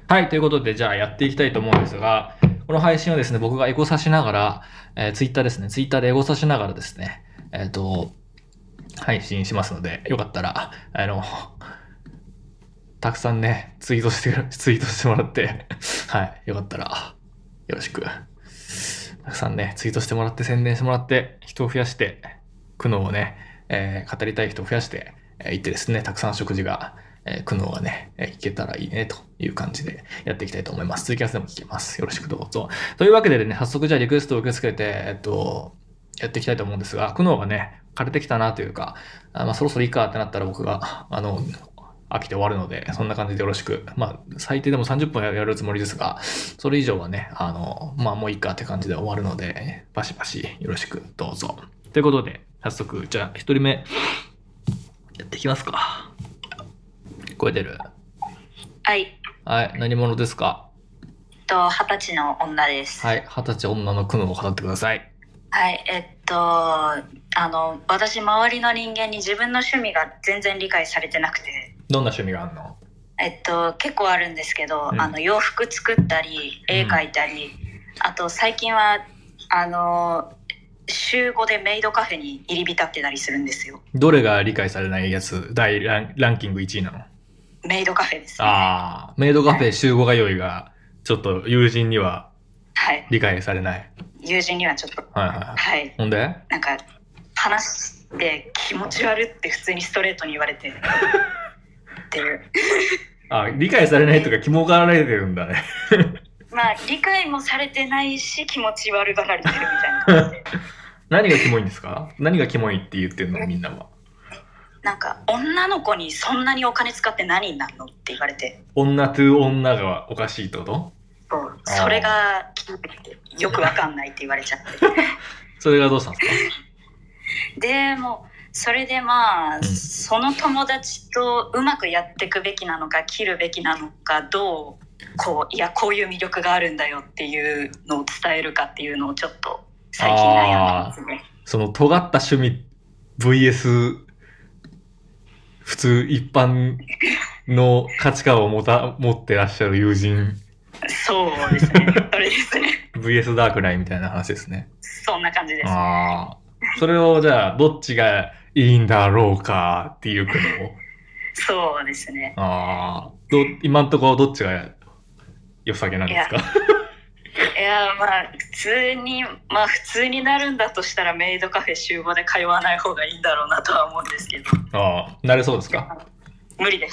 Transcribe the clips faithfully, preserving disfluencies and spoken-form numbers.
はい、ということで、じゃあやっていきたいと思うんですが、この配信はですね、僕がエゴサしながら、えー、ツイッターですね、ツイッターでエゴサしながらですね、えっと、配信しますので、よかったら、あの、たくさんね、ツイートして、ツイートしてもらって、はい、よかったら、よろしく。たくさんね、ツイートしてもらって、宣伝してもらって、人を増やして、苦悩をね、えー語りたい人を増やして、えー行ってですね、たくさん食事が、えー苦悩がね、えー聞けたらいいね、という感じでやっていきたいと思います。ツイキャスでも聞けます。よろしくどうぞ。というわけでね、早速じゃあリクエストを受け付けて、えっと、やっていきたいと思うんですが、苦悩がね、枯れてきたなというか、あまあ、そろそろいいかってなったら僕が、あの、飽きて終わるので、そんな感じでよろしく。まあ、最低でもさんじゅっぷんやるつもりですが、それ以上はね、あの、まあ、もういいかって感じで終わるので、バシバシよろしくどうぞ。ということで、早速、じゃあ、一人目、やっていきますか。聞こえてる？ はい。 はい、何者ですか？ と、二十歳の女です。 はい、二十歳女の苦悩を語ってください。 はい。えっと、あの、私、周りの人間に自分の趣味が全然理解されてなくて、 どんな趣味があるの？ えっと、結構あるんですけど、 うん、 あの、洋服作ったり、絵描いたり、あと、最近は、あの、週ごでメイドカフェに入り浸ってたりするんですよ。 どれが理解されないやつ、大ランランキングいちいなの？ メイドカフェですね。 あー、メイドカフェ週ごがよいが、ちょっと友人にははい。 理解されない。 友人にはちょっと、 はいはいはい。 はい。 ほんでなんか、話して気持ち悪って普通にストレートに言われて、っていう。 あ、理解されないとか肝がられてるんだね。 まあ、理解もされてないし、気持ち悪がられてるみたいな感じで。 何がキモいんですか？何がキモいって言ってんのみんなは。 なんか、女の子にそんなにお金使って何になるのって言われて。 女と女がおかしいってこと？ そうそれがよくわかんないって言われちゃって。 それがどうしたんですか？ でも、それでまあ、 うん、 その友達とうまくやっていくべきなのか、切るべきなのか、どう、こう、いや、こういう魅力があるんだよっていうのを伝えるかっていうのをちょっと最近悩んでますね。 その尖った趣味 ブイエス 普通一般の価値観を持た持ってらっしゃる友人。 そうですね。それですね。 ブイエス ダークナインみたいな話ですね。 そんな感じです。 ああ。それをじゃあ、どっちがいいんだろうかっていう苦悩。 そうですね。 ああ。ど、今んところどっちが良さげなんですか？ いや、まあ、普通に、まあ、普通になるんだとしたらメイドカフェ週ごで通わない方がいいんだろうなとは思うんですけど。 ああ。なれそうですか？ 無理です。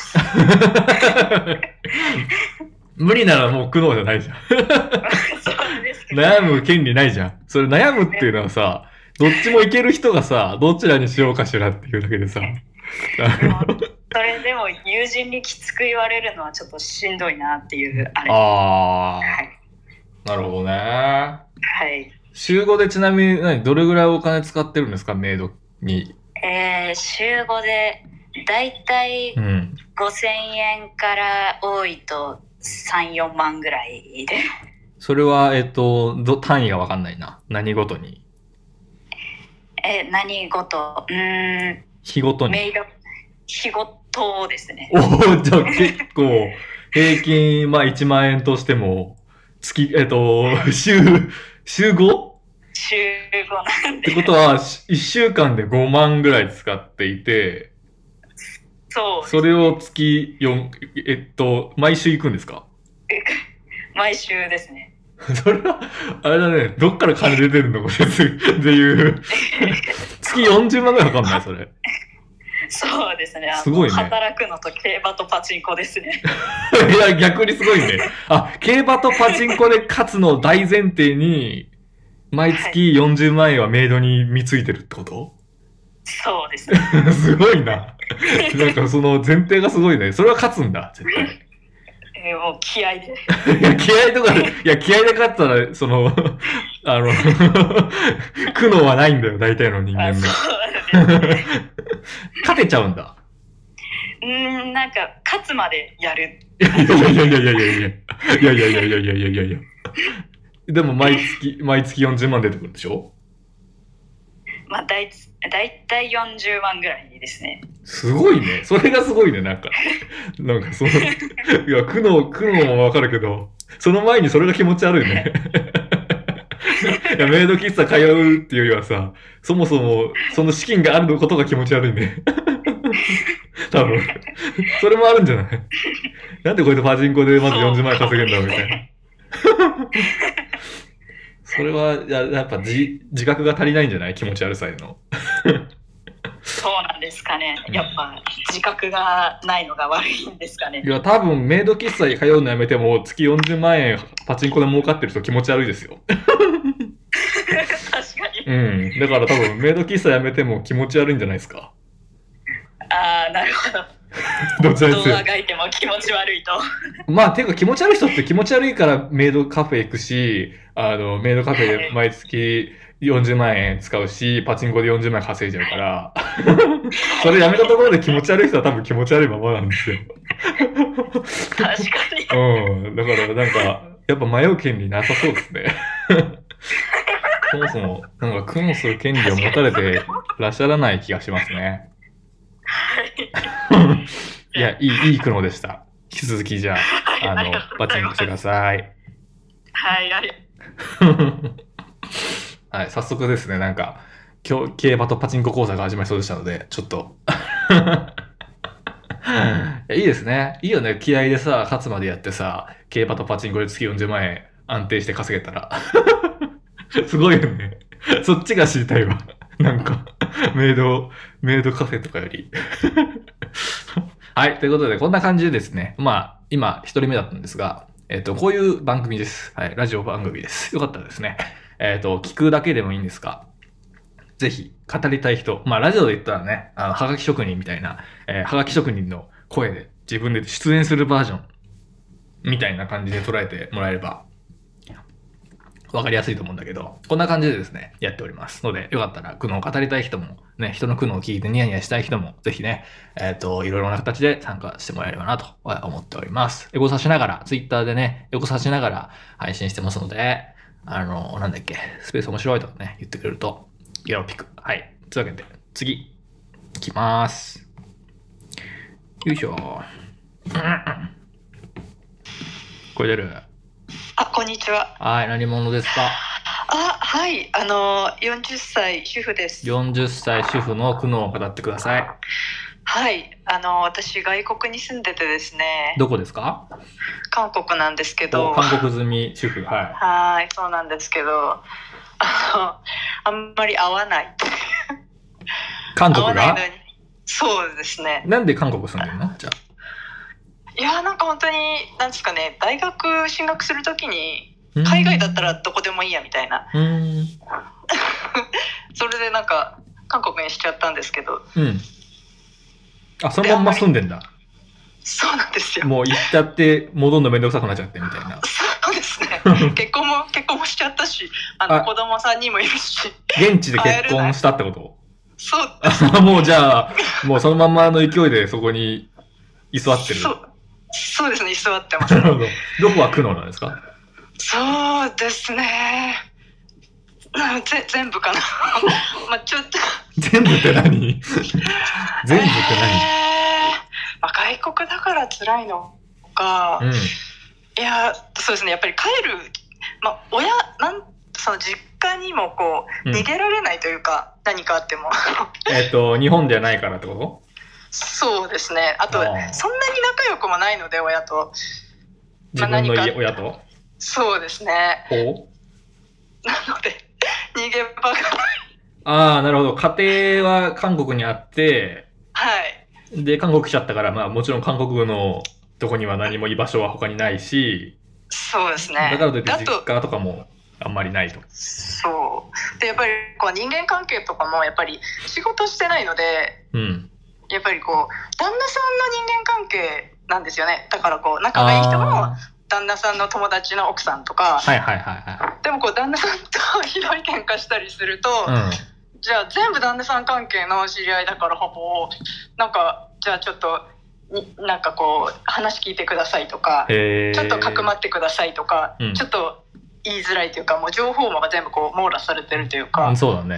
無理ならもう苦悩じゃないじゃん。 そうですけど。 悩む権利ないじゃん。それ悩むっていうのはさ、どっちもいける人がさ、どちらにしようかしらっていうだけでさ。 でもそれでも友人にきつく言われるのはちょっとしんどいなっていうあれ。 ああ、 はい。 なるほどね。 はい。 週ごでちなみに何、どれぐらいお金使ってるんですか、メイドに。 えー、週ごでだいたいうん。 ごせんえんから多いとさん、よんまんぐらいで。 それは、えっと、ど、単位がわかんないな。何ごとに。 え、何ごとうーん、 日ごとに。 メイド、日ごとですね。 おお、じゃあ結構、平均、まあいちまん円としても、月、えっと、週、週 ご？ 週ごなんで。 ってことは、いっしゅうかんでごまんぐらい使っていて、 そうです。 それを月よん、えっと、毎週行くんですか？ 毎週ですね。 それは、あれだね、どっから金出てるのこれっていう。月よんじゅうまんぐらいかかんないそれ。 そうですね。あのすごいね。 働くのと競馬とパチンコですね。 いや、逆にすごいね。あ、競馬とパチンコで勝つのを大前提に、毎月よんじゅうまん円はメイドに貢いでるってこと？ そうですね。 すごいな。なんかその前提がすごいね。それは勝つんだ、絶対。 えーもう気合で。 いや、気合とか、いや、気合で勝ったら、その、あの、苦悩はないんだよ、大体の人間あ、 が。 そうですね。 勝てちゃうんだ。 うーん、なんか、勝つまでやる。 いやいやいやいやいやいやいやいや。いやいやいやいやいやいやいやいや。でも毎月、毎月よんじゅうまん出てくるんでしょ？ まあ、だいだいたいよんじゅうまんぐらいですね。 すごいね。それがすごいね、なんか。なんかその、いや、苦悩、苦悩もわかるけど、その前にそれが気持ち悪いね。いや、メイド喫茶通うっていうよりはさ、そもそも、その資金があることが気持ち悪いね。多分。それもあるんじゃない？なんでこいつパチンコでまずよんじゅうまん円稼げんだろうみたいな。それは、ややっぱ自自覚が足りないんじゃない？気持ち悪さへの。 そうなんですかね。やっぱ自覚がないのが悪いんですかね。 いや、多分メイド喫茶に通うのやめても月よんじゅうまん円パチンコで儲かってる人気持ち悪いですよ。 確かに。 うん。だから多分メイド喫茶やめても気持ち悪いんじゃないですか。 ああ、なるほど。 どちらにせよ動画がいても気持ち悪いと。 まあ、ていうか気持ち悪い人って気持ち悪いからメイドカフェ行くし、あの、メイドカフェで毎月よんじゅうまん円使うし、パチンコでよんじゅうまん円稼いじゃうから、それやめたところで気持ち悪い人は多分気持ち悪いままなんですよ。 確かに。 うん。だからなんか、やっぱ迷う権利なさそうですね。そもそも、なんか苦悩する権利を持たれてらっしゃらない気がしますね。いや、いい、いい苦悩でした。引き続きじゃあ、あの、パチンコしてください。 はい、ありはい、早速ですね、なんか、今日、競馬とパチンコ講座が始まりそうでしたので、ちょっと。いやいいですね。いいよね。気合でさ、勝つまでやってさ、競馬とパチンコで月よんじゅうまん円安定して稼げたら。すごいよね。そっちが知りたいわ。なんか、メイド、メイドカフェとかより。はい。ということで、こんな感じでですね。まあ、今、一人目だったんですが、えっと、こういう番組です。はい。ラジオ番組です。よかったらですね。えっと、聞くだけでもいいんですが、ぜひ、語りたい人。まあ、ラジオで言ったらね、あの、はがき職人みたいな、えー、はがき職人の声で自分で出演するバージョン、みたいな感じで捉えてもらえれば、わかりやすいと思うんだけど、こんな感じでですね、やっております。ので、よかったら苦悩を語りたい人も、ね、人の苦悩を聞いてニヤニヤしたい人も、ぜひね、えっと、いろいろな形で参加してもらえればなと思っております。エゴサしながら、ツイッターでね、エゴサしながら配信してますので、あの、なんだっけ、スペース面白いとかね、言ってくれると、よろピク。はい。というわけで、次、いきまーす。よいしょ。これ出る。 あ、こんにちは。 はい、何者ですか？ あ、はい、あのよんじゅっさい主婦です。 よんじゅっさい主婦の苦悩を語ってください。 はい、あの私外国に住んでてですね。 どこですか？ 韓国なんですけど。 韓国済み主婦。はい。 はい、そうなんですけど、あのあんまり合わない。 韓国が？ 合わないのに。そうですね。 なんで韓国住んでるの？じゃあ。 いやなんか本当になんですかね、大学進学するときに海外だったらどこでもいいやみたいな。 うーんそれでなんか韓国にしちゃったんですけど。 うん。あ、そのまんま住んでんだ。 そうなんですよ。 もう行っちゃって戻るのめんどくさくなっちゃってみたいな。 そうですね。結婚も結婚もしちゃったし、あのあ子供さんにもいるし。 現地で結婚したってこと？ そう。 もうじゃあもうそのまんまの勢いでそこに居座ってる。 そう。そうですね。居座ってます。 なるほど。どこが苦悩なんですか？ そうですね。ぜ全部かな。まあちょっと。 全部って何？全部って何？ えーまあ、外国だから辛いのか、 うん、 いやそうですね、やっぱり帰る、まあ、親なんその実家にもこう、うん、逃げられないというか、何かあってもえっと日本ではないからってこと？ そうですね。あとそんなに仲良くもないので親と、 自分の家、親とそうですね。 おなので逃げ場がない。 ああ、なるほど。家庭は韓国にあって、 はい。 で、韓国来ちゃったから、まあもちろん韓国のとこには何も居場所は他にないし、 そうですね。 だからといって実家とかもあんまりないと。 そう。で、やっぱりこう人間関係とかもやっぱり仕事してないので、 うん。 やっぱりこう、旦那さんの人間関係なんですよね。だからこう、仲がいい人も、旦那さんの友達の奥さんとか、 はいはいはいはい。 でもこう、旦那さんとひどい喧嘩したりすると、 うん、 じゃあ全部旦那さん関係の知り合いだからほぼなんかじゃあちょっとなんかこう話聞いてくださいとか、ちょっとかくまってくださいとか、うん、ちょっと言いづらいというか、もう情報網が全部こう網羅されてるというか、 うん、そうだね。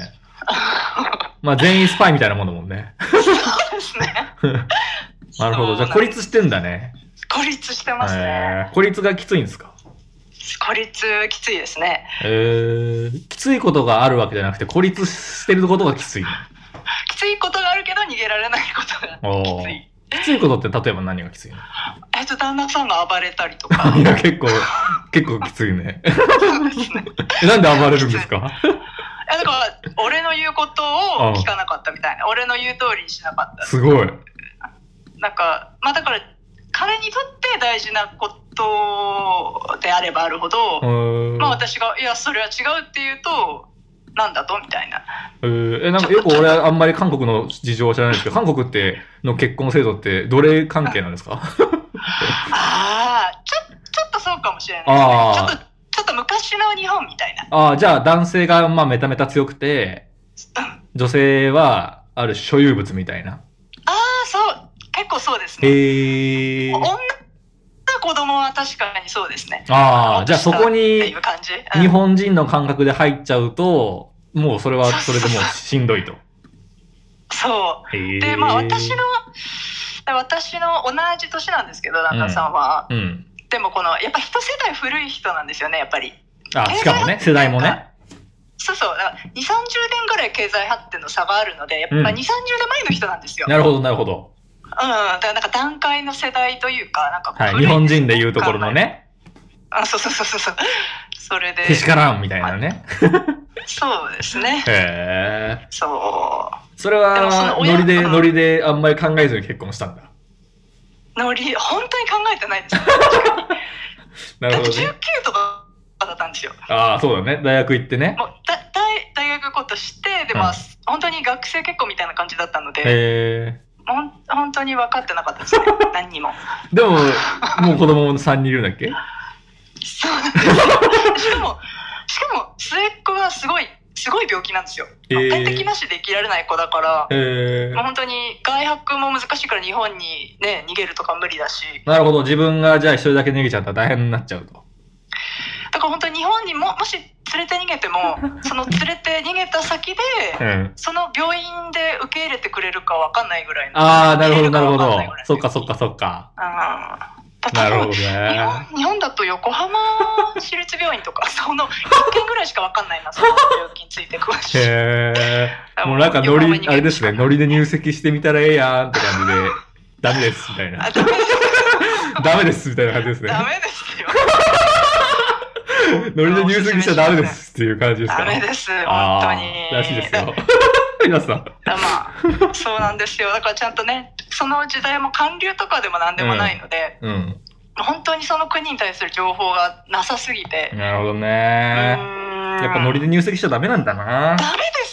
まあ全員スパイみたいなもんだもんね。 そうですね。 なるほど。じゃあ孤立してんだね。 孤立してますね。 えー、孤立がきついんですか？ 孤立きついですね。 えー、きついことがあるわけじゃなくて孤立してることがきついの？ きついことがあるけど逃げられないことがきつい。 きついことって例えば何がきついの？ えっと旦那さんが暴れたりとか。 いや結構結構きついね。 そうですね。 なんで暴れるんですか？ だから俺の言うことを聞かなかったみたいな。俺の言う通りにしなかった。 すごい。 なんかまあだから彼にとって大事なことであればあるほど、まあ私がいやそれは違うって言うとなんだとみたいな。 えー、えなんかよく俺はあんまり韓国の事情は知らないんですけど、韓国っての結婚制度って奴隷関係なんですか？ ああ、ちょちょっとそうかもしれないですね。ちょっとちょっと昔の日本みたいな。 ああ、じゃあ男性がまあメタメタ強くて、女性はある所有物みたいな。 ああ、そう結構そうですね。 へえ。 女の子供は確かにそうですね。 ああ、じゃあそこに日本人の感覚で入っちゃうと、もうそれはそれでもうしんどいと。 そう。で、まあ私の、私の同じ年なんですけど、旦那さんは。うん。うん、でもこの、やっぱ一世代古い人なんですよね、やっぱり。 あ、しかもね、世代もね。 そうそう。だからに、さんじゅうねんぐらい経済発展の差があるので、やっぱに、さんじゅうねんまえの人なんですよ。 なるほど、なるほど。 うん。だからなんか段階の世代というか、なんか、 はい、日本人でいうところのね。 あ、そうそうそうそう。それで。 けしからんみたいなね。 そうですね。 へえ。 そう。 それは、ノリで、ノリであんまり考えずに結婚したんだ。 ノリ、本当に考えてないです。 なるほど、ね。だってじゅうきゅうとかだったんですよ。 ああ、そうだね。大学行ってね。 もうだ大大学ことして、で、まあ、うん、本当に学生結婚みたいな感じだったので。 へえ。 ほん本当に分かってなかったですね。何にも。 でも、もう子供もさんにんいるんだっけ？ そうなんですよ。しかも、しかも、末っ子がすごい、すごい病気なんですよ。えー、点滴なしで生きられない子だから、えー、もう本当に外泊も難しいから日本にね、逃げるとか無理だし。 なるほど。自分がじゃあ一人だけ逃げちゃったら大変になっちゃうと。 だから本当に日本にも、もし連れて逃げても、その連れて逃げた先で、うん、その病院で受け入れてくれるか分かんないぐらいの。 ああ、なるほど、なるほど。そっかそっかそっか。 うん。 なるほどね。 日本、日本だと横浜市立病院とか、そのいっけんぐらいしか分かんないな、その病気について詳しい。 へー。もうなんかノリ、あれですね、ノリで入籍してみたらええやんって感じで、ダメです、みたいな。ダメです。ダメです、みたいな感じですね。 ダメですよ。 ノリで入籍しちゃダメですっていう感じですか？ ダメです、本当に。 らしいですよ。皆さん。 まあ、そうなんですよ。だからちゃんとね、その時代も韓流とかでも何でもないので、うんうん、本当にその国に対する情報がなさすぎて。 なるほどね。やっぱノリで入籍しちゃダメなんだな。 ダメです。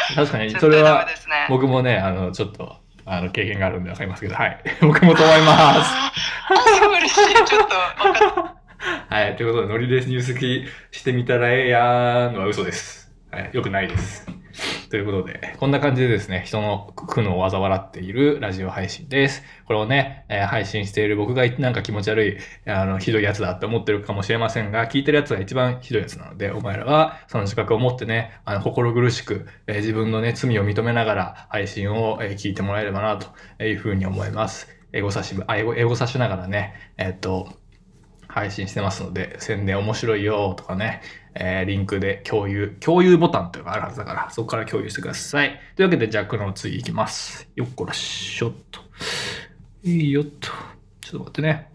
確かに、それは、僕もね、あの、ちょっと、あの、経験があるんでわかりますけど、はい。僕もと思います。 あ、すごい嬉しい。ちょっと、わかった。 はい。ということで、ノリで入籍してみたらええやーんのは嘘です。はい。よくないです。ということで、こんな感じでですね、人の苦悩を嘲笑っているラジオ配信です。これをね、えー、配信している僕がなんか気持ち悪い、あの、ひどいやつだって思ってるかもしれませんが、聞いてるやつが一番ひどいやつなので、お前らはその自覚を持ってね、あの、心苦しく、えー、自分のね、罪を認めながら配信を、えー、聞いてもらえればな、というふうに思います。英語差し、あ、英語、英語差しながらね、えー、っと、配信してますので、宣伝面白いよとかね、えー、リンクで共有、共有ボタンというのがあるはずだから、そこから共有してください。というわけで、じゃあ、この次いきます。よっこらしょっと。いいよっと。ちょっと待ってね。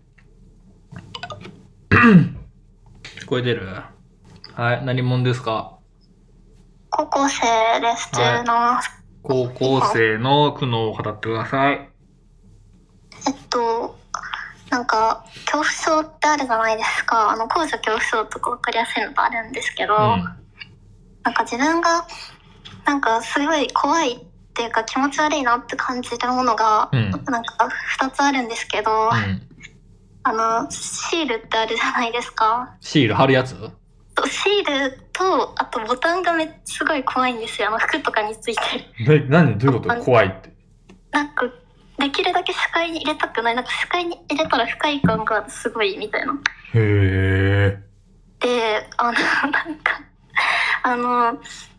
聞こえてる？はい、何者ですか？ 高校生です。中の、はい。 高校生の苦悩を語ってください。 えっと、なんか恐怖症ってあるじゃないですか。あの高所恐怖症とか分かりやすいのがあるんですけど、うん、なんか自分がなんかすごい怖いっていうか気持ち悪いなって感じるものが、うん、なんかふたつあるんですけど、うん、あのシールってあるじゃないですか。 シール貼るやつ？ シールとあとボタンがめっちゃすごい怖いんですよ。あの服とかについてる。 え、何？どういうこと？怖いって。 なんかできるだけ視界に入れたくない。なんか視界に入れたら不快感がすごいみたいな。 へー。 で、あの、なんか、あの、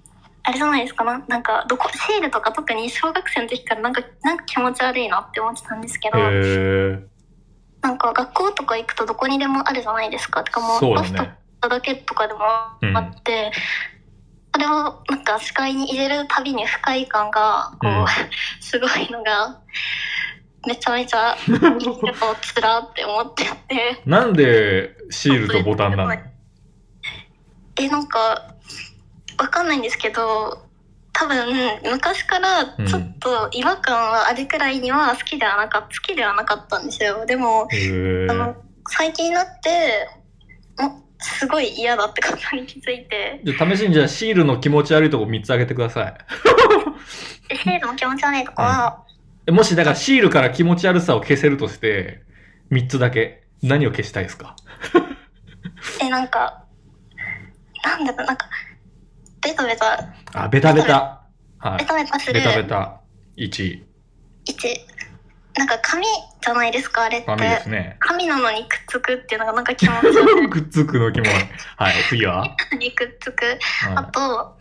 あれじゃないですかな、なんかどこシールとか特に小学生の時からなんかなんか気持ち悪いなって思ってたんですけど、なんか学校とか行くとどこにでもあるじゃないですか。とかもうバスとかだけとかでもあって、うん、それをなんか視界に入れるたびに不快感がこう、うん、すごいのがめちゃめちゃいいことつらって思ってて。 なんでシールとボタンなの？ え、なんかわかんないんですけど、多分昔からちょっと違和感はあるくらいには好きではなかった好きではなかったんですよ。でもあの最近になってもすごい嫌だってことに気づいて。 じゃあ試しにじゃあシールの気持ち悪いとこみっつあげてください。シールの気持ち悪いとこは、 うん、もしだからシールから気持ち悪さを消せるとしてみっつだけ何を消したいですか？ え、なんかなんだろう、なんかベタベタ。 あ、ベタベタ。はい。 ベタベタする。 ベタベタ。いち。 いち。なんか紙じゃないですか、あれって。 紙ですね。 紙なのにくっつくっていうのがなんか気持ち悪い。 くっつくの気持ち悪い。はい、次はにくっつく。はい、あと、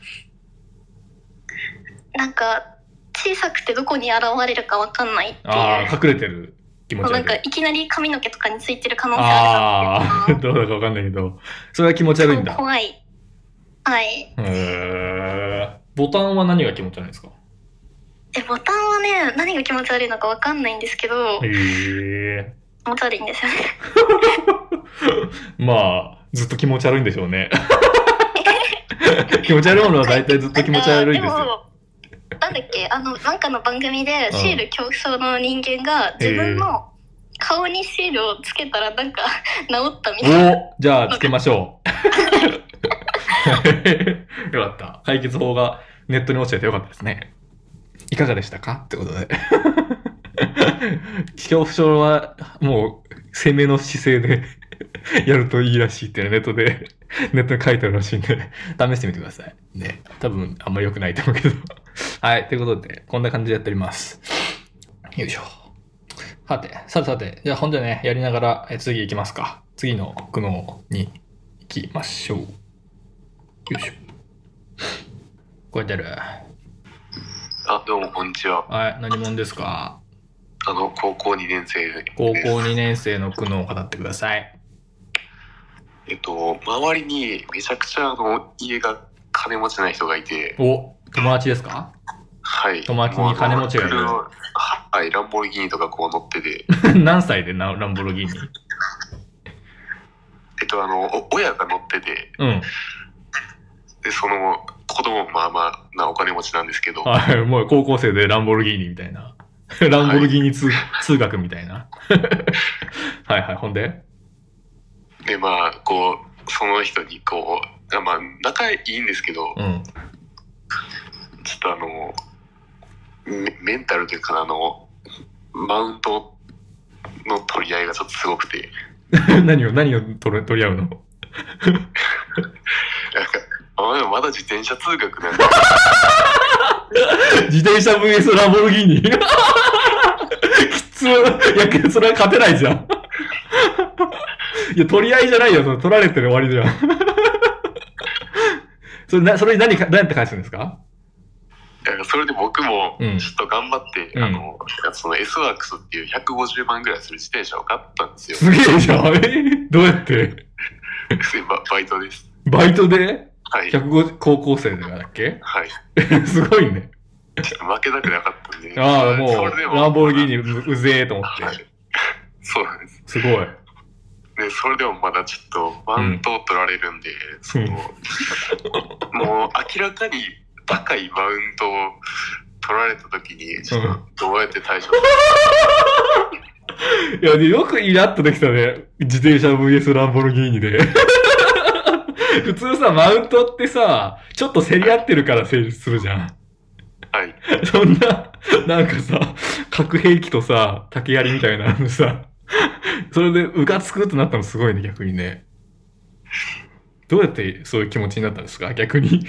なんか小さくてどこに現れるかわかんないっていう。 ああ、隠れてる気持ち悪い。 なんかいきなり髪の毛とかについてる可能性あるなっていう。ああ、どうだかわかんないけど、それは気持ち悪いんだ。 怖い。はい。 へー。ボタンは何が気持ち悪いんですか？ え、ボタンはね、何が気持ち悪いのかわかんないんですけど、 へー。 気持ち悪いんですよね。 まあ、ずっと気持ち悪いんでしょうね。気持ち悪いものは大体ずっと気持ち悪いんですよ。 なんだっけ、あの、なんかの番組でシール恐怖症の人間が自分の顔にシールをつけたらなんか治ったみたいな。 お、じゃあつけましょう。よかった。解決法がネットに落ちててよかったですね。いかがでしたかってことで。恐怖症はもう攻めの姿勢でやるといいらしいっていうネットで、ネットに書いてあるらしいんで、試してみてください。ね。多分あんまり良くないと思うけど。はい。ということで、こんな感じでやっております。よいしょ。さて、さてさて、じゃあ本日はね、やりながらえ次行きますか。次の苦悩に行きましょう。よいしょ。こうやってやる。 あ、どうもこんにちは。 はい、何者ですか？ あの、高校にねん生です。 高校にねん生の苦悩を語ってください。 えっと、周りにめちゃくちゃあの、家が金持ちない人がいて。 お、友達ですか？ はい。 友達に金持ちがいる。 はい、ランボルギーニとかこう乗ってて。 何歳でランボルギーニ？ えっと、あの、親が乗ってて。 うん。 で、その、子供もまあまあなお金持ちなんですけど。 はい、もう高校生でランボルギーニみたいな。ランボルギーニ通、はい、通学みたいな。はいはい、ほんでで、まあ、こう、その人にこう、まあ、仲いいんですけど、 うん、 ちょっとあのメ、メンタルというか、あの、マウントの取り合いがちょっとすごくて。 何を、何を取り、取り合うの？なんか、 あ、まだ自転車通学なんだ。 自転車 ブイエス ランボルギーニ。きつい。いや、それは勝てないじゃん。いや、取り合いじゃないよ。その取られてる終わりじゃん。それな、それに何か、何て返すんですか？ いや、それで僕も、ちょっと頑張って、 うん、 あの、その S ワークスっていうひゃくごじゅうまんぐらいする自転車を買ったんですよ。 すげえじゃん。えどうやってバ, バイトです。 バイトで？ はい。 ひゃくごじゅう高校生だっけ？ はい。 すごいね。 ちょっと負けたくなかったんで。 ああ、もう、ランボルギーニ う, うぜえと思って、はい。 そうなんです。 すごい。 で、それでもまだちょっとマウントを取られるんで、うん、その、もう明らかに高いマウントを取られた時に、ちょっとどうやって対処する、うん、いや、でよくイラッとできたね。自転車 ブイエス ランボルギーニで。普通さ、マウントってさ、ちょっと競り合ってるから成立するじゃん。 はい。 そんな、なんかさ、核兵器とさ、竹槍みたいなのさ、それでうかつくってなったのすごいね、逆にね。どうやってそういう気持ちになったんですか、逆に。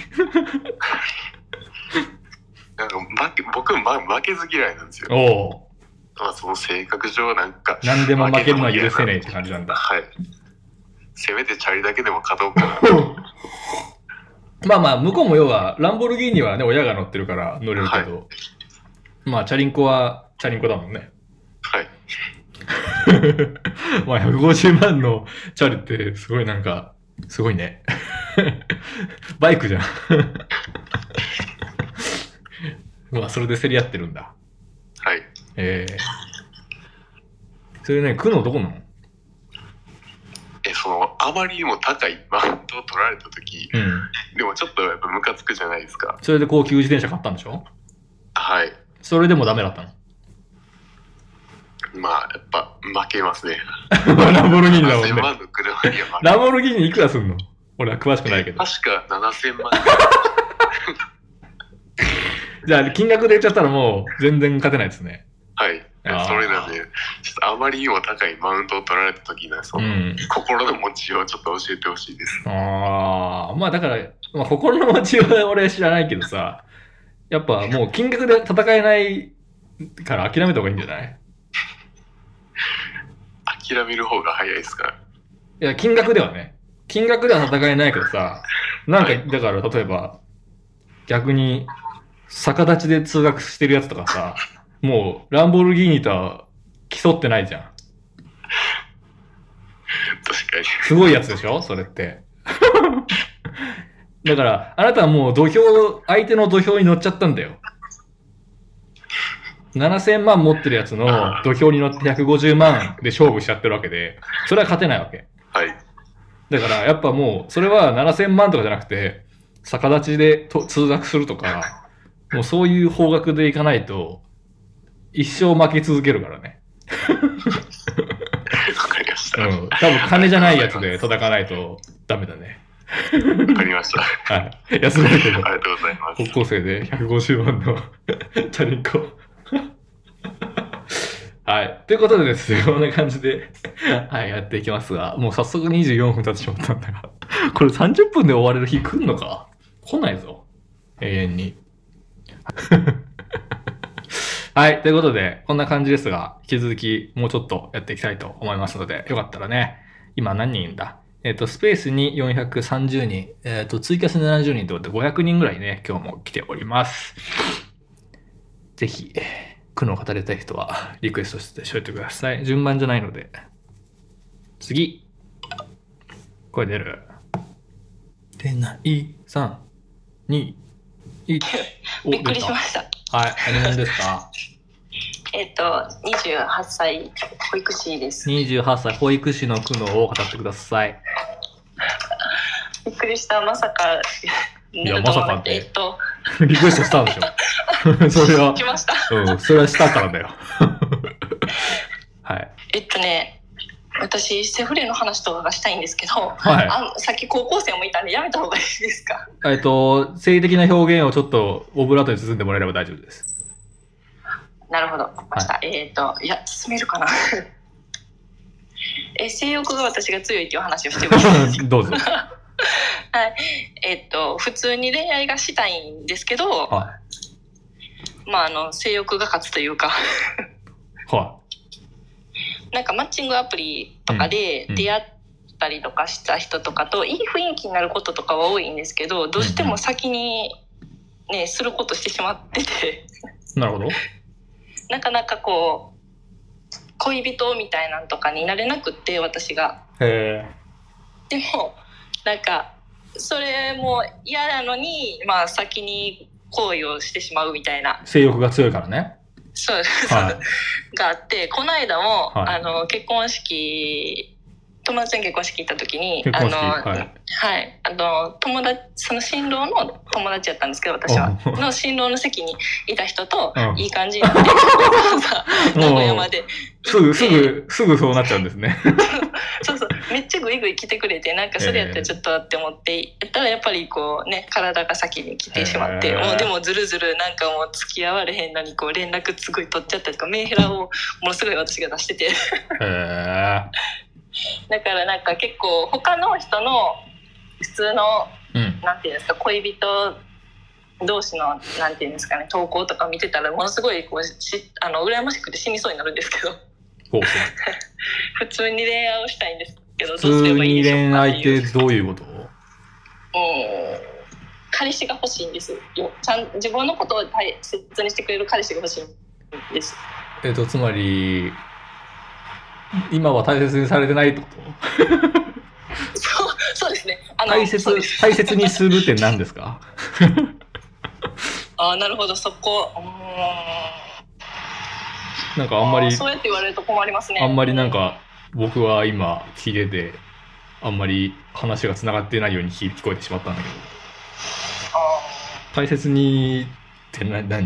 なんか負け僕、ま、負けず嫌いなんですよ。 おう。 まあ、その性格上なんか。 何でも負けるのは許せないって感じなんだ。 はい。せめてチャリだけでも勝とうかな。 まあまあ、向こうも要は、ランボルギーニはね、親が乗ってるから乗れるけど、はい、まあ、チャリンコは、チャリンコだもんね。 はい。 まあ、ひゃくごじゅうまんのチャリって、すごいなんか、すごいね。バイクじゃん。まあ、それで競り合ってるんだ。 はい。 ええー。それね、区のどこなの？ え、その、あまりにも高いマウントを取られたとき、うん、でもちょっとやっぱムカつくじゃないですか。 それで高級自転車買ったんでしょ？ はい。 それでもダメだったの？ まあ、やっぱ負けますね。 ランボルギーニだもんね。 ななせんまんの車には負けます。 ランボルギーニいくらすんの？俺は詳しくないけど。 確かななせんまん。 じゃあ、金額で言っちゃったらもう全然勝てないですね。 はい。それなんで、ちょっとあまりにも高いマウントを取られた時のその、うん、心の持ちをちょっと教えてほしいです。 ああ、まあだから、まあ、心の持ちは俺知らないけどさ、やっぱもう金額で戦えないから諦めた方がいいんじゃない？ 諦める方が早いですか？ いや、金額ではね。金額では戦えないけどさ、なんか、はい、だから例えば、逆に、逆立ちで通学してるやつとかさ、もう、ランボルギーニとは競ってないじゃん。 確かに。 すごいやつでしょそれって。だから、あなたはもう土俵、相手の土俵に乗っちゃったんだよ。ななせんまん持ってるやつの土俵に乗ってひゃくごじゅうまんで勝負しちゃってるわけで、それは勝てないわけ。 はい。 だから、やっぱもう、それはななせんまんとかじゃなくて、逆立ちでと通学するとか、もうそういう方角でいかないと、一生負け続けるからね。 わかりました。 うん。多分金じゃないやつで叩かないとダメだね。 わかりました。 はい。安らいけど。 ありがとうございます。 高校生でひゃくごじゅうまんのチャリンコ。はい。ということでですね、こんな感じで、はい、やっていきますが、もう早速にじゅうよんぷん経ってしまったんだが、これさんじゅっぷんで終われる日来んのか？来ないぞ。永遠に。はい。ということで、こんな感じですが、引き続きもうちょっとやっていきたいと思いますので、よかったらね、今何人いるんだ？えっと、スペースによんひゃくさんじゅうにん、えっと、ツイキャスななじゅうにんということでごひゃくにんぐらいね、今日も来ております。ぜひ、苦悩を語りたい人はリクエストしてしといてください。順番じゃないので。次。声出る。出ない。さん、に、いち。 びっくりしました。 はい。何者ですか？ えっと、にじゅうはっさい保育士です。 にじゅうはっさい保育士の苦悩を語ってください。 びっくりした。まさか。 いや、まさかって。 えっと、 リクエストしたんでしょ。それは。 来ました。 うん、それはしたからだよ。はい。 えっとね、私、セフレの話とかがしたいんですけど、 はい、 あさっき高校生もいたんでやめた方がいいですか？ えっと、性的な表現をちょっとオブラートに包んでもらえれば大丈夫です。 なるほど。わかりました。はい、えっと、いや、進めるかな。え、性欲が私が強いっていう話をしてもいいですか？ どうぞ。 はい。えっと、普通に恋愛がしたいんですけど、 はい、 まあ、あの、性欲が勝つというか、 はい。 なんかマッチングアプリとかで出会ったりとかした人とかといい雰囲気になることとかは多いんですけど、どうしても先にね、することしてしまってて。 なるほど。 なかなかこう、恋人みたいなんとかになれなくって、私が。 へー。でも、なんか、それも嫌なのに、まあ先に行為をしてしまうみたいな。 性欲が強いからね。 そうです、はい、があって、この間も、 はい、 あの結婚式友達の結婚式行った時に結婚式、 あの、 はいはい、あの友達その新郎の友達やったんですけど、私はの新郎の席にいた人といい感じになって名古屋まですぐすぐすぐそうなっちゃうんですね。 そうそう、めっちゃグイグイ来てくれて、なんかそれやったらちょっとって思ってやったら、やっぱりこうね、体が先に来てしまって、えー、もうでもずるずるなんかもう付き合われへんのにこう連絡すごい取っちゃったりとか、メンヘラをものすごい私が出してて、 えー、 だからなんか結構他の人の普通の、うん、なんていうんですか、恋人同士のなんていうんですかね、投稿とか見てたらものすごいこうしあの羨ましくて死にそうになるんですけど。普通に恋愛をしたいんですけど、どうすればいいでしょうか。 普通に恋愛ってどういうこと？ うん、 彼氏が欲しいんですよ。ちゃん自分のことを大切にしてくれる彼氏が欲しいんです。 えっとつまり今は大切にされてないってことそうそうですね。あの大切大切にするって何ですかああ、なるほど、そこ。うーん、 なんかあんまりそうやって言われると困りますね。 あんまりなんか僕は今聞いててあんまり話がつながってないように聞こえてしまったんだけど、大切にって何何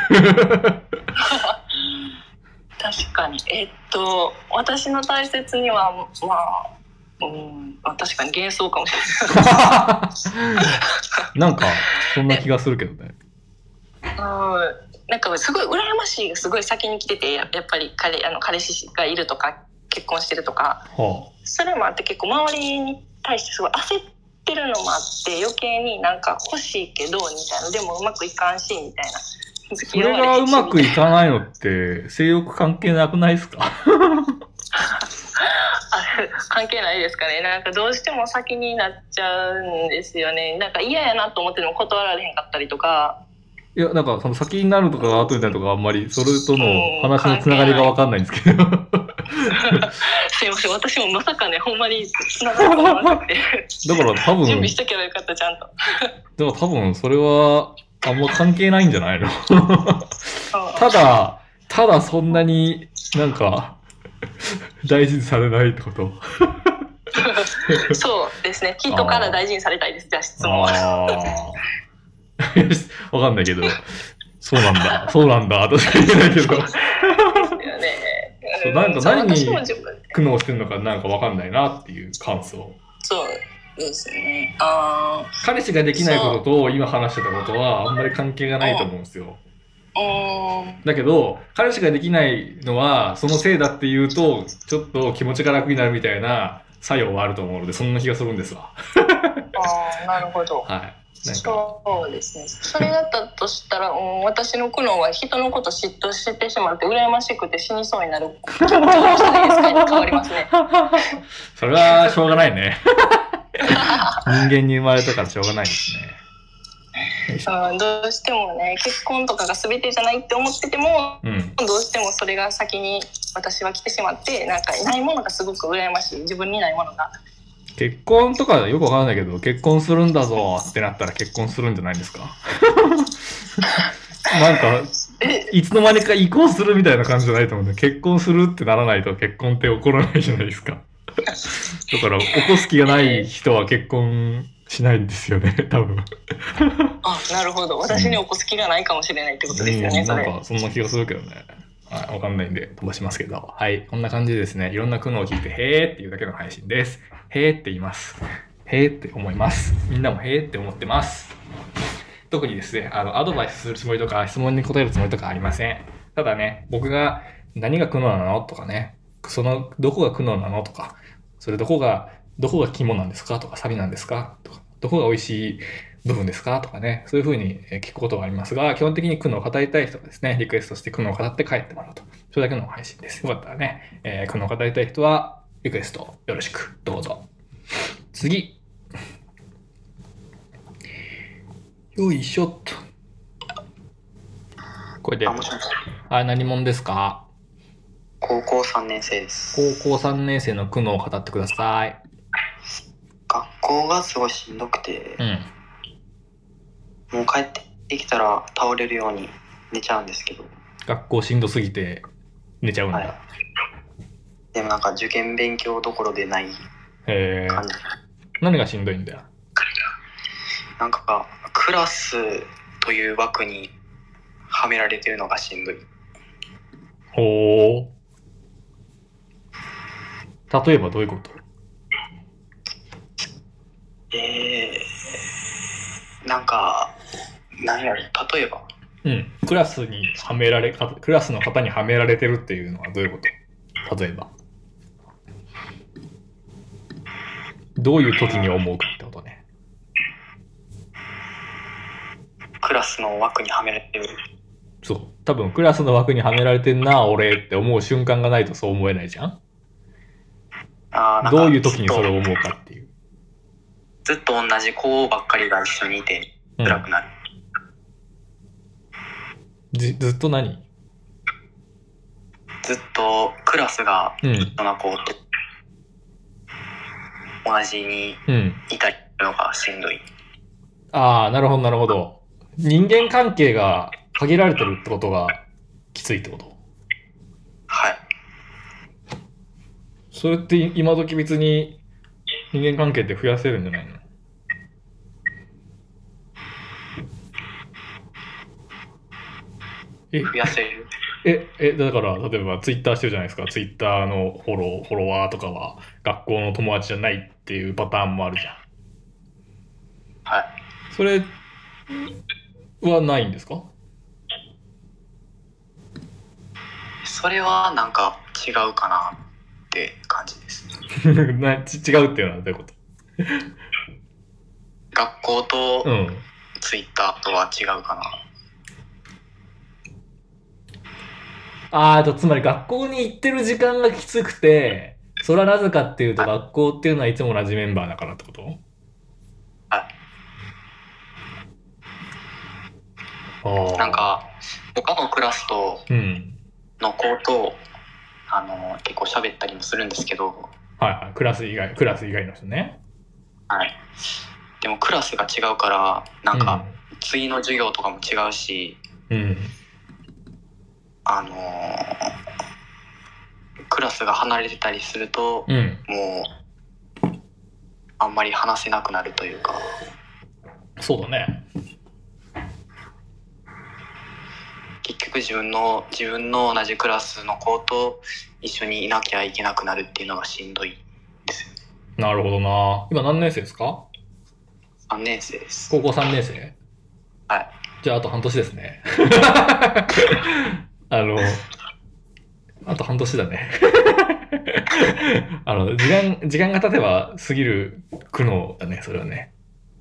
確かに。えっと私の大切にはまあ、うん、まあ、確かに幻想かもしれないなんかそんな気がするけどね。 うん、なんかすごい羨ましいがすごい先に来てて、やっぱり 彼, あの彼氏がいるとか結婚してるとか、はあ、それもあって結構周りに対してすごい焦ってるのもあって余計になんか欲しいけどみたいな、でもうまくいかんしみたいな。 それがうまくいかないのって性欲関係なくないですかあ関係ないですかね。なんかどうしても先になっちゃうんですよね。なんか嫌やなと思っても断られへんかったりとか。 いや、なんかその先になるとか後になるとかあんまりそれとの話のつながりが分かんないんですけどすいません、私もまさかね、ほんまにつながると思わなくてだから多分準備しとけばよかった、ちゃんとでも多分それはあんま関係ないんじゃないのただただそんなになんか大事にされないってことそうですね、人から大事にされたいです。じゃあ質問はわかんないけど、そうなんだ、そうなんだ、私は言えないけど。そうですよね。そう、なんか何に苦悩してるのかなんかわかんないなっていう感想。 そうですね。あ、 彼氏ができないことと今話してたことはあんまり関係がないと思うんですよ。だけど、彼氏ができないのはそのせいだって言うと、ちょっと気持ちが楽になるみたいな作用はあると思うので、そんな気がするんですわ。 ああ、なるほど。 はい。 そうですね。それだったとしたら、うん、私の苦悩は人のこと嫉妬してしまって羨ましくて死にそうになることじゃないですかに変わりますね。 それはしょうがないね。人間に生まれたからしょうがないですね。 うん、どうしてもね、結婚とかが全てじゃないって思ってても、うん、どうしてもそれが先に私は来てしまって、なんかないものがすごく羨ましい、自分にないものが。 結婚とかよくわからないけど、結婚するんだぞってなったら結婚するんじゃないんですかなんか、いつの間にか移行するみたいな感じじゃないと思うんで、結婚するってならないと結婚って起こらないじゃないですか。だから、起こす気がない人は結婚しないんですよね、多分。 あ、なるほど。私に起こす気がないかもしれないってことですよね、 うん、それ。なんか、そんな気がするけどね。はい、わかんないんで飛ばしますけど。はい、こんな感じでですね、いろんな苦悩を聞いて、へーっていうだけの配信です。へーって言います。へーって思います。みんなもへーって思ってます。特にですね、あの、アドバイスするつもりとか、質問に答えるつもりとかありません。ただね、僕が何が苦悩なのとかね、その、どこが苦悩なのとか、それどこが、どこが肝なんですかとか、サビなんですかとか、どこが美味しい部分ですかとかね、そういう風に聞くことがありますが、基本的に苦悩を語りたい人はですね、リクエストして苦悩を語って帰ってもらうと。それだけの配信です。よかったらね、えー、苦悩を語りたい人は、リクエストよろしくどうぞ。次。よいしょっと。これで。はい、何者ですか？ 高校さんねん生です。 高校さんねん生の苦悩を語ってください。 学校がすごいしんどくて、うん、もう帰ってきたら倒れるように寝ちゃうんですけど。 学校しんどすぎて寝ちゃうんだ。はい、 でもなんか受験勉強どころでない感じ。 へー。何がしんどいんだよ。 なんかクラスという枠にはめられてるのがしんどい。 ほー。例えばどういうこと？ えー、なんか何やろ、例えば。 うん。クラスにはめられ、クラスの方にはめられてるっていうのはどういうこと？例えば。どういう時に思うかってことね。 クラスの枠にはめられてる。 そう。多分クラスの枠にはめられてんな、俺って思う瞬間がないとそう思えないじゃん？ あー、 どういう時にそれを思うかっていう。 ずっと同じ子ばっかりが一緒にいて、 暗くなる。 うん、ず, ずっと何ずっとクラスが一緒な子と同じにいたりするのがしんどい。うん、 ああ、なるほどなるほど。人間関係が限られてるってことがきついってこと？ はい。 それって今時別に人間関係って増やせるんじゃないの？ え増やせる？ え、え、だから、例えばツイッターしてるじゃないですか。ツイッターのフォロー、フォロワーとかは学校の友達じゃないっていうパターンもあるじゃん。 はい。 それはないんですか？ それはなんか違うかなって感じです。 なち違うっていうのはどういうこと？ 学校とツイッターとは違うかな。 あーと、つまり学校に行ってる時間がきつくて、それはなぜかっていうと、学校っていうのはいつも同じメンバーだからってこと？ はい。なんか、他のクラスとの子と、うん、あの、結構喋ったりもするんですけど。 はいはい。クラス以外、クラス以外の人ね。 はい。でもクラスが違うから、なんか、次の授業とかも違うし、 うん。 あのー、クラスが離れてたりすると、うん、もうあんまり話せなくなるというか。 そうだね。 結局自分の自分の同じクラスの子と一緒にいなきゃいけなくなるっていうのがしんどいですよね。 なるほどな。今何年生ですか？ さんねん生です。 高校さんねん生？ はい。 じゃああと半年ですね。あの、あと半年だね。あの、時間、時間が経てば過ぎる苦悩だね、それはね。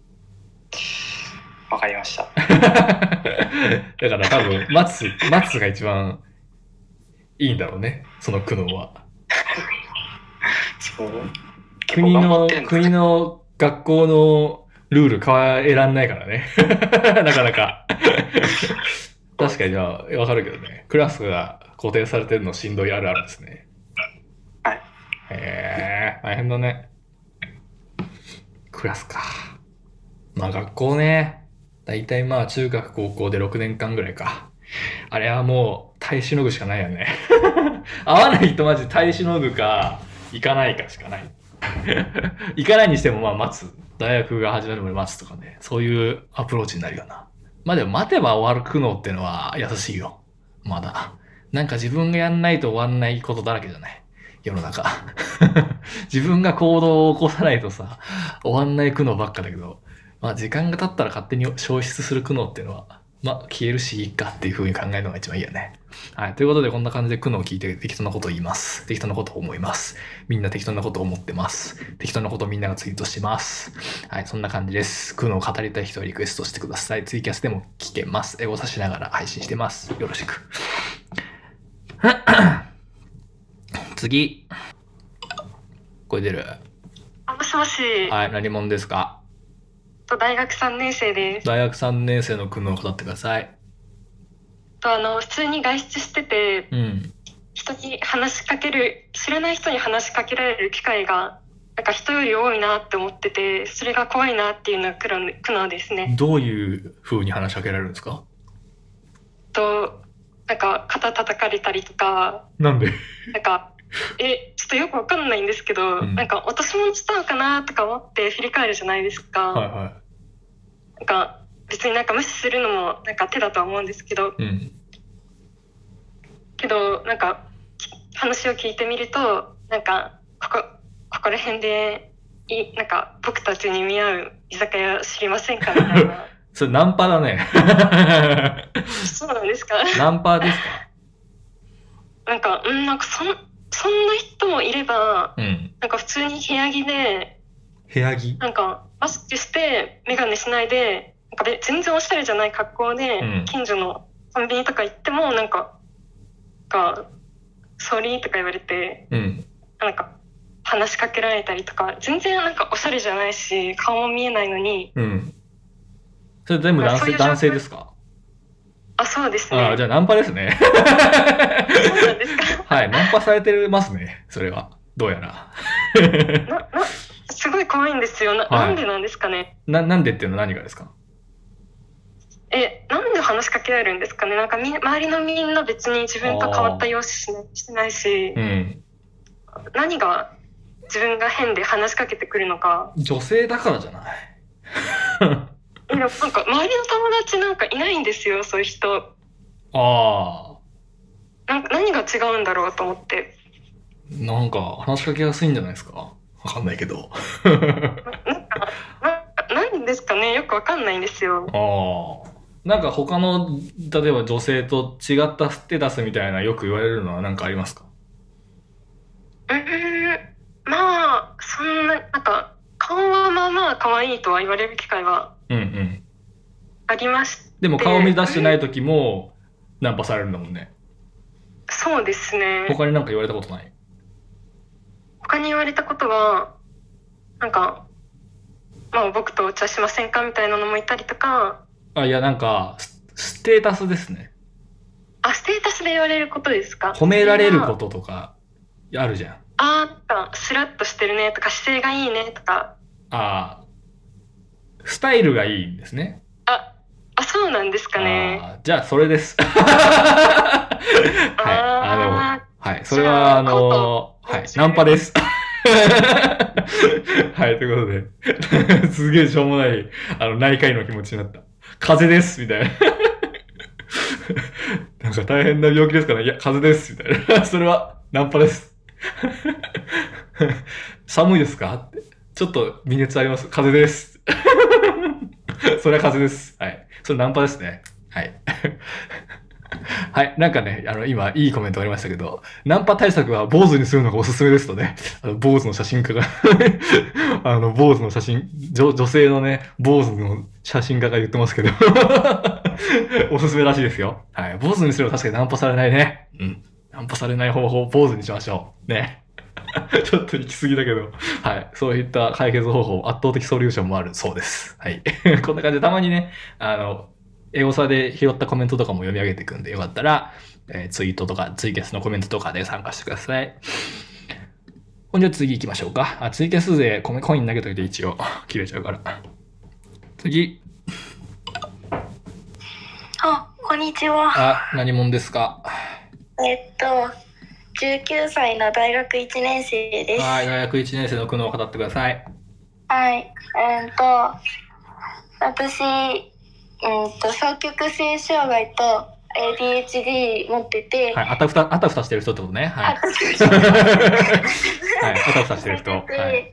わかりました。 だから多分、待つ、待つが一番いいんだろうね、その苦悩は。 そう。 国の、国の学校のルール変えらんないからね。なかなか。確かに、じゃあ、わかるけどね。クラスが固定されてるのしんどいあるあるですね。 はい。 へえ、大変だね。クラスか。まあ学校ね。だいたいまあ中学高校でろくねんかんぐらいか。あれはもう耐えしのぐしかないよね。合わない人マジ耐えしのぐか、行かないかしかない。行かないにしてもまあ待つ。大学が始まるまで待つとかね。そういうアプローチになるよな。まあでも待てば終わる苦悩っていうのは優しいよ。まだ。なんか自分がやんないと終わんないことだらけじゃない。世の中。自分が行動を起こさないとさ、終わんない苦悩ばっかだけど、まあ時間が経ったら勝手に消失する苦悩っていうのは、まあ消えるしいいかっていう風に考えるのが一番いいよね。はい。ということでこんな感じで苦悩を聞いて適当なことを言います。適当なことを思います。みんな適当なことを思ってます。適当なことをみんながツイートしてます。はい。そんな感じです。苦悩を語りたい人はリクエストしてください。ツイキャスでも聞けます。エゴサしながら配信してます。よろしく。次。声出る？ あ、もしもし。 はい。何者ですか？ 大学さんねん生です。 大学さんねん生の苦悩を語ってください。 とあの普通に外出してて、 うん、 人に話しかける知らない人に話しかけられる機会がなんか人より多いなって思ってて、それが怖いなっていうのが苦悩ですね。 どういう風に話しかけられるんですか？ となんか肩叩かれたりとか。 なんで？ なんかえちょっとよくわかんないんですけど、うん、なんか私もしたのかなとか思って振り返るじゃないですか。 はいはい。 なんか別になんか無視するのもなんか手だとは思うんですけど、 うん、 けどなんか話を聞いてみるとなんかここここら辺でいなんか僕たちに見合う居酒屋知りませんかみたいな。 それナンパだね。 そうなんですか？ ナンパですか？ なんかうんなんかそんそんな人もいれば、 うん、 なんか普通に部屋着で部屋着なんかマスクして眼鏡しないでなんか全然おしゃれじゃない格好で、うん、近所のコンビニとか行ってもなんかがソーリーとか言われて、 うん、 なんか話しかけられたりとか、全然なんかおしゃれじゃないし顔も見えないのに、 うん、 それ全部男性、男性ですか？ あ、そうですね。 あ、じゃあナンパですね。 そうなんですか。 はい、ナンパされてますね、それは。どうやら。 な、な、すごい怖いんですよ。な、はい、なんでなんですかね。 な、なんでっていうのは何がですか？ え、なんで話しかけられるんですかね。なんかみ、周りのみんな別に自分と変わった様子しないしてないし、うん、何が自分が変で話しかけてくるのか。 女性だからじゃない？ え、なんか周りの友達なんかいないんですよ、そういう人。 ああ。 なんか何が違うんだろうと思って。 なんか話しかけやすいんじゃないですか？わかんないけど。 な、なんか、な、なんですかね、よくわかんないんですよ。 ああ。なんか他の、例えば女性と違ったステータスみたいなよく言われるのは何かありますか？ うーん、まあ、そんな、なんか、顔はまあまあ可愛いとは言われる機会はありまして、うんうん、 でも顔見出してない時もナンパされるんだもんね。 そうですね。 他に何か言われたことない？ 他に言われたことは、なんか、まあ僕とお茶しませんかみたいなのもいたりとか。 あ、いやなんか、ステータスですね。 あ、ステータスで言われることですか？ 褒められることとか、あるじゃん。 あーった、スラッとしてるねとか、姿勢がいいねとか。 ああ、スタイルがいいんですね。 あ、あ、そうなんですかね。 あ、じゃあそれです。はい、あの、はい、それはあの、はい、ナンパです。はい、ということで、すげえしょうもない、あの、内科医の気持ちになった。風邪です、みたいな。なんか大変な病気ですかね。いや、風邪です、みたいな。それは、ナンパです。寒いですかって。ちょっと微熱あります。風邪です。それは風邪です。はい。それナンパですね。はい。はい。なんかね、あの、今、いいコメントありましたけど、ナンパ対策は坊主にするのがおすすめですとね、あの坊主の写真家が、あの、坊主の写真、女、女性のね、坊主の写真家が言ってますけど、おすすめらしいですよ。はい。坊主にすれば確かにナンパされないね。うん。ナンパされない方法、坊主にしましょう。ね。ちょっと行き過ぎだけど、はい。そういった解決方法、圧倒的ソリューションもあるそうです。はい。こんな感じでたまにね、あの、エゴサで拾ったコメントとかも読み上げていくんで、よかったら、えー、ツイートとかツイキャスのコメントとかで参加してください。ほんじゃ次行きましょうか。あ、ツイキャスでコメコイン投げといて一応切れちゃうから。次。 あ、こんにちは。 あ、何者ですか？ えっと、じゅうきゅうさいの大学いちねん生です。 はい、大学いちねん生の苦悩を語ってください。 はい、えー、っと、私、うんと、双極性障害と エーディーエイチディー 持ってて、 はい、あたふた、あたふたしてる人ってことね。はい。はい、あたふたしてる人。はい。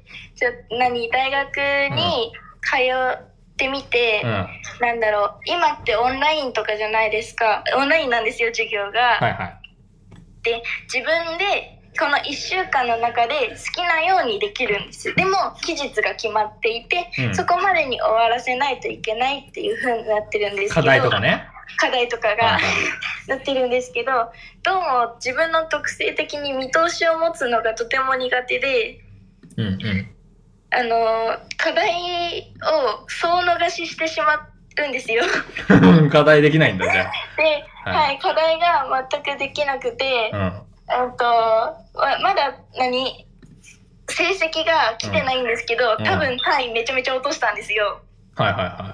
ちょ何大学に通ってみて、うん、なんだろう、今ってオンラインとかじゃないですか。オンラインなんですよ、授業が。 はいはい。 で、自分でこのいっしゅうかんの中で好きなようにできるんです。でも期日が決まっていて、うん、そこまでに終わらせないといけないっていう風になってるんですけど、課題とかね、 課題とかがなってるんですけど、どうも自分の特性的に見通しを持つのがとても苦手で、 うんうん、 あの課題を総逃ししてしまうんですよ。 課題できないんだじゃあ。 で、はい、はい、課題が全くできなくて、うん、とまだ何成績が来てないんですけど、うん、多分単位めちゃめちゃ落としたんですよ。 はいはいはい。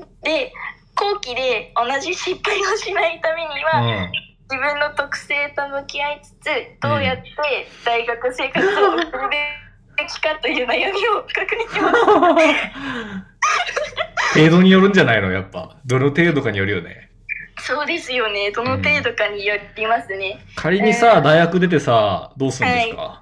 で、後期で同じ失敗をしないためには、うん、自分の特性と向き合いつつ、どうやって大学生活を送るべきかという悩みを確認します。 程度によるんじゃないの？やっぱどの程度かによるよね。 そうですよね。どの程度かによりますね。 うん、仮にさ、えー、大学出てさ、どうするんですか？はい、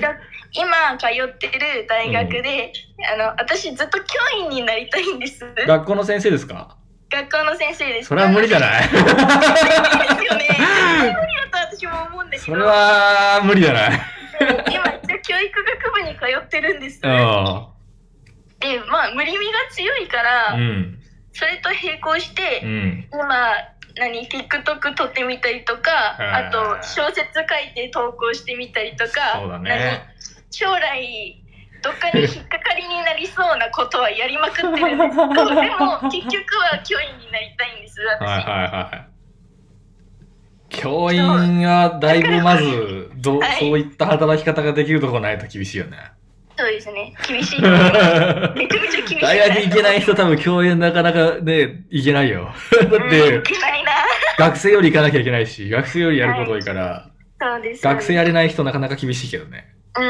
大学今通ってる大学で、うん、あの私ずっと教員になりたいんです。 学校の先生ですか？ 学校の先生です。 それは無理じゃない？無理ですよね。 絶対無理だと私も思うんだけど。 それは無理じゃない？ 今一応教育学部に通ってるんです。で、まあ無理味が強いから。うん、それと並行して、うん、今何 TikTok 撮ってみたりとか、あと小説書いて投稿してみたりとか、 そうだね、 将来どっかに引っかかりになりそそうなことはやりまくってるんですけど、でも結局は教員になりたいんです私。 はいはいはい。教員はだいぶまずど、はい、そういった働き方ができるところないと厳しいよね。 そうですね。厳しい。めちゃめちゃ厳しい。 大学行けない人多分教員なかなかね、行けないよ。だって、うん、行けないな。学生より行かなきゃいけないし、学生よりやること多いから、はい、そうです。学生やれない人なかなか厳しいけどね。 うん、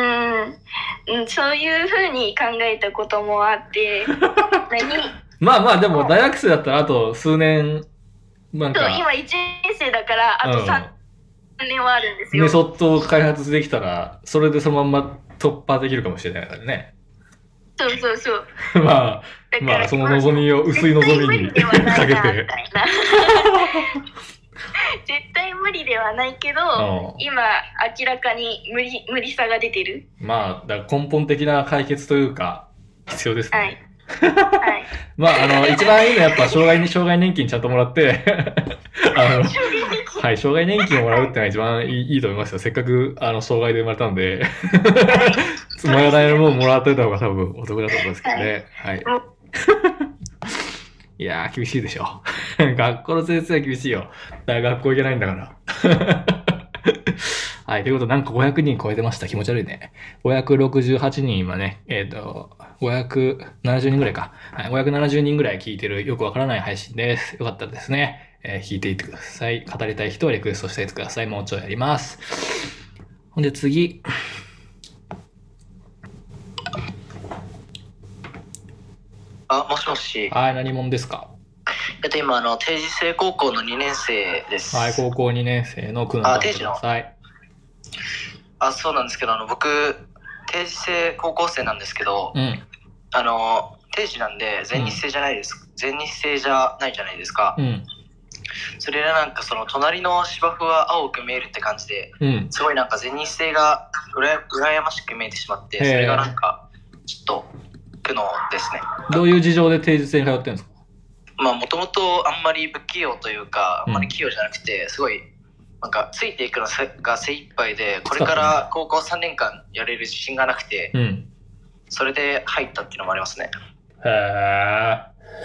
うん、そういうふうに考えたこともあって、 まあまあでも大学生だったらあと数年、なんか。 そう、今いちねん生だからあとさんねんはあるんですよ。 メソッドを開発できたら、それでそのまんま突破できるかもしれないからね。 そうそうそう。 まあ、まあその望みを、薄い望みにかけて。 絶対無理ではないけど、今明らかに無理、無理さが出てる。 まあ、だから根本的な解決というか、必要ですね。 はいはい、 まあ、あの、一番いいのはやっぱ、障害に、障害年金ちゃんともらって、あの、はい、障害年金をもらうってのが一番いい、いいと思いますよ。せっかく、あの、障害で生まれたんで、もらえないものをもらってた方が多分お得だと思いますけどね。はい。いやー、厳しいでしょ。学校の先生は厳しいよ。だから学校行けないんだから。はい。ということで、なんかごひゃくにん超えてました。気持ち悪いね。ごひゃくろくじゅうはちにん今ね、えっと、ごひゃくななじゅうにんぐらいか。はい。ごひゃくななじゅうにんぐらい聞いてるよくわからない配信です。よかったらですね、えー、聞いていってください。語りたい人はリクエストしていってください。もうちょいやります。ほんで次。 あ、もしもし。 はい、何者ですか？ えっと、今、あの、定時制高校のにねん生です。 はい、高校にねん生の久野さんください。 あ、そうなんですけど、あの、僕、定時制高校生なんですけど、 うん、 あの、定時なんで全日制じゃないです。うん、全日制じゃないじゃないですか。 うん、 それでなんか、その、隣の芝生は青く見えるって感じで、 うん、 すごいなんか全日制がうら羨ましく見えてしまって、それがなんか、ちょっと、苦悩ですね。 どういう事情で定時制に通ってるんですか？ まあ、もともとあんまり不器用というか、あんまり器用じゃなくて、すごい、なんか、ついていくのが精一杯で、これから高校さんねんかんやれる自信がなくて、 うん、 それで入ったっていうのもありますね。 へー。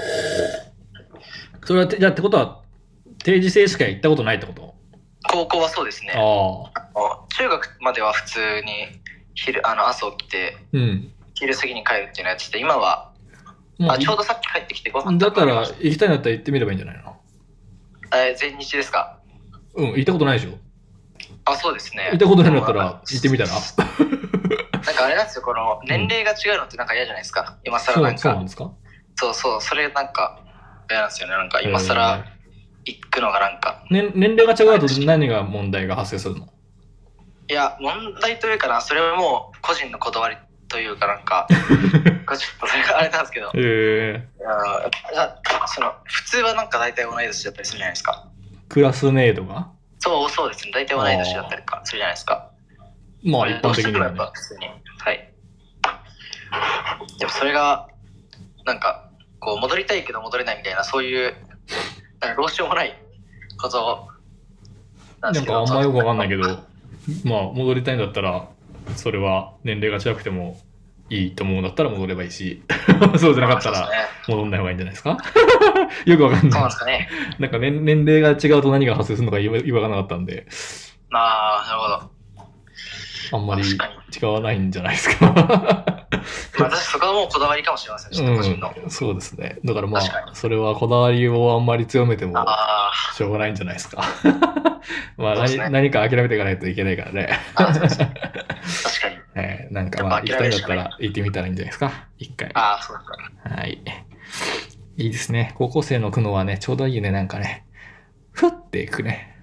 それは、じゃあってことは、定時制しか行ったことないってこと？ 高校はそうですね。 あ中学までは普通に昼、あの、朝起きて、 うん、 昼過ぎに帰るっていうのやってて、今は、あ、ちょうどさっき帰ってきてご飯だったら、行きたいんだったら行ってみればいいんじゃないの？ えー、全日ですか？ うん、行ったことないでしょ？ あ、そうですね。 行ったことないんだったら、行ってみたら？ なんかあれなんですよ、この、年齢が違うのってなんか嫌じゃないですか。今更なんか。 そうなんですか？ そうそう、それなんか、嫌なんですよね。なんか今更行くのがなんか。 ね、年齢が違うと何が問題が発生するの？ いや、問題というかな、それはもう個人のこだわりというかなんか、ちょっとそれがあれなんですけど、 えー、その普通はなんか大体同い年だったりするじゃないですか。 クラスメイトが？ そうそうですね、大体同い年だったりかするじゃないですか。 まあ一般的には、ね、 やっぱ普通に。はい。でもそれが、なんか、こう戻りたいけど戻れないみたいな、そういう、なんかどうしようもないことなんですけど。なんかあんまよくわかんないけど、まあ戻りたいんだったら、それは年齢が違くてもいいと思うんだったら戻ればいいし、そうじゃなかったら戻んない方がいいんじゃないですか？よくわかんない。 そうなんですかね。 なんか 年, 年齢が違うと何が発生するのか言わなかったんで。 ああ、なるほど。 あんまり違わないんじゃないですか。 まあ、私そこはもうこだわりかもしれません、ちょっと個人の、 うん。そうですね。だからまあ、それはこだわりをあんまり強めてもしょうがないんじゃないですか。まあ何、ね、何か諦めていかないといけないからね。 あ、そうですね。確かに。 えー、なんかまあ、行きたいんだったら行ってみたらいいんじゃないですか。一回。 ああ、そうだ。 はい。いいですね。高校生の苦悩はね、ちょうどいいね、なんかね。ふっていくね。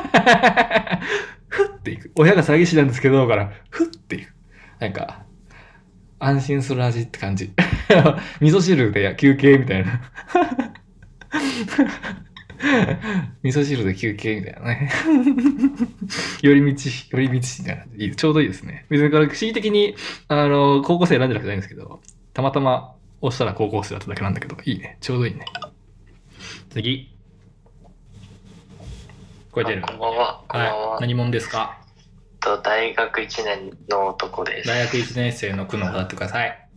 ふっていく。親が詐欺師なんですけど、だから、ふっていく。なんか、安心する味って感じ。味噌汁で休憩みたいな。味噌汁で休憩みたいなね。寄り道、寄り道みたいな。いい、ちょうどいいですね。別にこれ、不思議的に、あの、高校生選んでなくてないんですけど、たまたま押したら高校生だっただけなんだけど、いいね。ちょうどいいね。次。これ出る。 こんばんは。こんばんは。 はい。何者ですか？ と大学いちねんの男です。 大学いちねん生の苦悩を語ってください。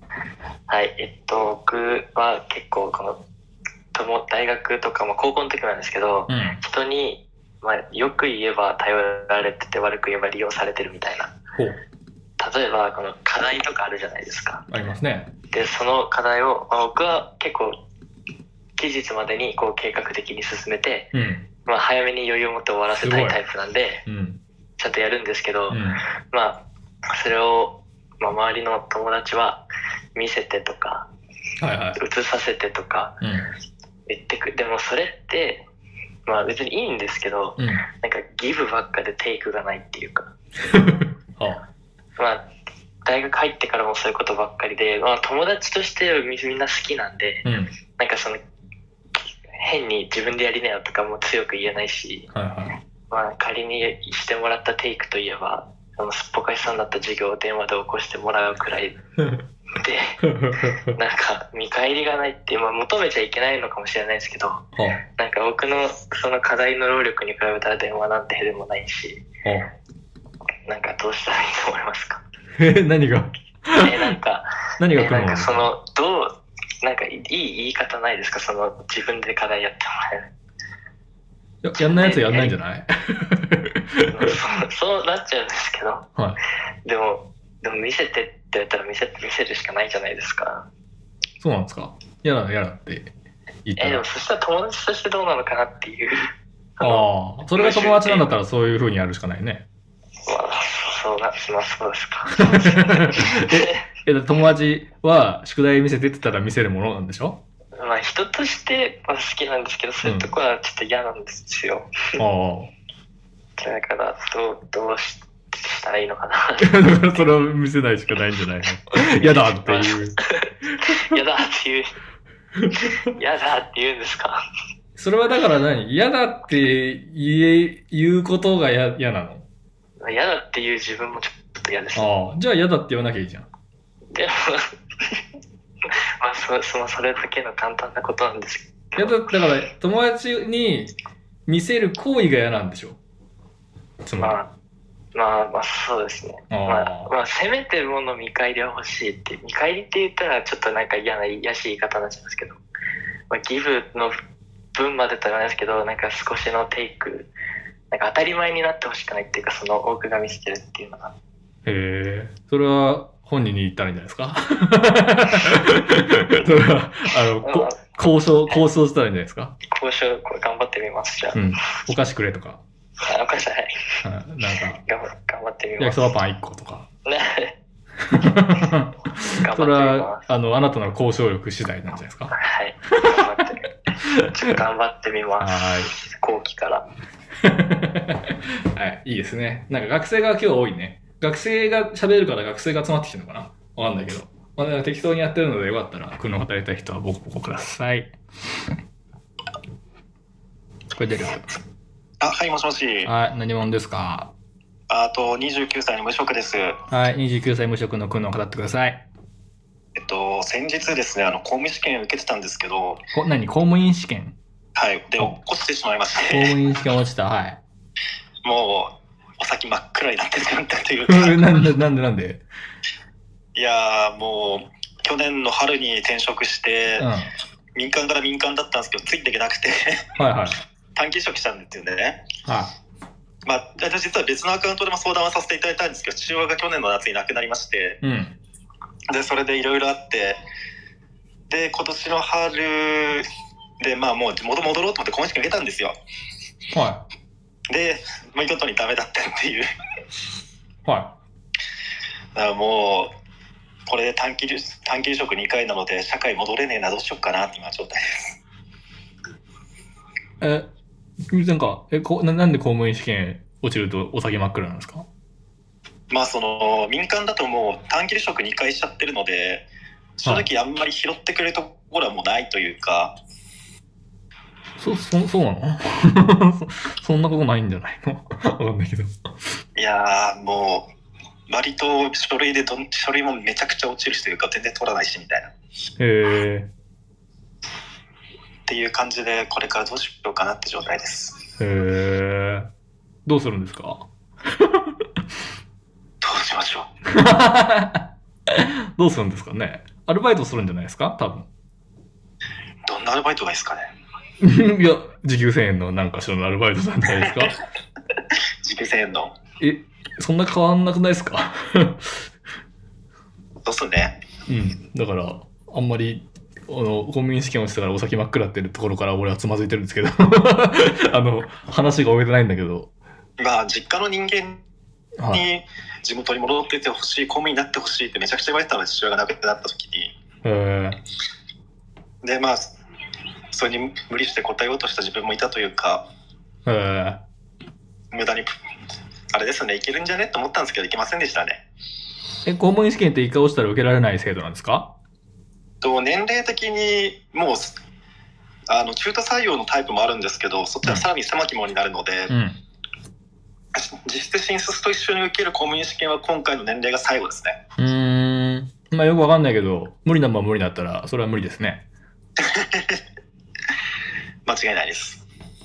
はい、えっと、僕は結構この、大学とかも高校の時なんですけど、うん、人に、まあ、よく言えば頼られてて悪く言えば利用されてるみたいな。例えばこの課題とかあるじゃないですか。 ありますね。 でその課題を、まあ、僕は結構期日までにこう計画的に進めて、うん、まあ、早めに余裕を持って終わらせたいタイプなんで、うん、ちゃんとやるんですけど、うん、まあそれを、まあ、周りの友達は見せてとか、はいはい、映させてとか言ってく、でもそれってまあ別にいいんですけど、うん、なんかギブばっかでテイクがないっていうかはあ、まあ大学入ってからもそういうことばっかりで、まあ、友達としてみんな好きなんで、うん、なんかその変に自分でやりなよとかも強く言えないし、はいはい、まあ、仮にしてもらったテイクといえばあのすっぽかしさんだった授業を電話で起こしてもらうくらいでなんか見返りがないって、まあ、求めちゃいけないのかもしれないですけど、はあ、なんか僕のその課題の労力に比べたら電話なんてへでもないし、はあ、なんかどうしたらいいと思いますか？ え、何がえ、なんか何が来るの？ なんかそのどうなんかいい言い方ないですか？その自分で課題やってもらえる。 や, やんないやつやんないんじゃないそ, そうなっちゃうんですけど、はい、でもでも見せてって言ったら見せ見せるしかないじゃないですか。 そうなんですか？やだやだって言ったら。 え、でもそしたら友達としてどうなのかなっていう。 ああ、それが友達なんだったらそういう風にやるしかないね。 まあ、そうな、まあ、そうですか。 え、え、友達は宿題見せてって言ったら見せるものなんでしょ？ まあ人としては好きなんですけど、そういうとこはちょっと嫌なんですよ。うん、ああ。だからどうどうししたらいいのかな。 だからそれを見せないしかないんじゃないの？嫌だっていう。 嫌だっていう。嫌だって言うんですか？ それはだから何？嫌だって言え言うことが嫌なの？ 嫌だっていう自分もちょっと嫌です。 ああ、じゃあ嫌だって言わなきゃいいじゃん。 でもまあそそのそれだけの簡単なことなんですけど。だから友達に見せる行為が嫌なんでしょ？つまり。まあまあまあそうですね。あまあまあせめてもの見返りは欲しいって、見返りって言ったらちょっとなんか嫌な癒しい言い方になっちゃうんですけど、まあ、ギブの分までとはないですけど、なんか少しのテイク、なんか当たり前になってほしくないっていうか、その多くが見せてるっていうのが。へえ、それは本人に言ったらいいんじゃないですか？それはあのこ交渉交渉したらいいんじゃないですか？ 交渉これ頑張ってみますじゃあ。うん、 お菓子くれとか。 あ、お菓子はい。 なんか頑張頑張ってみます。 焼きそばパンいっことか。 ね。 それはあのあなたの交渉力次第なんじゃないですか？ はい。頑張ってちょっと頑張ってみます。はい。後期から。 はい、いいですね。なんか学生が今日多いね。学生が喋るから学生が集まってきてるのかな？わかんないけど。まあ、適当にやってるのでよかったら、訓の働いたい人はボコボコください。これ出る？ あ、はい、もしもし。 はい、何者ですか？ あと、にじゅうきゅうさいの無職です。 はい、にじゅうきゅうさい無職の訓の語ってください。 えっと、先日ですね、あの、公務員試験受けてたんですけど。 こ何公務員試験？ はい、で、落ちてしまいまして。 公務員試験落ちた、はい。 もう、お先真っ暗になってしまったというか。 なんで、なんで、なんで？ いやー、もう、去年の春に転職して、うん、民間から民間だったんですけど、ついていけなくて。はいはい。短期職したんですよね。はい。まあ、実は別のアカウントでも相談はさせていただいたんですけど、父親が去年の夏に亡くなりまして、うん、でそれでいろいろあって、で今年の春で、まあ、もう地元戻ろうと思って公務員試験受けたんですよ。はい。で見事にダメだったっていう。はい。だからもうこれで短期短期離職にかいなので社会戻れねえな、どうしようかなって今状態です。 えなんかえこな、なんで公務員試験落ちるとお先真っ暗なんですか？ まあその民間だともう短期離職にかいしちゃってるので、正直あんまり拾ってくれるところはもうないというか。 そそそうなの？そ, そんなことないんじゃないの？わかんないけど。 いやーもう割と書類でど書類もめちゃくちゃ落ちるしというか全然取らないしみたいな。へえ。 っていう感じでこれからどうしようかなって状態です。 へえ。どうするんですか？ どうしましょう。 どうするんですかね。アルバイトするんじゃないですか多分。 どんなアルバイトがいいですかね。 いや、時給せんえんのなんかしらのアルバイトなんじゃないですか。 時給せんえんの。 え、そんな変わんなくないですか。 そうっすね。 うん。だから、あんまり、あの、公務員試験落ちたからお先真っ暗ってるところから俺はつまずいてるんですけど。あの、話が終えてないんだけど。 まあ、実家の人間に地元に戻っててほしい、公務員になってほしいってめちゃくちゃ言われてたので、父親が亡くなった時に。 へー。で、まあ、それに無理して答えようとした自分もいたというか、 へー。 無駄に、あれですね、いけるんじゃねと思ったんですけど、いけませんでしたね。 え、公務員試験って一回落ちたら受けられない制度なんですか？ と年齢的にもうあの中途採用のタイプもあるんですけど、そっちはさらに狭き門になるので、うん、実質新卒と一緒に受ける公務員試験は今回の年齢が最後ですね。 うーん、まあよくわかんないけど、無理なもん無理だったらそれは無理ですね。 間違いないです。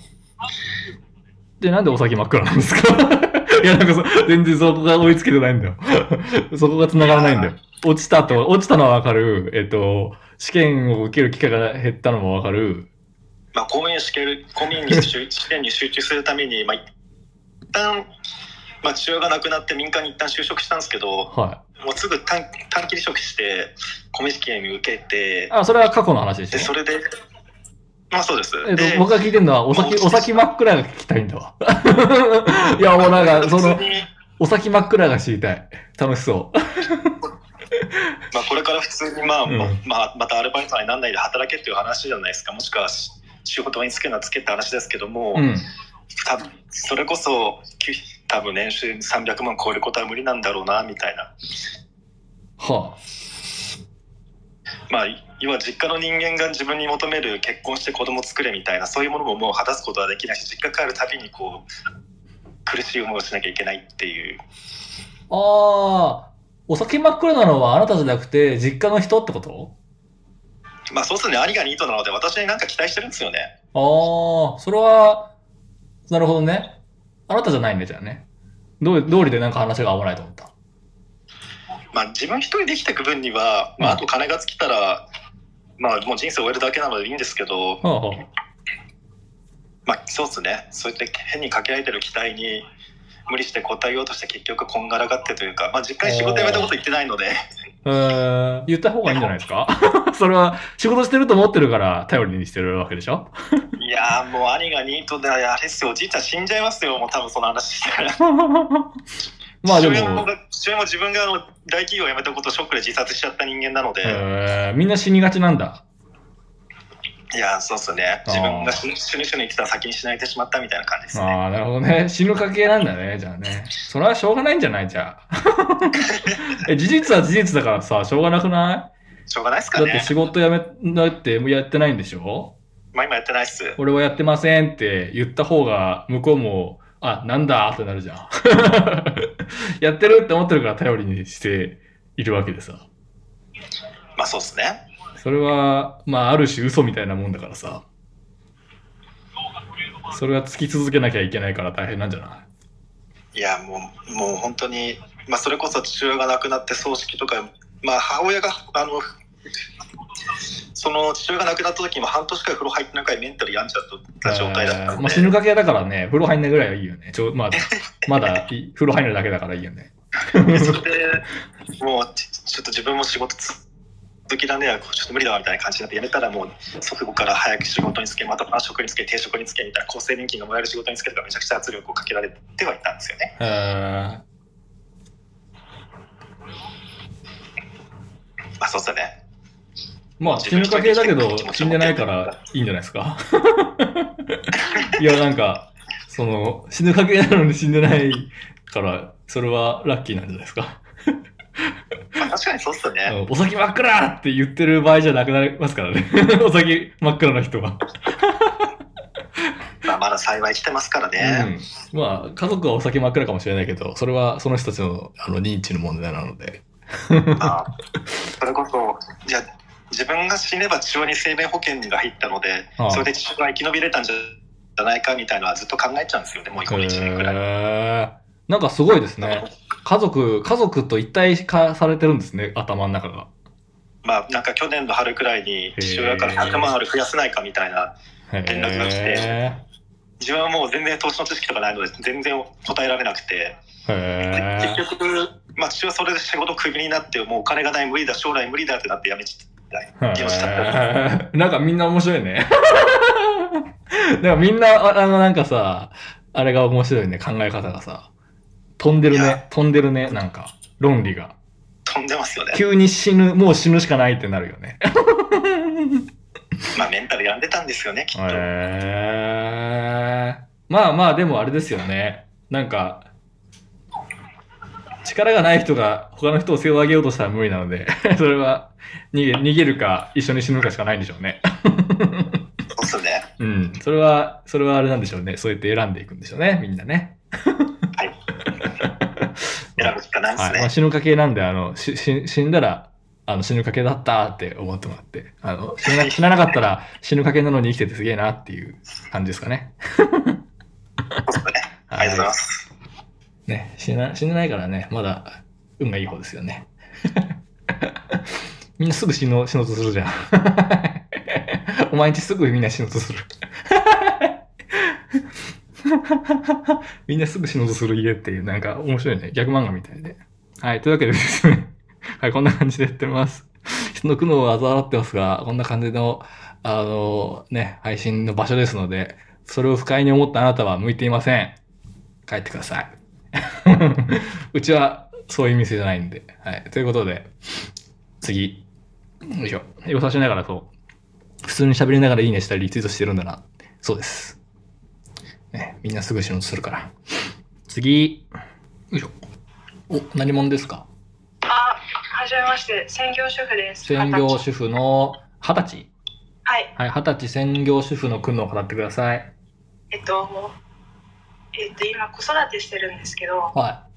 で、なんでお先真っ暗なんですか？いや、なんかそ全然そこが追いつけてないんだよ。そこが繋がらないんだよ。落ちたと、落ちたのはわかる。えっと、試験を受ける機会が減ったのもわかる。 まあ、公務員試験、公務員に試験に集中するために、まあ、一旦、まあ、父親が亡くなって民間に一旦就職したんですけど、 はい、 もうすぐ短短期離職して、公務員試験に受けて、 あ、それは過去の話でしょ。 で、それで、まあそうです。 えっと、僕が聞いてるのは、お先、お先真っ暗が聞きたいんだわ。いや、もうなんか、その、お先真っ暗が知りたい。楽しそう。 まあこれから普通に、まあ、うん、まあ、またアルバイトになんないで働けっていう話じゃないですか。もしくは仕事につけなつけって話ですけども、うん、多分それこそ、多分年収さんびゃくまん超えることは無理なんだろうな、みたいな。 はあ。 まあ、要は実家の人間が自分に求める結婚して子供作れみたいな、そういうものももう果たすことはできないし、実家帰るたびにこう苦しい思いをしなきゃいけないっていう。 ああ、お先真っ暗なのはあなたじゃなくて実家の人ってこと？ まあそうですね、兄がニートなので私に何か期待してるんですよね。 ああ、それはなるほどね。あなたじゃないんでじゃあね。どう通りでなんか話が合わないと思った。 まあ、自分一人で生きていく分には、まあ、あと金が尽きたら、まあ、もう人生を終えるだけなのでいいんですけど、 はあはあ、 まあ、そうですね。そうやって変にかけられてる期待に無理して応えようとして結局こんがらがってというか、まあ、実家に仕事辞めたこと言ってないので。 えー、言った方がいいんじゃないですか？それは仕事してると思ってるから頼りにしてるわけでしょ？ いやーもう兄がニートであれですよ、おじいちゃん死んじゃいますよ、もう多分その話したら。まあでも父親も自分があの大企業を辞めたことをショックで自殺しちゃった人間なので、 えー、みんな死にがちなんだ。 いやそうっすね、自分が死ぬ死ぬ死ぬ言ってたら先に死なれてしまったみたいな感じですね。 ああ、なるほどね。死ぬ家系なんだね、じゃあね。それはしょうがないんじゃない？じゃあえ、事実は事実だからさ、しょうがなくない？ しょうがないっすかね。 だって仕事辞めだってもうやってないんでしょ？ まあ今やってないっす。 俺はやってませんって言った方が向こうもあ、なんだってなるじゃん。やってるって思ってるから頼りにしているわけでさ。 まあそうっすね。 それは、まあある種嘘みたいなもんだからさ。それはつき続けなきゃいけないから大変なんじゃない？ いや、もう、もう本当に、まあそれこそ父親が亡くなって葬式とか、まあ母親が、あの、その父親が亡くなった時も半年くらい風呂入ってないからメンタル病んじゃった状態だったので、 まあ、死ぬかけだからね、風呂入んないぐらいはいいよね。ちょまあ、まだ風呂入るだけだからいいよね。 それでもうちょっと自分も仕事続きだね、ちょっと無理だわみたいな感じになって辞めたら、もう祖父母から早く仕事に就け、また職に就け、定職に就けみたいな、厚生年金がもらえる仕事に就けとかめちゃくちゃ圧力をかけられてはいたんですよね。 へまあそうですね。 まあ死ぬかけだけど死んでないからいいんじゃないですか？いやなんかその死ぬかけなのに死んでないからそれはラッキーなんじゃないですか？ まあ確かにそうっすね。 お先真っ暗って言ってる場合じゃなくなりますからね。お先真っ暗な人は。 まあまだ幸い来てますからね。 うん、まあ家族はお先真っ暗かもしれないけど、それはその人たちのあの認知の問題なので。 ああ、それこそじゃあ自分が死ねば父親に生命保険が入ったので、ああそれで父親が生き延びれたんじゃないかみたいなのはずっと考えちゃうんですよね、もういちねんくらい。 へー、なんかすごいですね。 家族、家族と一体化されてるんですね、頭の中が。 まあ、なんか去年の春くらいに父親からひゃくまんある増やせないかみたいな連絡が来て、自分はもう全然投資の知識とかないので全然答えられなくて、結局、まあ、父はそれで仕事クビになって、もうお金がない、無理だ、将来無理だってなってやめちゃった。 なんかみんな面白いね。なんかみんな、あのなんかさ、あれが面白いね、考え方がさ。飛んでるね、飛んでるね、なんか、論理が。 飛んでますよね。 急に死ぬ、もう死ぬしかないってなるよね。 まあメンタル病んでたんですよね、きっと。 へー。まあまあ、でもあれですよね。なんか、力がない人が他の人を背負い上げようとしたら無理なので、それは逃げ、逃げるか一緒に死ぬかしかないんでしょうね。 そうっすね。 うん。それは、それはあれなんでしょうね。そうやって選んでいくんでしょうね、みんなね。 はい。選ぶしかないですね。はい。 まあ、死ぬかけなんで、あの、し、し、死んだら、あの、死ぬかけだったって思ってもらって、あの、死な、死ななかったら死ぬかけなのに生きててすげえなっていう感じですかね。 そうですね。ありがとうございます。 ね、死な、死ねないからね、まだ運がいい方ですよね。みんなすぐ死のう、死のうとするじゃん。お前んちすぐみんな死のうとする。みんなすぐ死のうとする家っていう、なんか面白いね。逆漫画みたいで。はい、というわけでですね。はい、こんな感じでやってます。人の苦悩を嘲ってますが、こんな感じの、あの、ね、配信の場所ですので、それを不快に思ったあなたは向いていません。帰ってください。うちはそういう店じゃないんで。はい。ということで、次。よいしょ。英語さしながらそう。普通に喋りながらいいねしたりリツイートしてるんだな。そうです。ね、みんなすぐ死のうとするから。次。よいしょ。お、何者ですか？ あ、はじめまして。専業主婦です。 専業主婦の二十歳？ はい。 はい、二十歳専業主婦の苦悩を語ってください。 えっと、えっと、今子育てしてるんですけど、 はい。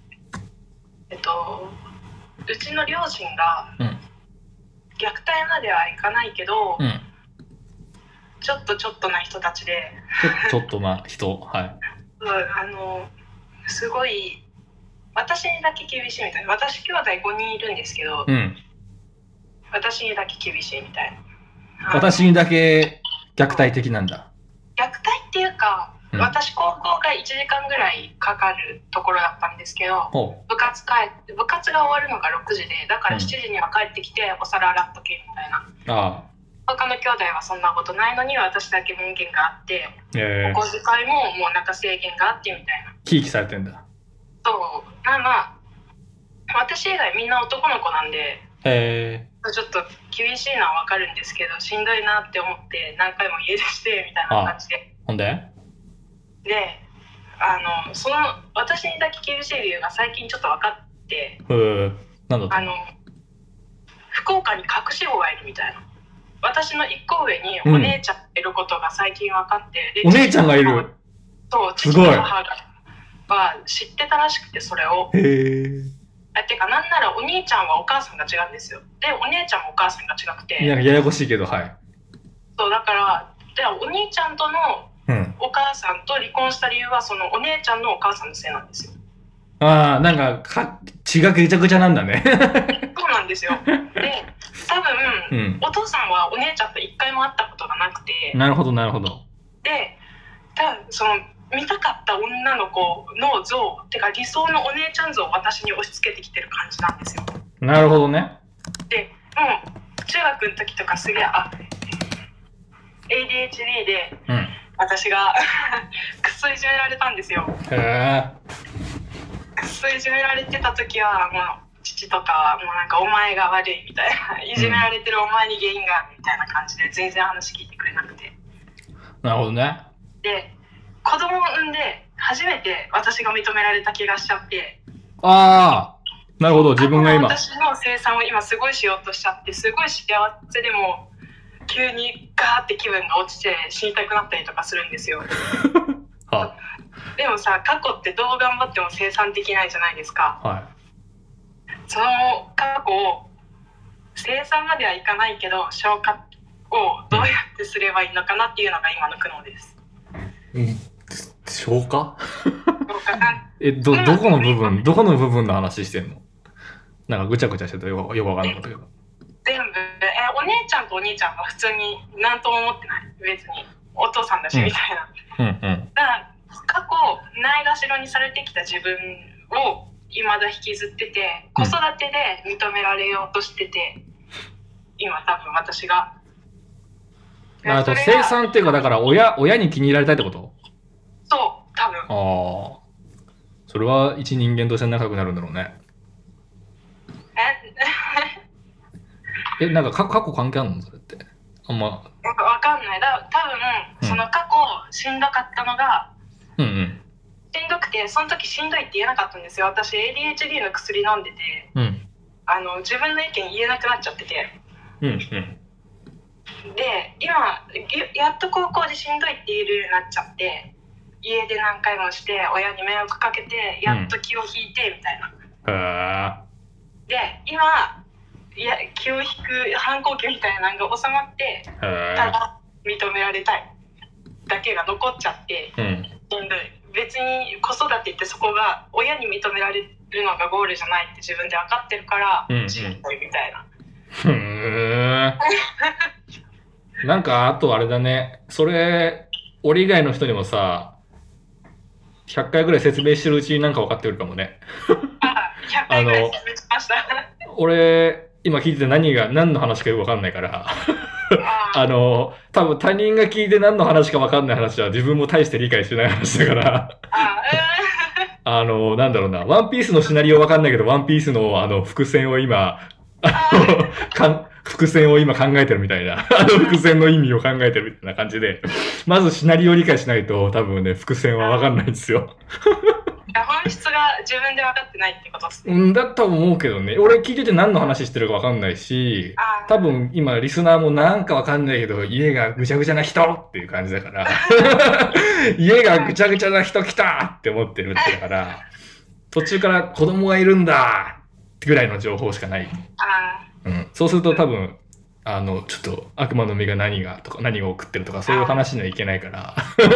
えっと、うちの両親が、 うん、 虐待まではいかないけど、 うん、 ちょっとちょっとな人たちで、 ちょ、ちょっとな人、はい。 あの、すごい、私にだけ厳しいみたいな。私兄弟ごにんいるんですけど、 うん、 私にだけ厳しいみたいな。 私にだけ虐待的なんだ。 虐待っていうか、うん、私高校がいちじかんぐらいかかるところだったんですけど、部活帰って部活が終わるのがろくじで、だからしちじには帰ってきてお皿洗っとけみたいな、 うん、あ他の兄弟はそんなことないのに私だけ門限があって、 えー、 お小遣いももうなんか制限があってみたいな。 ひいきされてんだ。 そう、まあまあ私以外みんな男の子なんで、 えー、ちょっと厳しいのはわかるんですけど、しんどいなって思って何回も家出してみたいな感じで。 ほんでで、あの、その、私にだけ厳しい理由が最近ちょっと分かって、 へー、なんだった？ あの、福岡に隠し子がいるみたいな。私の一個上にお姉ちゃんがいることが最近分かって、 うん、お姉ちゃんがいる？ そう、父と母が知ってたらしくて、それを。 へー。 てか、なんならお兄ちゃんはお母さんが違うんですよ。で、お姉ちゃんもお母さんが違くて。 いや、ややこしいけど、はい。 そう、だから、でお兄ちゃんとのお母さんと離婚した理由は、そのお姉ちゃんのお母さんのせいなんですよ。 ああ、なんかか、血がぐちゃぐちゃなんだね。 そうなんですよ。で、多分、うん、お父さんはお姉ちゃんと一回も会ったことがなくて。 なるほど、なるほど。 で、多分、その、見たかった女の子の像、てか理想のお姉ちゃん像を私に押し付けてきてる感じなんですよ。 なるほどね。 で、もう、中学の時とかすげえ、あ、エーディーエイチディー で、うん、私がくっそいじめられたんですよ。 へくっそいじめられてた時はもう父とかはもうなんかお前が悪いみたいな、いじめられてるお前に原因があるみたいな感じで全然話聞いてくれなくて。 なるほどね。 で、子供を産んで初めて私が認められた気がしちゃって。 ああ、なるほど。自分が今私の生産を今すごいしようとしちゃって、すごい幸せでも急にガーって気分が落ちて死にたくなったりとかするんですよ。 はあ、 でもさ、過去ってどう頑張っても生産できないじゃないですか。 はい、 その過去を生産まではいかないけど消化をどうやってすればいいのかなっていうのが今の苦悩です。 うん、消化？ 消え、ど、どこの部分、どこの部分の話してんの？なんかぐちゃぐちゃしててよくわかんなかったけど。 全部、え、お姉ちゃんとお兄ちゃんは普通に何とも思ってない。別に。お父さんだしみたいな。うんうんうん、だから過去ないがしろにされてきた自分を未だ引きずってて、子育てで認められようとしてて、今多分私が。 あと生産っていうか、だから親、親に気に入られたいってこと？ そう、多分。 ああ。それは一人間として仲良くなるんだろうね。ええ、なんか過去関係あるのそれって。あんま。 わかんない。だ多分、その過去しんどかったのが、うんうん、しんどくて、その時しんどいって言えなかったんですよ。私 エーディーエイチディー の薬飲んでて、うん、あの自分の意見言えなくなっちゃってて。うんうん、で、今やっと高校でしんどいって言えるようになっちゃって、家で何回もして親に迷惑かけてやっと気を引いてみたいな。うん、で、今いや気を引く反抗期みたいなのが収まって、ただ認められたいだけが残っちゃって、うん、別に子育てってそこが親に認められるのがゴールじゃないって自分で分かってるからしんどいみたいな。ふーんなんかあとあれだね、それ俺以外の人にもさひゃっかいぐらい説明してるうちになんか分かってるかもね。 あ、ひゃっかいぐらい説明しました。 俺今聞いてて何が何の話かよく分かんないからあの多分他人が聞いて何の話か分かんない話は自分も大して理解してない話だからあのなんだろうな、ワンピースのシナリオ分かんないけどワンピースのあの伏線を今あのかん伏線を今考えてるみたいな、あの伏線の意味を考えてるみたいな感じで、まずシナリオを理解しないと多分ね伏線は分かんないんですよ。 本質が自分で分かってないってことですね。 うん、だと思うけどね。俺聞いてて何の話してるか分かんないし、多分今リスナーもなんか分かんないけど、家がぐちゃぐちゃな人っていう感じだから、家がぐちゃぐちゃな人来たって思ってるってだから、途中から子供がいるんだぐらいの情報しかない。うん、そうすると多分、あの、ちょっと悪魔の実が何がとか何を送ってるとかそういう話にはいけないから、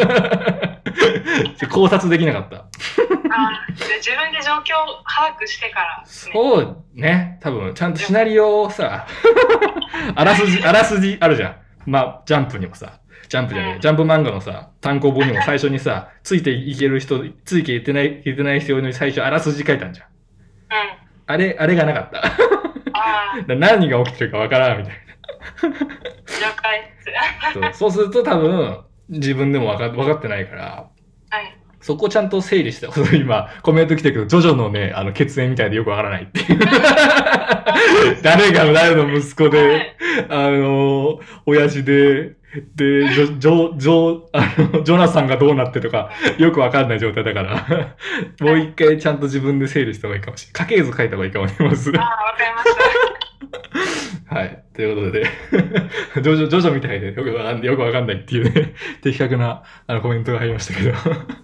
考察できなかった。 あ自分で状況を把握してから、ね、 そうね、多分ちゃんとシナリオをさあらすじあらすじあるじゃん。まあジャンプにもさ、ジャンプじゃねえ、うん、ジャンプ漫画のさ単行本にも最初にさついていける人ついていけないいけない人用に最初あらすじ書いたんじゃん。うん、あれあれがなかった。あ何が起きてるかわからんみたいな。了解。そう、そうすると多分自分でもわか分かってないから。はい。そこをちゃんと整理して、今、コメント来てるけど、ジョジョのね、あの、血縁みたいでよくわからないっていう。誰が誰の息子で、あの、親父で、で、ジョ、ジョ、ジョ、あの、ジョナサンがどうなってとか、よくわかんない状態だから、もう一回ちゃんと自分で整理した方がいいかもしれない。家系図書いた方がいいかもしれません。 ああ、わかりました。 はい。ということで、ジョジョ、ジョジョみたいでよくわかんない、よくわかんないっていうね、的確なあのコメントが入りましたけど。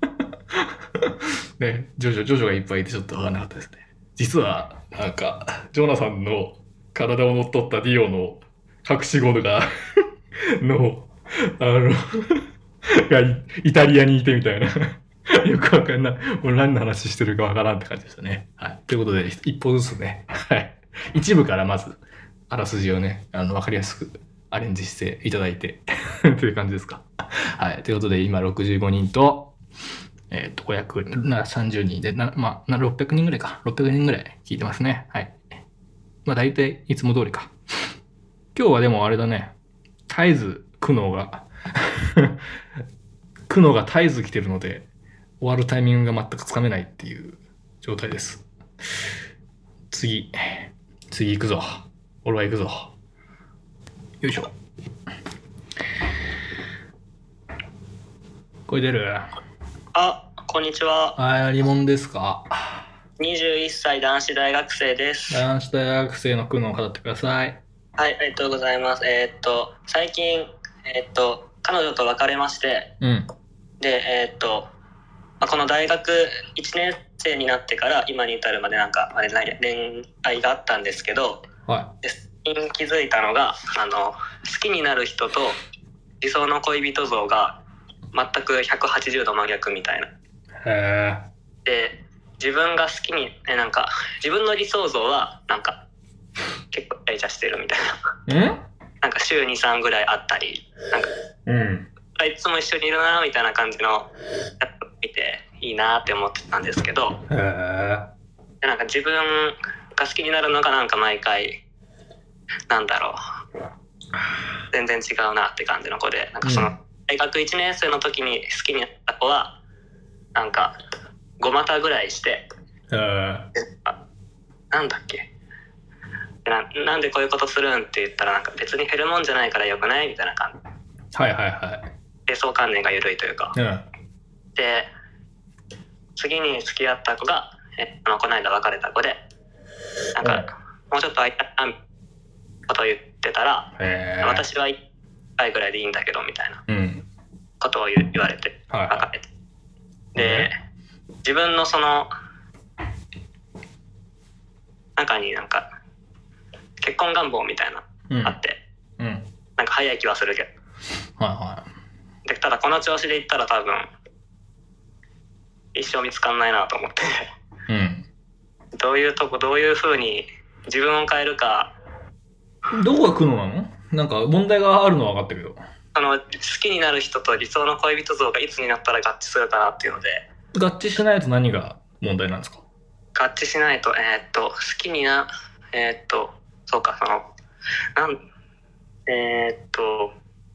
ね、ジョジョ、ジョジョがいっぱいいてちょっとわかんなかったですね。実は、なんか、ジョナさんの体を乗っ取ったディオの隠し子が、の、あの、がイタリアにいてみたいな。よくわかんない。もう何の話してるかわからんって感じでしたね。はい。ということで、一歩ずつね、はい。一部からまず、あらすじをね、あの、わかりやすくアレンジしていただいて、という感じですか。はい。ということで、今ろくじゅうごにんと、えっと、ごひゃくさんじゅうにんで、な、まあ、ろっぴゃくにんぐらいか。ろっぴゃくにんぐらい聞いてますね。はい。まあ、大体、いつも通りか。今日はでもあれだね。絶えず、苦悩が、苦悩が絶えず来てるので、終わるタイミングが全くつかめないっていう状態です。次。次行くぞ。俺は行くぞ。よいしょ。声出る？ あ、こんにちは。 あ、リモンですか。 にじゅういっさい男子大学生です。 男子大学生の苦悩を語ってください。 はい、ありがとうございます。えー、っと、最近、えー、っと、彼女と別れまして、うん、で、えー、っと、まあ、この大学いちねん生になってから今に至るまでなんか、あれ、恋愛があったんですけど、はい、で気づいたのが、あの、好きになる人と理想の恋人像が全くひゃくはちじゅうど真逆みたいな。 へー。 で自分が好きにえなんか自分の理想像はなんか結構イチャイチャしてるみたいな。なんか週に、さんぐらいあったり、なんか、うん、いつも一緒にいるなみたいな感じのやつ見ていいなって思ってたんですけど、へー。でなんか自分が好きになるのがなんか毎回なんだろう全然違うなって感じの子で、なんかその大学いちねん生の時に好きになった子はなんかご股ぐらいして、へー。なんだっけな, なんでこういうことするんって言ったらなんか別に減るもんじゃないからよくないみたいな感じ。はいはいはい。で相関念が緩いというか、うん、で次に付き合った子がえあのこの間別れた子でなんか、うん、もうちょっと会いたいなことを言ってたら、私はいっかいぐらいでいいんだけどみたいなことを 言, 言われて別れて、はいはい、で、うん、自分のその中になんか結婚願望みたいな、うん、あって、うん、なんか早い気はするけど、はいはい、でただこの調子でいったら多分一生見つかんないなと思って、うん、どういうとこどういう風に自分を変えるか。 どこが苦悩なの？なんか問題があるのは分かったけど、 あの好きになる人と理想の恋人像がいつになったら合致するかなっていうので。 合致しないと何が問題なんですか？ 合致しないとえー、っと好きになえー、っとそうか、その、なん、えー、っと、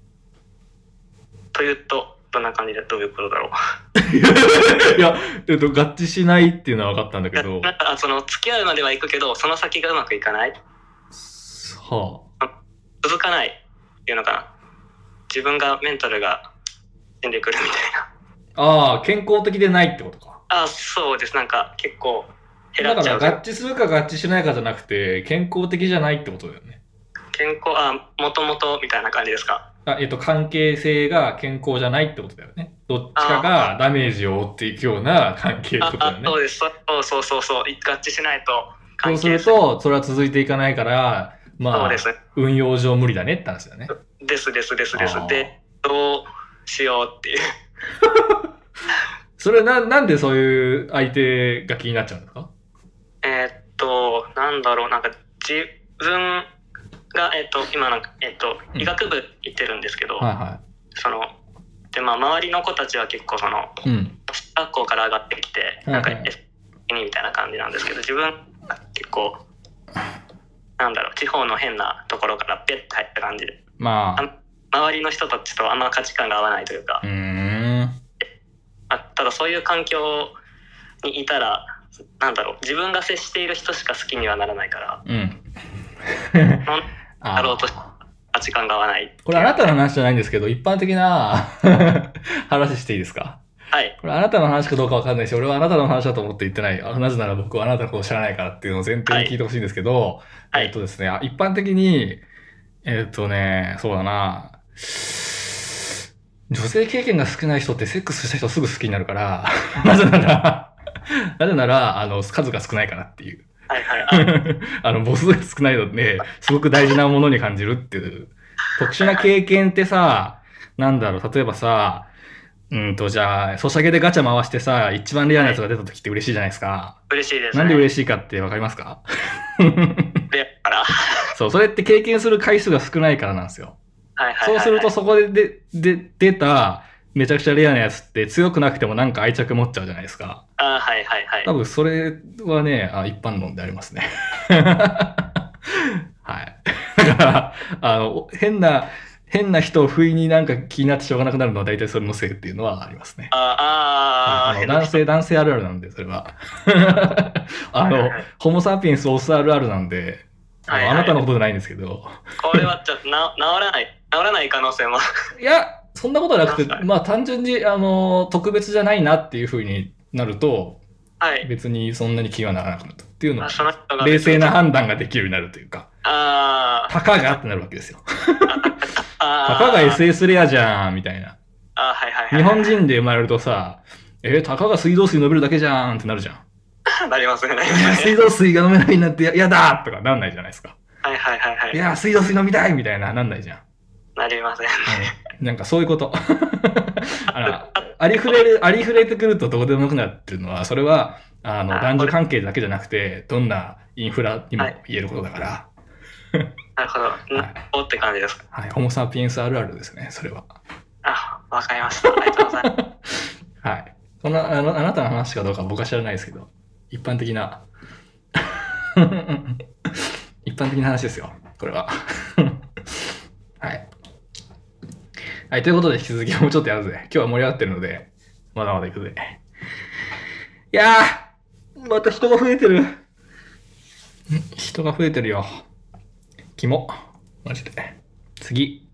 というと、どんな感じでどういうことだろう。いや、えっと、合致しないっていうのは分かったんだけど。 なんか、その、付き合うまでは行くけど、その先がうまくいかない。はあ。続かないっていうのかな。自分が、メンタルが死んでくるみたいな。ああ、健康的でないってことか。 ああ、そうです。なんか、結構、 だから合致するか合致しないかじゃなくて健康的じゃないってことだよね。 健康あもともとみたいな感じですか？ あえっと関係性が健康じゃないってことだよね。どっちかがダメージを負っていくような関係ってことだよね。 ああそうです。そうそうそうそう合致しないと関係性。そうするとそれは続いていかないからまあ運用上無理だねって話だね。 ですですですです。でどうしようっていう。 それななんでそういう相手が気になっちゃうんですか？ えー、っとなんだろうなんか自分が、えー、っと今なんか、えー、っと医学部行ってるんですけど、うんはいはい、そのでまあ周りの子たちは結構その、うん、学校から上がってきてなんか エスエヌ みたいな感じなんですけど、自分結構なんだろう地方の変なところからペッと入った感じで、まあ、周りの人たちとあんま価値観が合わないというか、うーんあただそういう環境にいたらなんだろう自分が接している人しか好きにはならないから、うん、なろうと価値観が合わない。 これあなたの話じゃないんですけど一般的な話していいですか？はい。これあなたの話かどうかわかんないし、俺はあなたの話だと思って言ってない。なぜなら僕はあなたのことを知らないからっていうのを前提に聞いてほしいんですけど、はい、えっとですね、一般的にえっとね、そうだな。女性経験が少ない人ってセックスした人すぐ好きになるから、なぜならなぜなら、あの、数が少ないからっていう。はいはい。あの、母数が少ないので、すごく大事なものに感じるっていう。特殊な経験ってさ、なんだろう、例えばさ、うんと、じゃあ、ソシャゲでガチャ回してさ、一番レアなやつが出た時って嬉しいじゃないですか。 嬉しいですね。なんで嬉しいかってわかりますか？ レアから。 そう、それって経験する回数が少ないからなんですよ。はいはいはいはい、そうするとそこででで出た、めちゃくちゃレアなやつって強くなくてもなんか愛着持っちゃうじゃないですか。 あはいはいはい。 多分それはね、あ一般論でありますね。はい。だから、あの、変な、変な人を不意になんか気になってしょうがなくなるのは大体それのせいっていうのはありますね。ああ、あの男性、男性あるあるなんで、それは。あの、ホモサピエンスオスあるあるなんで、あの、はいはい、あなたのことじゃないんですけど。 これはちょっとな治らない、治らない可能性も。 いや、そんなことはなくて、まあ単純に、あの、特別じゃないなっていう風になると、はい、別にそんなに気はならなくなるっていうのは、冷静な判断ができるようになるというか、あたかがってなるわけですよ。たかが エスエス レアじゃん、みたいな。あはいはいはい、日本人で生まれるとさ、えー、たかが水道水飲めるだけじゃんってなるじゃん。 なりますね。 水道水が飲めないなんてやだとかなんないじゃないですか。 はいはいはいはい。 いや、水道水飲みたいみたいな、なんないじゃん。 なりません。 なんかそういうこと。あのありふれる、ありふれてくるとどうでもよくなってるのは、それは、あの、男女関係だけじゃなくて、どんなインフラにも言えることだから。はいなるほど。お、はい、って感じですか。 はい。ホモサピエンスあるあるですね、それは。 あ、わかりました。ありがとうございます。 はい。そのあの、あなたの話かどうか僕は知らないですけど、一般的な、一般的な話ですよ、これは。はい。はい。ということで、引き続きもうちょっとやるぜ。今日は盛り上がってるので、まだまだ行くぜ。いやーまた人が増えてる。人が増えてるよ。キモ。マジで。次。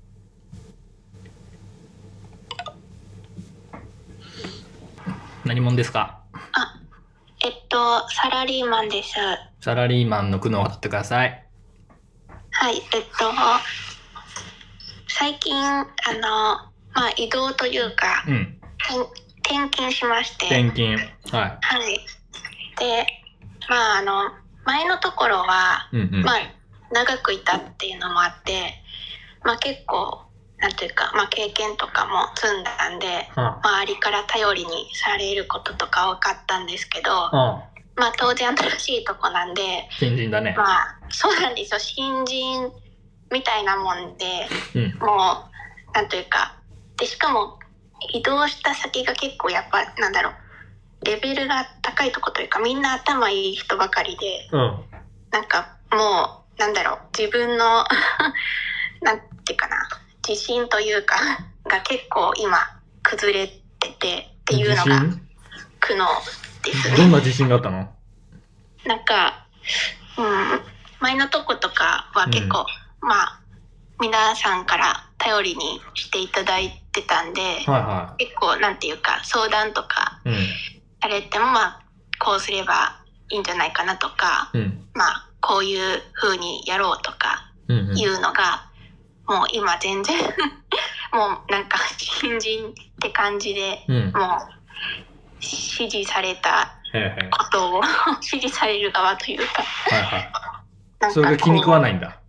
何者ですか？ あ、えっと、サラリーマンです。 サラリーマンの苦悩を語ってください。 はい、えっと、最近、あの、まあ、移動というか、うん、転勤しまして。 転勤。はい。 はい。で、まあ、あの、前のところは、うんうん、まあ、長くいたっていうのもあって、まあ結構、なんていうか、まあ経験とかも積んだんで、うん、周りから頼りにされることとか多かったんですけど、うん、まあ当然新しいとこなんで、 新人だね。 まあそうなんですよ、新人みたいなもんで、うん、もう、なんというか、で、しかも移動した先が結構やっぱ、なんだろう、レベルが高いとこというか、みんな頭いい人ばかりで、うん、なんかもう、なんだろう、自分のなんていうかな、自信というかが結構今崩れててっていうのが苦悩ですね。 どんな自信があったの？ なんか、うん、前のとことかは結構、うん、まあ皆さんから頼りにしていただいてたんで、はいはい、結構なんていうか相談とかされても、まあこうすればいいんじゃないかなとか、うん、まあこういう風にやろうとかいうのが、うんうん、もう今全然もうなんか新人って感じで、うん、もう指示されたことを指示される側というか、はいはい、 なんかそれが気に食わないんだ。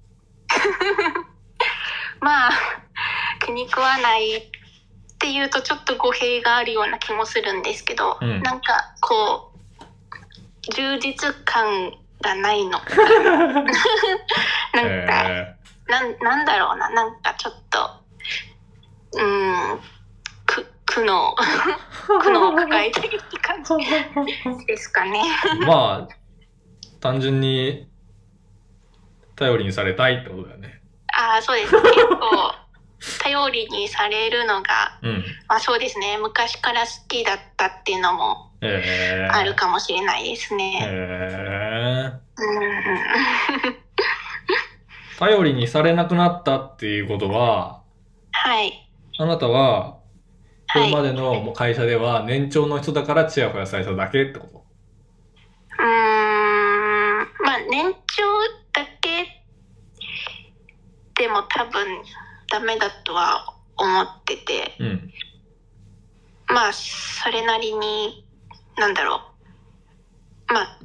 まあ気に食わないっていうとちょっと語弊があるような気もするんですけど、うん、なんかこう充実感がないのなんか、えー、な, なんだろうな、なんかちょっとうーんく苦悩苦悩を抱えてるって感じですかね。 まあ単純に頼りにされたいってことだよね。 ああ、そうですね。結構頼りにされるのが、うん、まあそうですね、昔から好きだったっていうのもあるかもしれないですね。へー。 うん、頼りにされなくなったっていうことは、 はい。 あなたはこれまでの会社では年長の人だからチヤホヤされただけってこと？ うーん、まあ年長だけでも多分ダメだとは思ってて、うん、まあそれなりになんだろう、まあ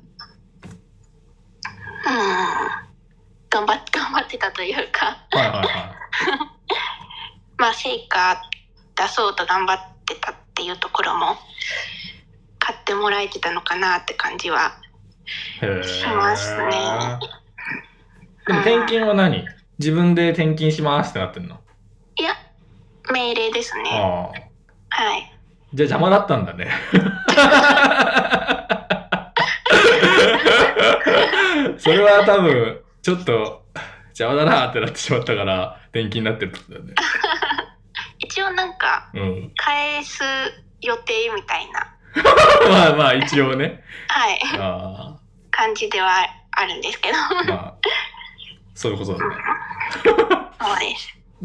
うん頑張って頑張ってたというか、はいはいはい、まあ成果出そうと頑張ってたっていうところも買ってもらえてたのかなって感じはしますね。 でも転勤は何？自分で転勤しますってなってんの？ いや、命令ですね。ああ、はい。 じゃあ邪魔だったんだね。それは多分ちょっと邪魔だなってなってしまったから転勤になってるってことだよね。 一応なんか、うん、返す予定みたいな。 まあまあ一応ね。 はい。あ感じではあるんですけど。まあそういうことだね。 そうです。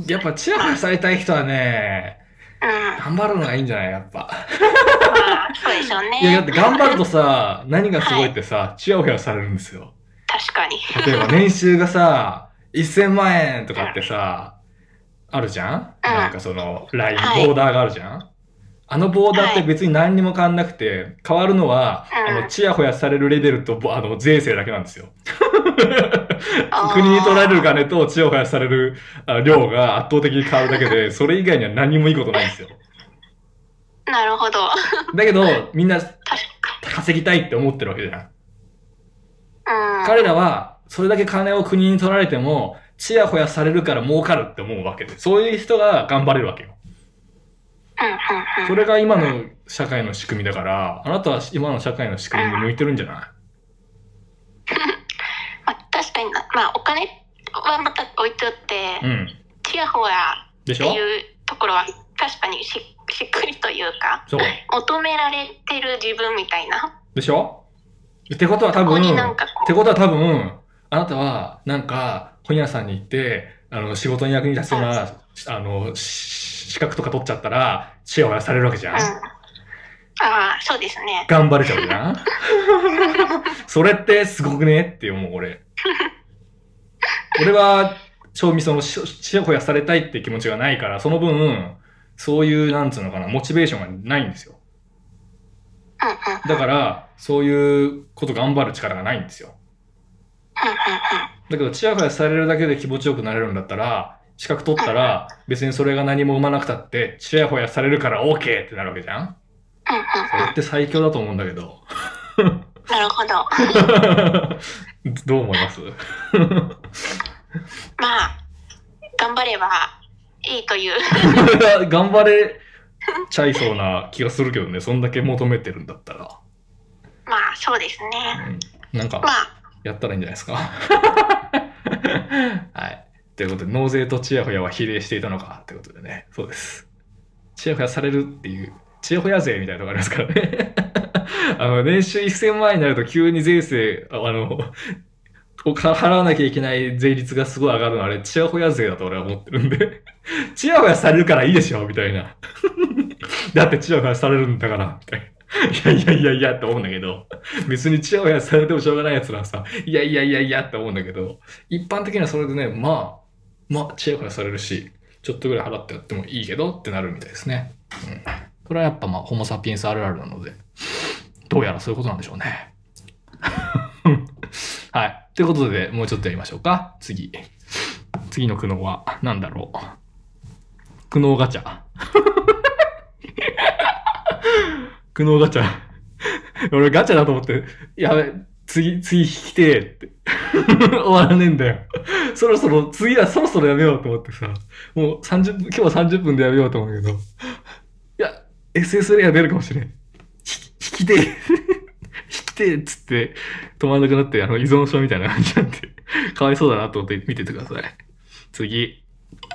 やっぱチヤホヤされたい人はね、うん、頑張るのがいいんじゃない？やっぱ。 まあ、そうでしょうね。 いやだって頑張るとさ、何がすごいってさ、はい、チヤホヤされるんですよ。 確かに。 例えば年収がさ、せんまんえんとかってさ、あるじゃん、うん、なんかそのライン、はい、ボーダーがあるじゃん、あのボーダーって別に何にも変わんなくて、変わるのは、うん、あの、チヤホヤされるレベルと、あの、税制だけなんですよ。国に取られる金とチヤホヤされる量が圧倒的に変わるだけで、それ以外には何もいいことないんですよ。 うなるほど。 だけど、みんな稼ぎたいって思ってるわけじゃん。うん。彼らは、それだけ金を国に取られても、ちやほやされるから儲かるって思うわけで、そういう人が頑張れるわけよ。それが今の社会の仕組みだから、あなたは今の社会の仕組みに向いてるんじゃない？ まあ、確かに、まあ、お金はまた置いとって、うん、ちやほやっていうところは確かに し, しっくりというか、そう求められてる自分みたいな。 でしょ？ってことは多分、ってことは多分、あなたはなんか本屋さんに行って、あの仕事に役に立つような、あの資格とか取っちゃったら、ちやほやされるわけじゃん。うん、ああ、そうですね。 頑張れちゃうじゃん。それってすごくねって思う、俺。俺は、正味その、ちやほやされたいって気持ちがないから、その分、そういう、なんつうのかな、モチベーションがないんですよ。だから、そういうこと頑張る力がないんですよ。だけど、ちやほやされるだけで気持ちよくなれるんだったら、資格取ったら、別にそれが何も生まなくたって、ちやほやされるから OK ってなるわけじゃん？それって最強だと思うんだけど。 なるほど。 どう思います？ まあ、頑張ればいいという。 頑張れちゃいそうな気がするけどね、そんだけ求めてるんだったら。 まあ、そうですね。 うん、なんか、やったらいいんじゃないですか。はい。ということで、納税とちやほやは比例していたのかということでね、そうです。ちやほやされるっていう、ちやほや税みたいなとこありますからね。あの、年収せんまん円になると急に税制、あの、を払わなきゃいけない税率がすごい上がるのあれ、ちやほや税だと俺は思ってるんで、ちやほやされるからいいでしょみたいな。だってちやほやされるんだから、みたいな。いやいやいやいやって思うんだけど、別にちやほやされてもしょうがないやつらはさ、いやいやいやいやって思うんだけど、一般的にはそれでね、まあ、まあ、ちやほやされるし、ちょっとぐらい払ってやってもいいけどってなるみたいですね。うん。これはやっぱまあ、ホモサピエンスあるあるなので、どうやらそういうことなんでしょうね。はい。ということで、もうちょっとやりましょうか。次。次の苦悩は、何だろう。苦悩ガチャ。苦悩ガチャ。俺ガチャだと思って、やべ、次、次引きてーって。終わらねえんだよ。そろそろ、次はそろそろやめようと思ってさ、もうさんじゅっぷん、今日はさんじゅっぷんでやめようと思うけど、いや、エスエス レア出るかもしれん。引きてー。引きてーっつって、止まんなくなって、あの、依存症みたいな感じになって、かわいそうだなと思って見ててください。次。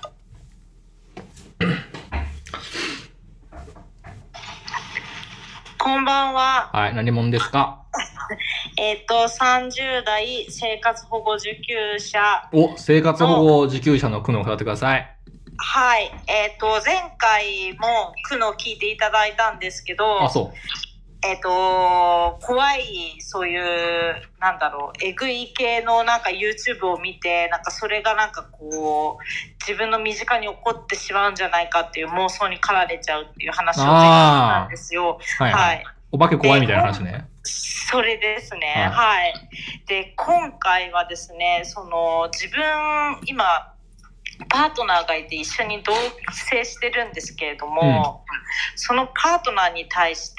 こんばんは。 はい、何者ですか？ えっと、さんじゅう代生活保護受給者。 お、生活保護受給者の苦悩を語ってください。 はい。えっと、前回も苦悩聞いていただいたんですけど、 あ、そう。 えっと、怖い、そういう、なんだろう、えぐい系のなんか YouTube を見て、なんかそれがなんかこう、自分の身近に起こってしまうんじゃないかっていう妄想に駆られちゃうっていう話を前回したんですよ。 はい、はい。はい。お化け怖いみたいな話ね。 それですね。はい。はい、で、今回はですね、その、自分、今、パートナーがいて一緒に同棲してるんですけれども、うん、そのパートナーに対して、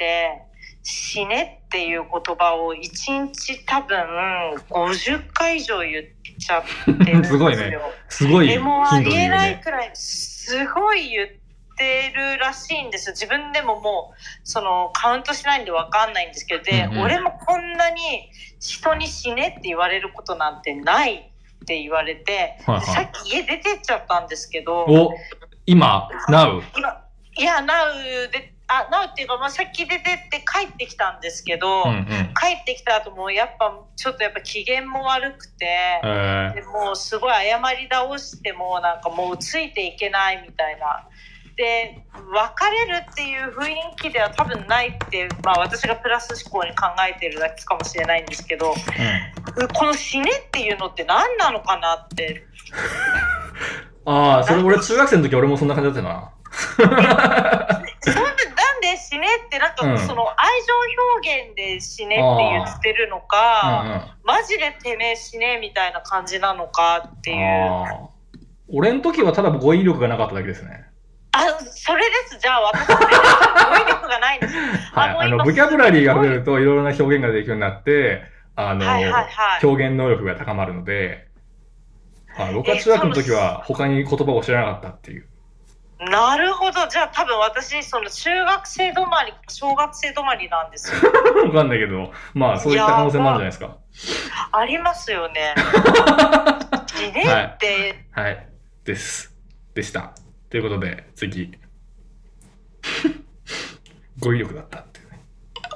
死ねっていう言葉をいちにち多分ごじゅっかい以上言っちゃってるんですよ。 すごいね。すごい頻度で言うね。 でもありえないくらいすごい言ってるらしいんですよ。自分でももうそのカウントしないんで分かんないんですけど、で、うんうん、俺もこんなに人に死ねって言われることなんてないって言われて、はいはい、さっき家出てっちゃったんですけど。 お、今、Now？ 今、いや、Now で、あ、なおっていうか、まあ、さっき出てって帰ってきたんですけど、うんうん、帰ってきた後もやっぱちょっとやっぱ機嫌も悪くて、えー、でもうすごい謝り倒してもなんかもうついていけないみたいな。で、別れるっていう雰囲気では多分ないって、まあ私がプラス思考に考えてるだけかもしれないんですけど、うん、この死ねっていうのって何なのかなって。 ああ、それ俺中学生の時俺もそんな感じだったな。 なんで死ねってなんかその愛情表現で死ねって言ってるのか、うんうん、マジでてめえ死ねみたいな感じなのかっていう。 俺の時はただ語彙力がなかっただけですね。 あ、それです。じゃあ私語彙力がないんです。 はい。あの、ボキャブラリーが増えるといろいろな表現ができるようになって、あの、はいはいはい、表現能力が高まるので、はい、僕は中学の時は他に言葉を知らなかったっていう。 なるほど。じゃあ多分私、その中学生止まり、小学生止まりなんですよ。 わかんないけど、まあそういった可能性もあるじゃないですか。ありますよね。自然って、 はい。はい。です。でした。ということで、次。語彙力だったっていうね。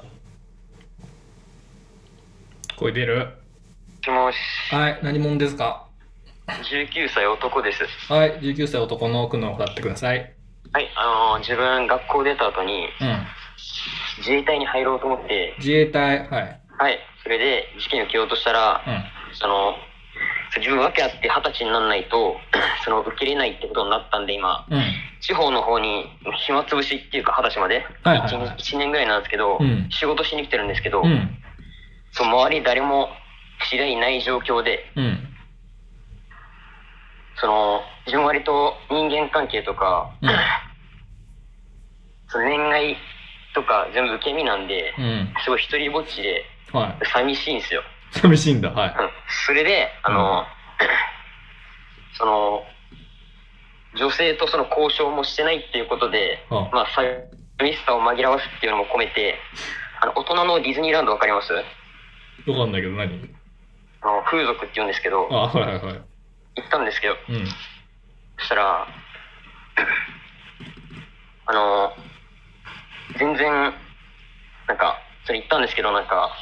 声出る？ もし。 はい、何者ですか？ じゅうきゅうさい男です。 はい、じゅうきゅうさい男の奥のを振ってください。 はい、あのー、自分学校出た後に、うん、自衛隊に入ろうと思って。 自衛隊、はい。 はい、それで試験受けようとしたら、うん、その、自分訳あって二十歳にならないと、その受けれないってことになったんで今、うん、地方の方に暇つぶしっていうか二十歳まで、はいはいはい、いちねんぐらいなんですけど、うん、仕事しに来てるんですけど、うん、そう周り誰も知り合いない状況で、うん、その自分割と人間関係とか、うん、その恋愛とか全部受け身なんで、うん、すごい一人ぼっちで寂しいんですよ。はい、 寂しいんだ、はい。 うん、それで、あの、うん、その、女性とその交渉もしてないっていうことで、うん、まあ、寂しさを紛らわすっていうのも込めて、あの、大人のディズニーランドわかります？わかんないけど何？ あの、風俗って言うんですけど、 あ、はいはいはい。 行ったんですけど、うん、そしたら、あの、全然、なんか、それ行ったんですけど、なんか、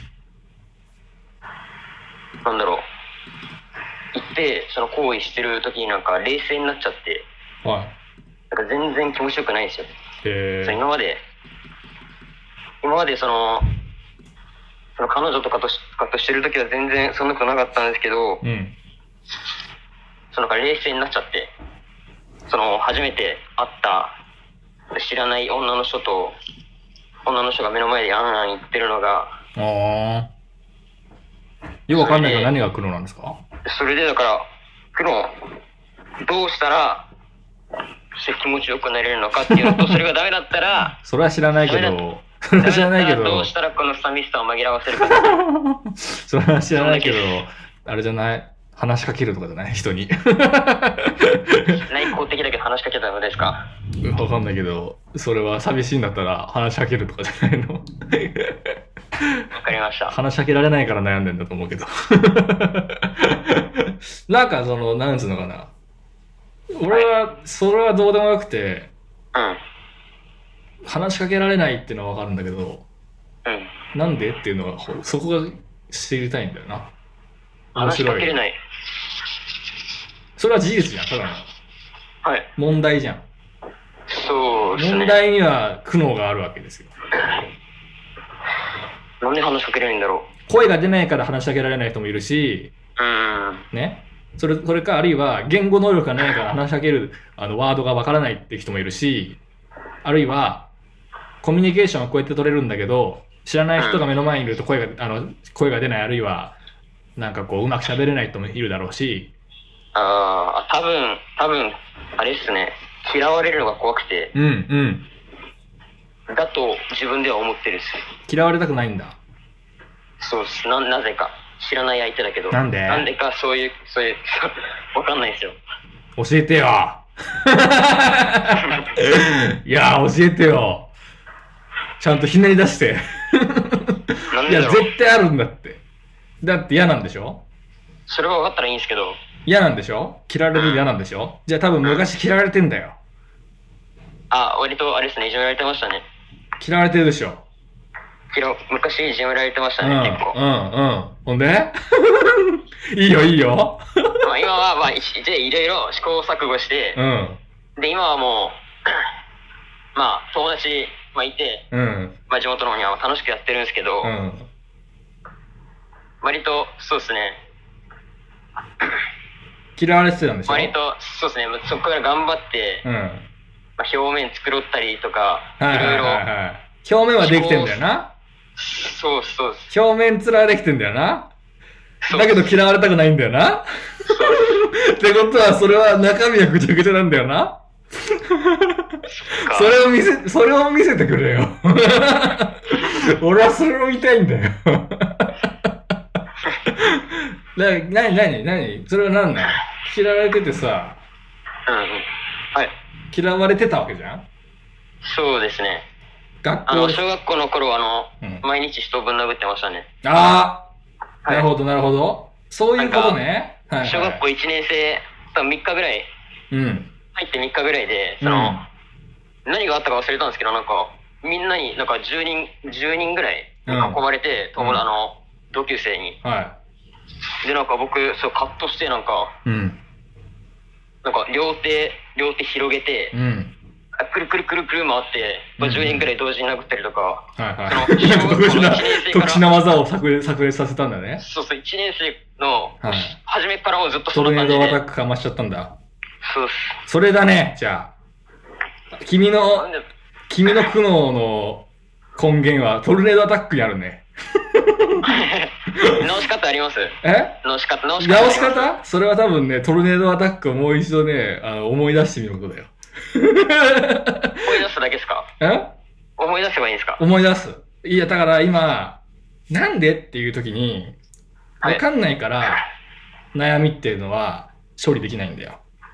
なんだろう、行ってその行為してる時になんか冷静になっちゃって、はい、なんか全然気持ちよくないんですよ。へー。今まで今までそのその彼女とかとしかとしてる時は全然そんなことなかったんですけど、うん、そのなんか冷静になっちゃって、その初めて会った知らない女の人と女の人が目の前であんあん言ってるのが、あよくわかんないから何が黒なんですか？ それでだから黒どうしたら気持ちよくなれるのかっていうのと、それがダメだったらそれは知らないけどそれは知らないけどどうしたらこの寂しさを紛らわせるかそれは知らないけどあれじゃない、話しかけるとかじゃない人に内向的だけど話しかけたらどうですか？ わかんないけど、それは寂しいんだったら話しかけるとかじゃないの？わかりました。 話しかけられないから悩んでんだと思うけどなんかそのなんつうのかな、俺はそれはどうでもよくて、はい、話しかけられないっていうのはわかるんだけど、うん、なんでっていうのはそこが知りたいんだよな。 話しかけれない。 それは事実じゃん、ただの。 はい。 問題じゃん。 そうですね。 問題には苦悩があるわけですよ。 なんで話しかけれないんだろう。声が出ないから話しかけられない人もいるし、 うん。 ね。それ、それか、あるいは言語能力がないから話しかけるあのワードがわからないって人もいるし、あるいは、コミュニケーションはこうやって取れるんだけど、知らない人が目の前にいると声が、あの、声が出ない、あるいは、なんかこう、うまく喋れない人もいるだろうし。 ああ、多分、多分、あれっすね。嫌われるのが怖くて。 うん、うん。 だと自分では思ってるっす。 嫌われたくないんだ。 そうっす。な、なぜか。知らない相手だけど。 なんで？ なんでか、そういう、そういう、わかんないっすよ。 教えてよいや、教えてよ。ちゃんとひねり出して。いや、絶対あるんだって。だって嫌なんでしょ？ それは分かったらいいんですけど。 嫌なんでしょ？嫌われる嫌なんでしょ？じゃあ多分昔嫌われてんだよ。 あ、割とあれですね、いじめられてましたね。 嫌われてるでしょ？ 昔いじめられてましたね、 うん、 結構。 うんうん。ほんでいいよいいよ。 まあ今は、まあ、でいろいろ試行錯誤して、うん、で、今はもう、まあ、友達、まあ、いて、うん、まあ、地元の方には楽しくやってるんですけど、うん、割と、そうですね。 嫌われてたんでしょ？ 割と、そうですね。そこから頑張って、うん、まあ、表面作ろったりとか、はいろいろ。 表面はできてんだよな。 そうそうそう。表面面はできてんだよな。だけど嫌われたくないんだよな。ってことは、それは中身はぐちゃぐちゃなんだよな。 それを見せ、それを見せてくれよ。俺はそれを見たいんだよ。なになになになにそれは何なの？嫌われててさ、 うん、はい。 嫌われてたわけじゃん？ そうですね。 学校あの、小学校の頃、あの、うん、毎日人をぶん殴ってましたね。 ああ、はい、なるほど、なるほど。そういうことね。 はいはい、小学校いちねん生、多分みっかぐらい、 うん、 入ってみっかぐらいで、その、うん、何があったか忘れたんですけど、なんか、みんなに、なんかじゅうにん、じゅうにんぐらい囲まれて、うん、友達、あの、同級生に。 はい。 で、なんか僕、そう、カットして、なんか、 うん、 なんか、両手、両手広げて、 うん、 くるくるくるくる回って、うん、じゅうにんぐらい同時に殴ったりとか、 はいはい。その、小学校のいちねん生から。特殊な技を炸裂、炸裂させたんだね。 そうそう、いちねん生の、はい、初めからもずっとその感じで。トルネードアタックかましちゃったんだ。 そうっす。 それだね、じゃあ。君の、君の苦悩の根源はトルネードアタックにあるね。 直し方あります？ え？ 直し方、直し方。直し方？それは多分ね、トルネードアタックをもう一度ね、あの思い出してみることだよ。 思い出すだけですか？ え？ 思い出せばいいんですか？ 思い出す。いや、だから今、なんでっていう時に、わかんないから、悩みっていうのは処理できないんだよ。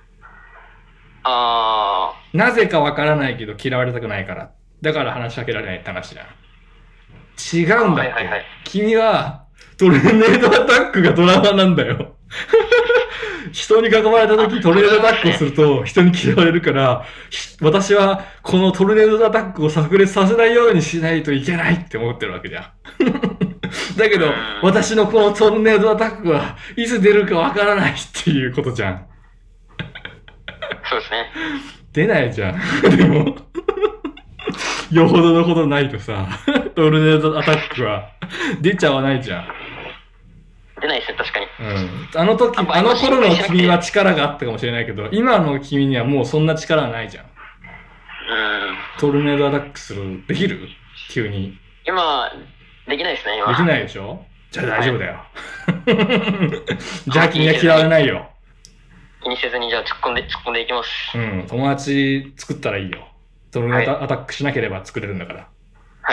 あー。なぜかわからないけど嫌われたくないから。だから話しかけられないって話じゃん。違うんだって。はいはいはい、君は、トルネードアタックがドラマなんだよ。人に囲まれた時トルネードアタックをすると人に嫌われるから、私はこのトルネードアタックを炸裂させないようにしないといけないって思ってるわけじゃん。だけど、私のこのトルネードアタックはいつ出るかわからないっていうことじゃん。 そうですね。 出ないじゃん。でも、よほどのことないとさ、トルネードアタックは出ちゃわないじゃん。 出ないですよ、確かに。 うん。あの時、あの頃の君は力があったかもしれないけど、今の君にはもうそんな力はないじゃん。 うん。 トルネードアタックする、できる？急に。 今、できないですね、今。 できないでしょ？じゃあ大丈夫だよ。じゃあ君は嫌われないよ。 気にせずに、じゃあ突っ込んで、突っ込んでいきます。 うん。友達作ったらいいよ。トルネードアタックしなければ作れるんだから。 はい。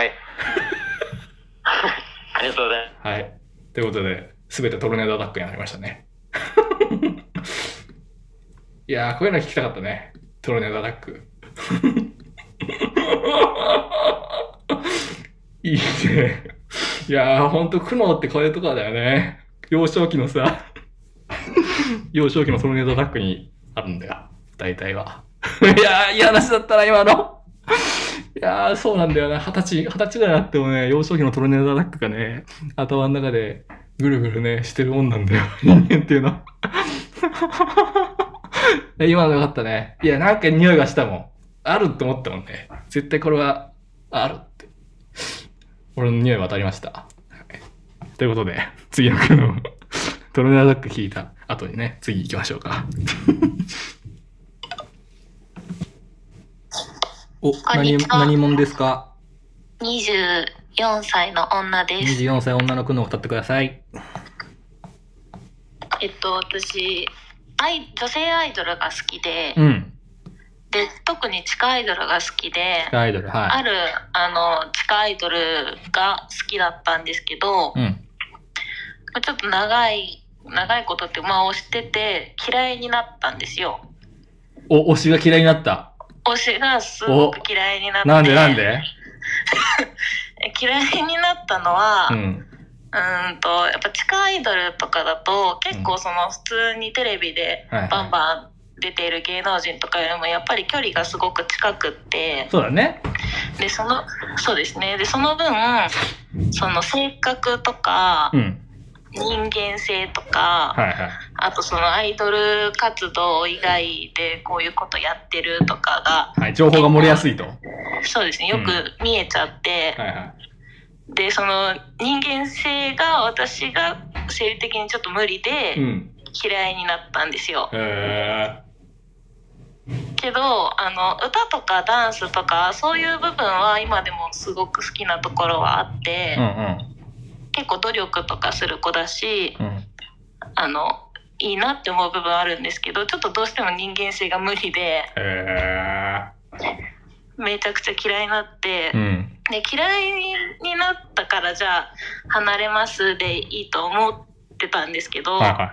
ありがとうございます。 はい。ということで、すべてトルネードアタックになりましたね。いやー、こういうの聞きたかったね。トルネードアタック。いいね。いやー、ほんと苦悩ってこういうとこだよね。幼少期のさ、幼少期のトルネードアタックにあるんだよ。大体は。いやー、いい話だったな、今の。いやー、そうなんだよな。二十歳、二十歳ぐらいになってもね、幼少期のトルネードアタックがね、頭の中でぐるぐるね、してるもんなんだよ。人間っていうのは。今のよかったね。いや、なんか匂いがしたもん。あるって思ったもんね。絶対これは、あるって。俺の匂い渡りました。はい、ということで、次の句のトルネードアタック聞いた後にね、次行きましょうか。お、何、何者ですか？ にじゅうよんさいの女です。 にじゅうよんさい女の句のを歌ってください。 えっと、私、アイ女性アイドルが好きで、 うん、 で、特に地下アイドルが好きで、 地下アイドル、はい。 ある、あの、地下アイドルが好きだったんですけど、 うん、 ちょっと長い、長いことって、まあ、推してて嫌いになったんですよ。 お、推しが嫌いになった？ 推しがすごく嫌いになって。 なんでなんで嫌いになったのは、 うん、 うんと、やっぱ地下アイドルとかだと、結構その普通にテレビでバンバン出ている芸能人とかよりも、やっぱり距離がすごく近くって、 そうだね。 で、その、そうですね。で、その分、その性格とか、 うん、 人間性とか、 はいはい、 あとそのアイドル活動以外でこういうことやってるとかが、 はい、情報が漏れやすいと。 そうですね、よく見えちゃって、 うんはいはい、でその人間性が私が生理的にちょっと無理で嫌いになったんですよ。 うん、へーけどあの歌とかダンスとかそういう部分は今でもすごく好きなところはあって、 うんうん、 結構努力とかする子だし、 うん、 あのいいなって思う部分あるんですけど、ちょっとどうしても人間性が無理で、 へめちゃくちゃ嫌いになって、 うん、 で嫌いになったからじゃあ離れますでいいと思ってたんですけど、 はいはい、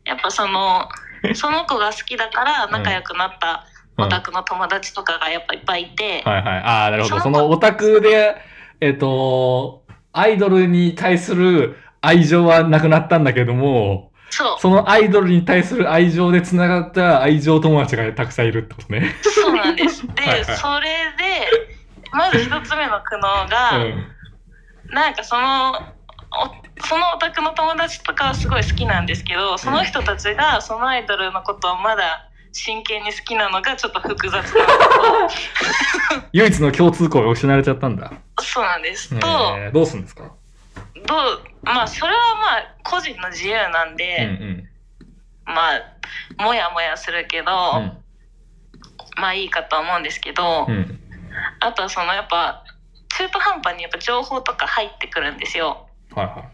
やっぱそのその子が好きだから仲良くなったオタクの友達とかがやっぱいっぱいいて、 うん、はいはい、ああなるほど、そのオタクでえっとアイドルに対する愛情はなくなったんだけども、 そうそのアイドルに対する愛情でつながった愛情友達がたくさんいるってことね。 そうなんです。で、はいはい、それでまず一つ目の苦悩が、うん、なんかそのそのオタクの友達とかはすごい好きなんですけど、その人たちがそのアイドルのことをまだ真剣に好きなのがちょっと複雑な唯一の共通項が失われちゃったんだ。 そうなんです。 えー、 とどうするんですか？ どうまあそれはまあ個人の自由なんで、 うんうん、 まあもやもやするけど、うん、まあいいかと思うんですけど、 うん、 あとはそのやっぱ中途半端にやっぱ情報とか入ってくるんですよ。 はいはい、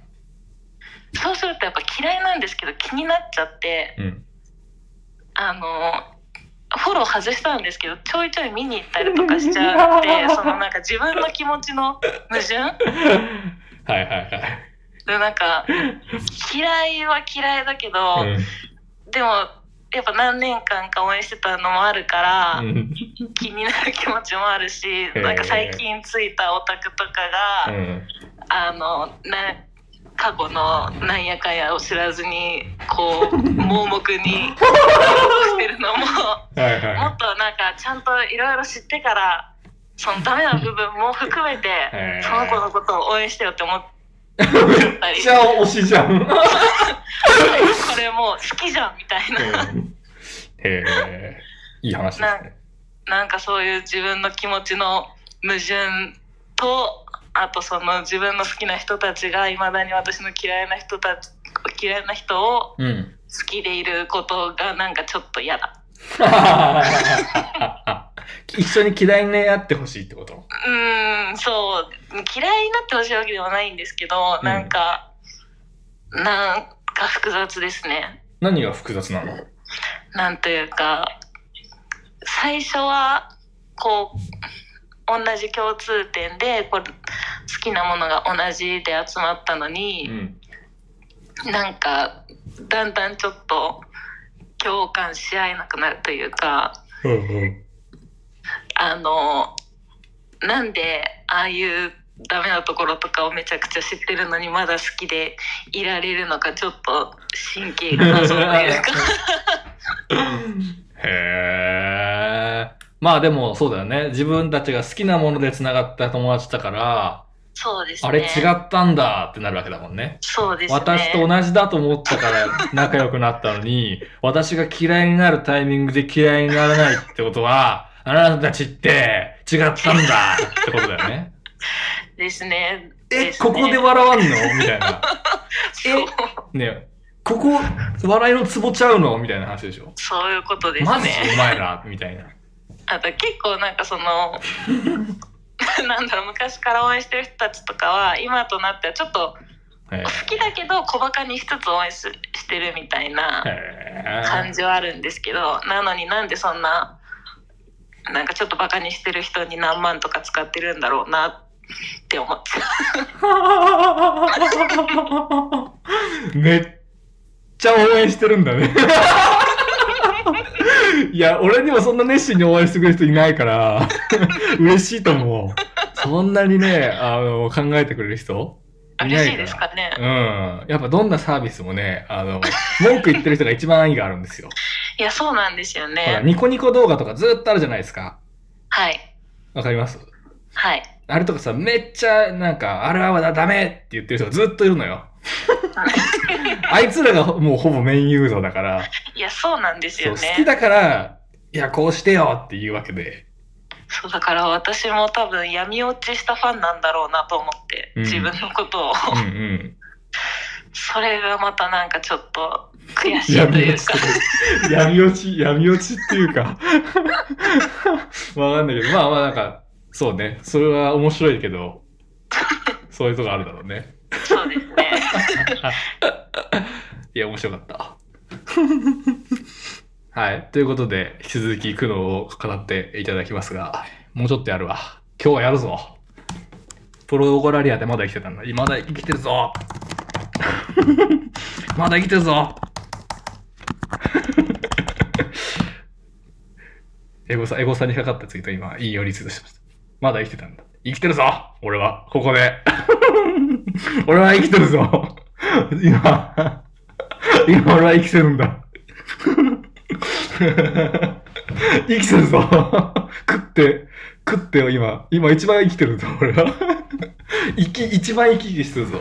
そうするとやっぱ嫌いなんですけど気になっちゃって、 うん、 あのフォロー外したんですけどちょいちょい見に行ったりとかしちゃってそのなんか自分の気持ちの矛盾はいはいはい。 でなんか嫌いは嫌いだけど、 うん、 でもやっぱ何年間か応援してたのもあるから、うん、気になる気持ちもあるし、なんか最近ついたオタクとかが、 うん、 あのな過去のなんやかんやを知らずにこう盲目にしてるのもはいはい、 もっとなんかちゃんといろいろ知ってからそのダメな部分も含めてその子のことを応援してよって思ってめっちゃ推しじゃんこれもう好きじゃんみたいなへえいい話ですね。 な, なんかそういう自分の気持ちの矛盾とあとその自分の好きな人たちがいまだに私の嫌いな人たち嫌いな人を好きでいることがなんかちょっと嫌だ、 うん、一緒に嫌いになってほしいってこと？ うーんそう嫌いになってほしいわけではないんですけど、うん、なんかなんか複雑ですね。 何が複雑なの？ なんというか最初はこう同じ共通点でこれ好きなものが同じで集まったのに、うん、なんかだんだんちょっと共感し合えなくなるというか、 うんうん、 あのなんでああいうダメなところとかをめちゃくちゃ知ってるのにまだ好きでいられるのかちょっと神経が謎というかへーまあでもそうだよね。自分たちが好きなもので繋がった友達だから、 そうですね。 あれ違ったんだってなるわけだもんね。 そうですね。 私と同じだと思ったから仲良くなったのに、私が嫌いになるタイミングで嫌いにならないってことは、あなたたちって違ったんだってことだよね。 ですね。 え、 ですねここで笑わんのみたいな。え、ねここ笑いのツボちゃうのみたいな話でしょ。 そういうことですね。 マジお前らみたいな。 あと結構なんかそのなんだろう昔から応援してる人たちとかは今となってはちょっと好きだけど小バカにしつつ応援ししてるみたいな感じはあるんですけど、なのになんでそんななんかちょっとバカにしてる人に何万とか使ってるんだろうなって思っちゃうめっちゃ応援してるんだねいや、俺にもそんな熱心に応援してくれる人いないから、嬉しいと思う。そんなにね、あの、考えてくれる人いないから。 嬉しいですかね。 うん。やっぱどんなサービスもね、あの、文句言ってる人が一番愛があるんですよ。 いや、そうなんですよね。 ほら、ニコニコ動画とかずっとあるじゃないですか。 はい。 わかります？ はい。 あれとかさ、めっちゃ、なんか、あれはダメって言ってる人がずっといるのよ。あいつらがもうほぼメインユーザーだから。 いや、そうなんですよね。 好きだから、いや、こうしてよっていうわけで。 そう、だから私も多分闇落ちしたファンなんだろうなと思って、うん、自分のことを。 うんうん。 それがまたなんかちょっと悔しいというか。 闇落ち、闇落ちっていうか。わかんないけど、まあまあなんか、そうね。それは面白いけど、そういうとこあるだろうね。 そうですね。 いや、面白かった。 はい。ということで、引き続き苦悩を語っていただきますが、もうちょっとやるわ。今日はやるぞ。プロゴラリアでまだ生きてたんだ。まだ生きてるぞ。まだ生きてるぞ。エゴサ、エゴサにかかったツイート今、いいよリツイートしました。まだ生きてたんだ。生きてるぞ俺は、ここで。俺は生きてるぞ今、今俺は生きてるんだ。生きてるぞ食って、食ってよ今。今一番生きてるぞ、俺は。生き、一番生き生きしてるぞ。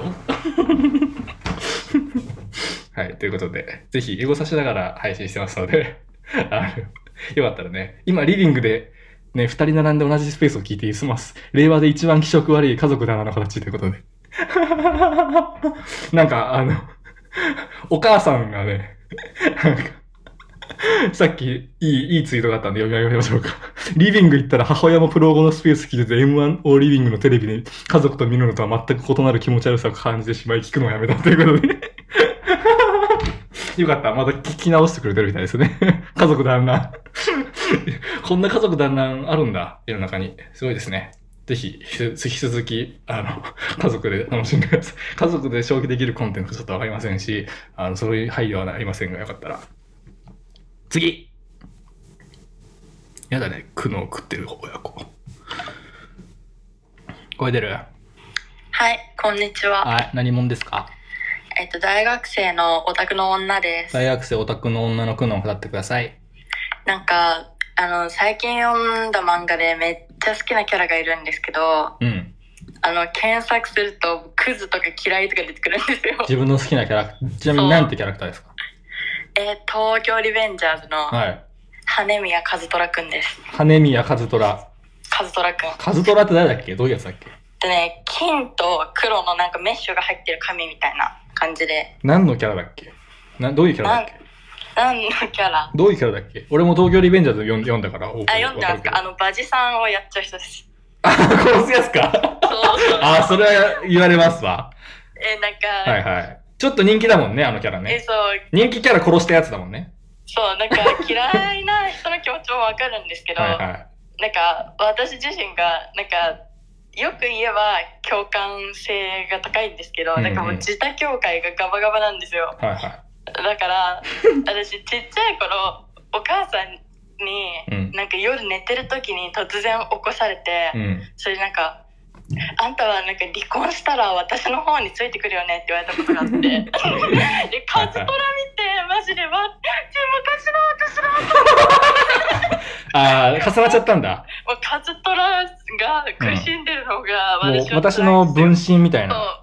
はい、ということで、ぜひエゴサしながら配信してますので、あの、よかったらね、今リビングでね、二人並んで同じスペースを聞いて済ます。令和で一番気色悪い家族だなの形ということで。なんか、あの、お母さんがね、なんか、さっきいい、いいツイートがあったんで読み上げましょうか。リビング行ったら母親もプロゴのスペース聞いてて エムワン をリビングのテレビで家族と見るのとは全く異なる気持ち悪さを感じてしまい聞くのをやめたということで。よかった。まだ聞き直してくれてるみたいですね。家族団らん。こんな家族団らんあるんだ。世の中に。すごいですね。ぜひ、引き続き、あの、家族で楽しんでください。家族で消費できるコンテンツちょっとわかりませんし、あの、そういう配慮はありませんが、よかったら。次やだね。苦悩食ってる親子。声出る？ はい、こんにちは。 はい、何者ですか？ えっと、大学生のオタクの女です。 大学生オタクの女の苦悩を語ってください。 なんか、あの、最近読んだ漫画でめっちゃ好きなキャラがいるんですけど、うん。あの、検索すると、クズとか嫌いとか出てくるんですよ。 自分の好きなキャラクター。ちなみに何てキャラクターですか？ えー、東京リベンジャーズの、はい。羽宮和虎くんです。 羽宮和虎。 和虎くん。 和虎って誰だっけ？どういうやつだっけ？ でね、金と黒のなんかメッシュが入ってる紙みたいな感じで。 何のキャラだっけ？な、どういうキャラだっけ？ 何のキャラ？ どういうキャラだっけ？俺も東京リベンジャーズ読ん読んだから。あ、 読んでますか？あの、バジさんをやっちゃう人です。 あ、殺すやつか？そう。あ、それは言われますわ。 え、なんか。 はいはい。ちょっと人気だもんね、あのキャラね。 え、そう。 人気キャラ殺したやつだもんね。 そう、なんか嫌いな人の気持ちもわかるんですけど、はいはい、なんか私自身が、なんか、よく言えば共感性が高いんですけど、うんうん、なんかもう自他境界がガバガバなんですよ。はいはい、だから私ちっちゃい頃お母さんになんか夜寝てる時に突然起こされて、うん、それなんかあんたはなんか離婚したら私の方についてくるよねって言われたことがあってでカズトラ見てマジでわ昔の私のああ重なっちゃったんだ。 もうカズトラが苦しんでるのが私、うん、もう私の分身みたいな。 そうもう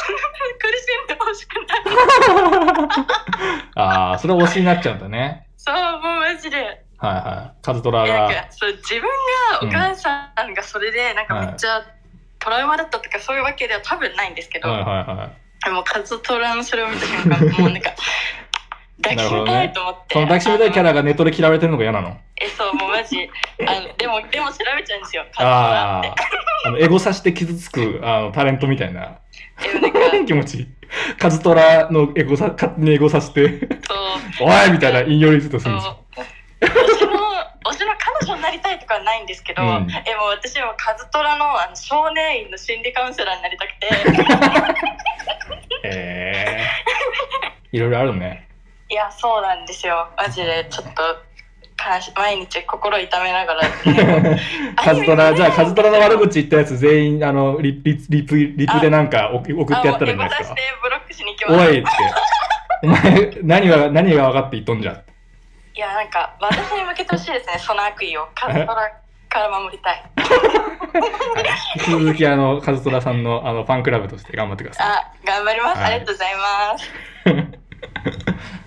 苦しんでほしくないああそれ推しになっちゃうんだね。 そうもうマジではいはいカズトラがなんかそう自分がお母さんがそれでなんかめっちゃ、うんはいトラウマだったとかそういうわけでは多分ないんですけど、はいはいはい、もうカズトラのそれを見た瞬間もうなんか抱きしめたいと思って、ね、 その抱きしめたいキャラがネットで嫌われてるのが嫌なの？ えそうもうマジあのでもでも調べちゃうんですよカズトラってあのエゴサして傷つくあのタレントみたいな気持ちカズトラのエゴサ勝手にエゴサしてそうおいみたいな引用リツイートするんですよ。 推しの彼女になりたいとかはないんですけど、うん、えもう私もカズトラ の, あの少年院の心理カウンセラーになりたくてえー、いろいろあるね。 いやそうなんですよマジでちょっと悲し毎日心痛めながら、ね、 カズトラじゃあカズトラの悪口言ったやつ全員あのリリリプリプでなんか送ってやったらいいんじゃないですか。 ブロックしに行きます。 おいってお前何が何が分かって言っとんじゃん。 いやなんか私に向けてほしいですねその悪意をカズトラから守りたい。 引き続きあのカズトラさんのあのファンクラブとして頑張ってください。 あ頑張ります、はい、ありがとうございます。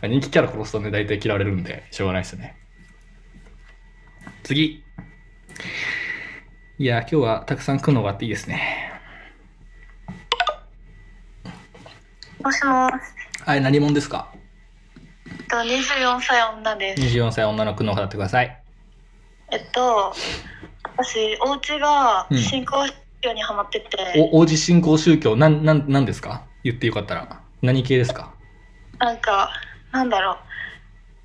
人気キャラ殺すとね大体嫌われるんでしょうがないですね。次いや今日はたくさん苦悩があっていいですね。 もしもしはい何者ですか？ にじゅうよんさい女です。 にじゅうよんさい女の苦悩を語ってください。 えっと私お家が新興宗教にハマってて、 うん、おお家新興宗教なんなんなんですか？言ってよかったら何系ですか？ なんかなんだろう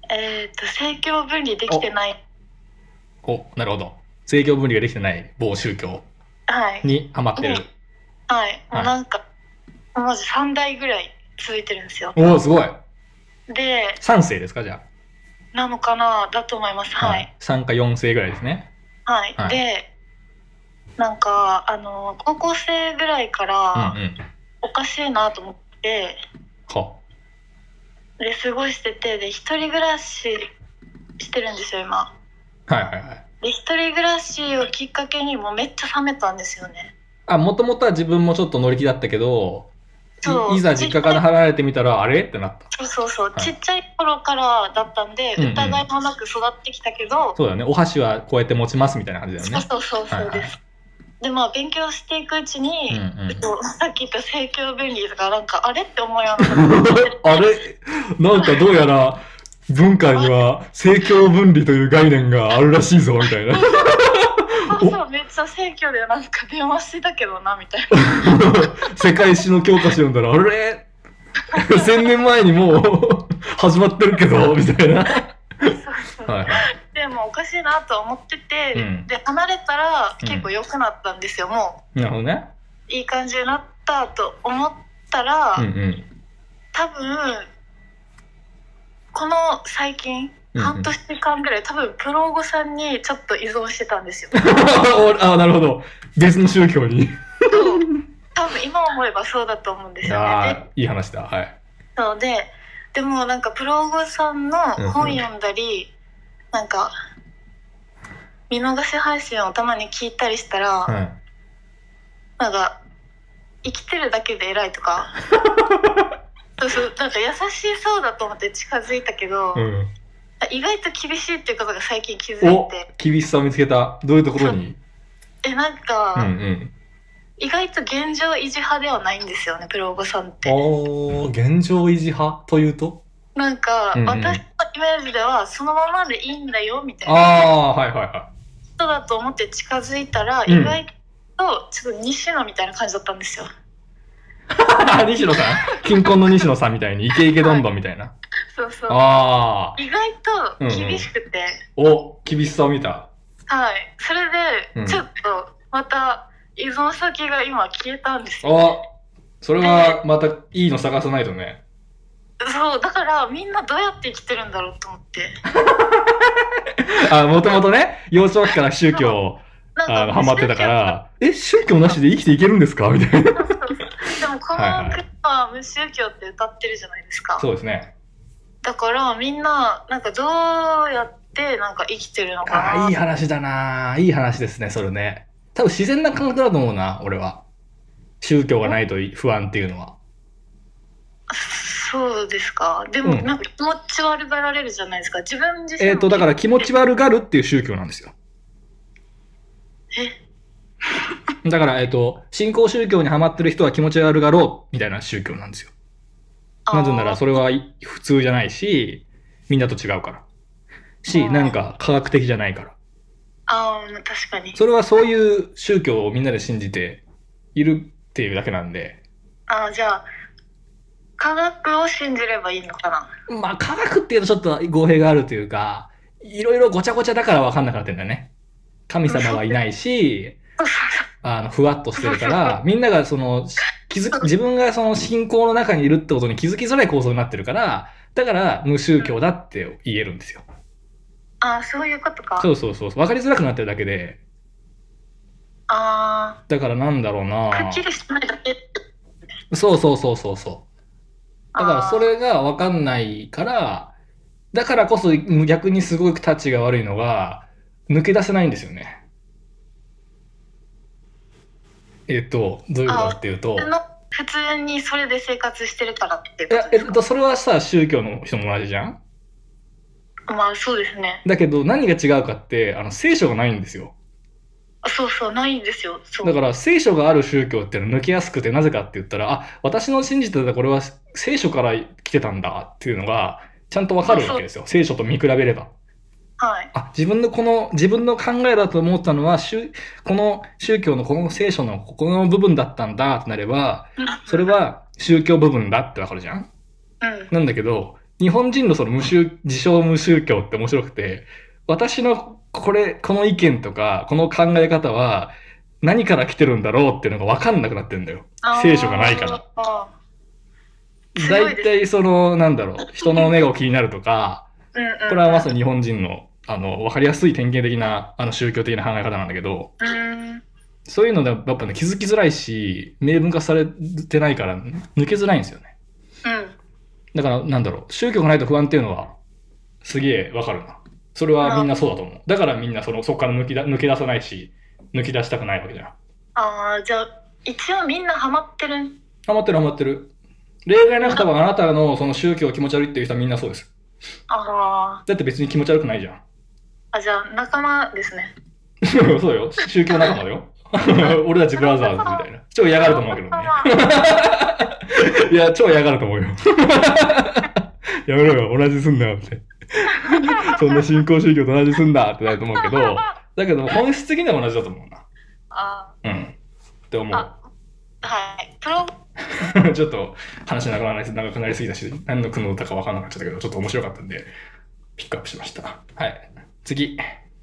えっ、ー、と政教分離できてない。 お、おなるほど。政教分離ができてない某宗教にハマってる。はい。 はい、もうなんか、まずさん代ぐらい続いてるんですよ。 おお、すごい。 で、 さん世ですか、じゃあ。なのかな、だと思います。はい。はい、 さんかよん世ぐらいですね。 はい。はい、で、なんか、あの、高校生ぐらいから、おかしいなと思って、うんうん、はで、過ごしてて、で、一人暮らししてるんですよ、今。 はいはいはい。 で、一人暮らしをきっかけにもうめっちゃ冷めたんですよね。 あ、もともとは自分もちょっと乗り気だったけど、い, いざ実家から離れてみたら、あれってなった。 そうそうそう、はい、ちっちゃい頃からだったんで、うんうん、疑いもなく育ってきたけど、 そうだね、お箸はこうやって持ちますみたいな感じだよね。 そうそうそうそうです。はいはい、で、まあ、勉強していくうちに、うんうん、さっき言った政教分離とか、なんか、あれって思うようなあれなんかどうやら、文化には政教分離という概念があるらしいぞ、みたいな。 そうそう、めっちゃ政教でなんか電話してたけどな、みたいな。世界史の教科書読んだら、あれ千年前にもう始まってるけど、みたいな。 そうそう、はい、でもおかしいなと思ってて、うん、で、離れたら結構良くなったんですよ、うん、もう。なるほどね。 いい感じになったと思ったら、うんうん、多分、この最近、半年間ぐらい、多分プロゴさんにちょっと依存してたんですよ。 ああ、なるほど。別の宗教に。 そう。多分今思えばそうだと思うんですよね。 ああ、いい話だ。はい。 そうで、でもなんかプロゴさんの本読んだり、うんうん、なんか、見逃し配信をたまに聞いたりしたら、うん、なんか、生きてるだけで偉いとか、そうそう、なんか優しそうだと思って近づいたけど、うん、意外と厳しいっていうことが最近気づいて。お、 厳しさを見つけた。どういうところに？ え、なんか、うんうん、意外と現状維持派ではないんですよね、プロゴさんって。 おー、現状維持派というと？ なんか、うんうん、私のイメージではそのままでいいんだよみたいな。 あー、はいはいはい。 人だと思って近づいたら、意外とちょっと西野みたいな感じだったんですよ。 西野さん金婚の西野さんみたいにイケイケどんどんみたいな、はい、 そうそう、 あ意外と厳しくて、 うんうん、お、厳しさを見た。 はい、それでちょっとまた依存先が今消えたんですよ、 ね、お、それはまたいいの探さないとね。 そう、だからみんなどうやって生きてるんだろうと思ってあ、もともとね、幼少期から宗教あのハマってたから、え、宗教なしで生きていけるんですかみたいな。 でもこの国は無宗教って歌ってるじゃないですか。 そうですね。 だからみんななんかどうやってなんか生きてるのかな。 あ、いい話だな。いい話ですね、それね。多分自然な感覚だと思うな、俺は。宗教がないと不安っていうのは。 そうですか。でもなんか気持ち悪がられるじゃないですか。自分自身。 えっとだから気持ち悪がるっていう宗教なんですよ。 えだから、えっと、新興宗教にハマってる人は気持ち悪がろうみたいな宗教なんですよ。なぜならそれは普通じゃないし、みんなと違うから。し、なんか科学的じゃないから。 ああ、確かに。 それはそういう宗教をみんなで信じているっていうだけなんで。 ああ、じゃあ、科学を信じればいいのかな。 まあ、科学っていうとちょっと語弊があるというか、いろいろごちゃごちゃだから分かんなくなってんだよね。神様はいないし、あの、ふわっとしてるから、みんながその、気づ、自分がその信仰の中にいるってことに気づきづらい構造になってるから、だから無宗教だって言えるんですよ。 ああ、そういうことか。 そうそうそう。わかりづらくなってるだけで。 ああ。 だからなんだろうな。 くっきりしてないだけ。 そうそうそうそうそう。だからそれがわかんないから、だからこそ逆にすごくタッチが悪いのが、抜け出せないんですよね。えっと、どういうことかっていうと。 普通にそれで生活してるからっていうことですか？いや、えっと、それはさ、宗教の人も同じじゃん？ まあ、そうですね。 だけど、何が違うかって、あの、聖書がないんですよ。 そうそう、ないんですよ。そう。 だから、聖書がある宗教っていうのは抜けやすくて、なぜかって言ったら、あ、私の信じてたこれは聖書から来てたんだっていうのが、ちゃんとわかるわけですよ。聖書と見比べれば。 はい。 あ、自分のこの、自分の考えだと思ったのは、この宗教のこの聖書のここの部分だったんだってなれば、それは宗教部分だってわかるじゃん？ うん。 なんだけど、 日本人のその無宗、自称無宗教って面白くて、私のこれ、この意見とか、この考え方は何から来てるんだろうっていうのが分かんなくなってるんだよ。聖書がないから。大体その、なんだろう、人の目が気になるとか、これはまさに日本人の、あの、分かりやすい典型的な、あの、宗教的な考え方なんだけど、そういうのでやっぱね、気づきづらいし、明文化されてないから抜けづらいんですよね。うん。だから、なんだろう、宗教がないと不安っていうのは、すげえわかるな。それはみんなそうだと思う。だからみんなその、そこから抜きだ抜け出さないし、抜き出したくないわけじゃん。 ああ、じゃあ、一応みんなハマってるハマってるハマってる。例外なく多分あなたのその宗教気持ち悪いっていう人はみんなそうです。 ああ。 だって別に気持ち悪くないじゃん。 あ、じゃあ仲間ですね。 そうよ。宗教仲間だよ。俺たちブラザーズみたいな。超嫌がると思うけどね。いや、超嫌がると思うよ。やめろよ、同じすんなよって。そんな新興宗教と同じすんだってなると思うけど、だけど本質的には同じだと思うな。ああ。うん。って思う。 はい。プロちょっと話長くなり長くなりすぎたし、何の句の歌か分からなかったけど、ちょっと面白かったんで、ピックアップしました。はい。次。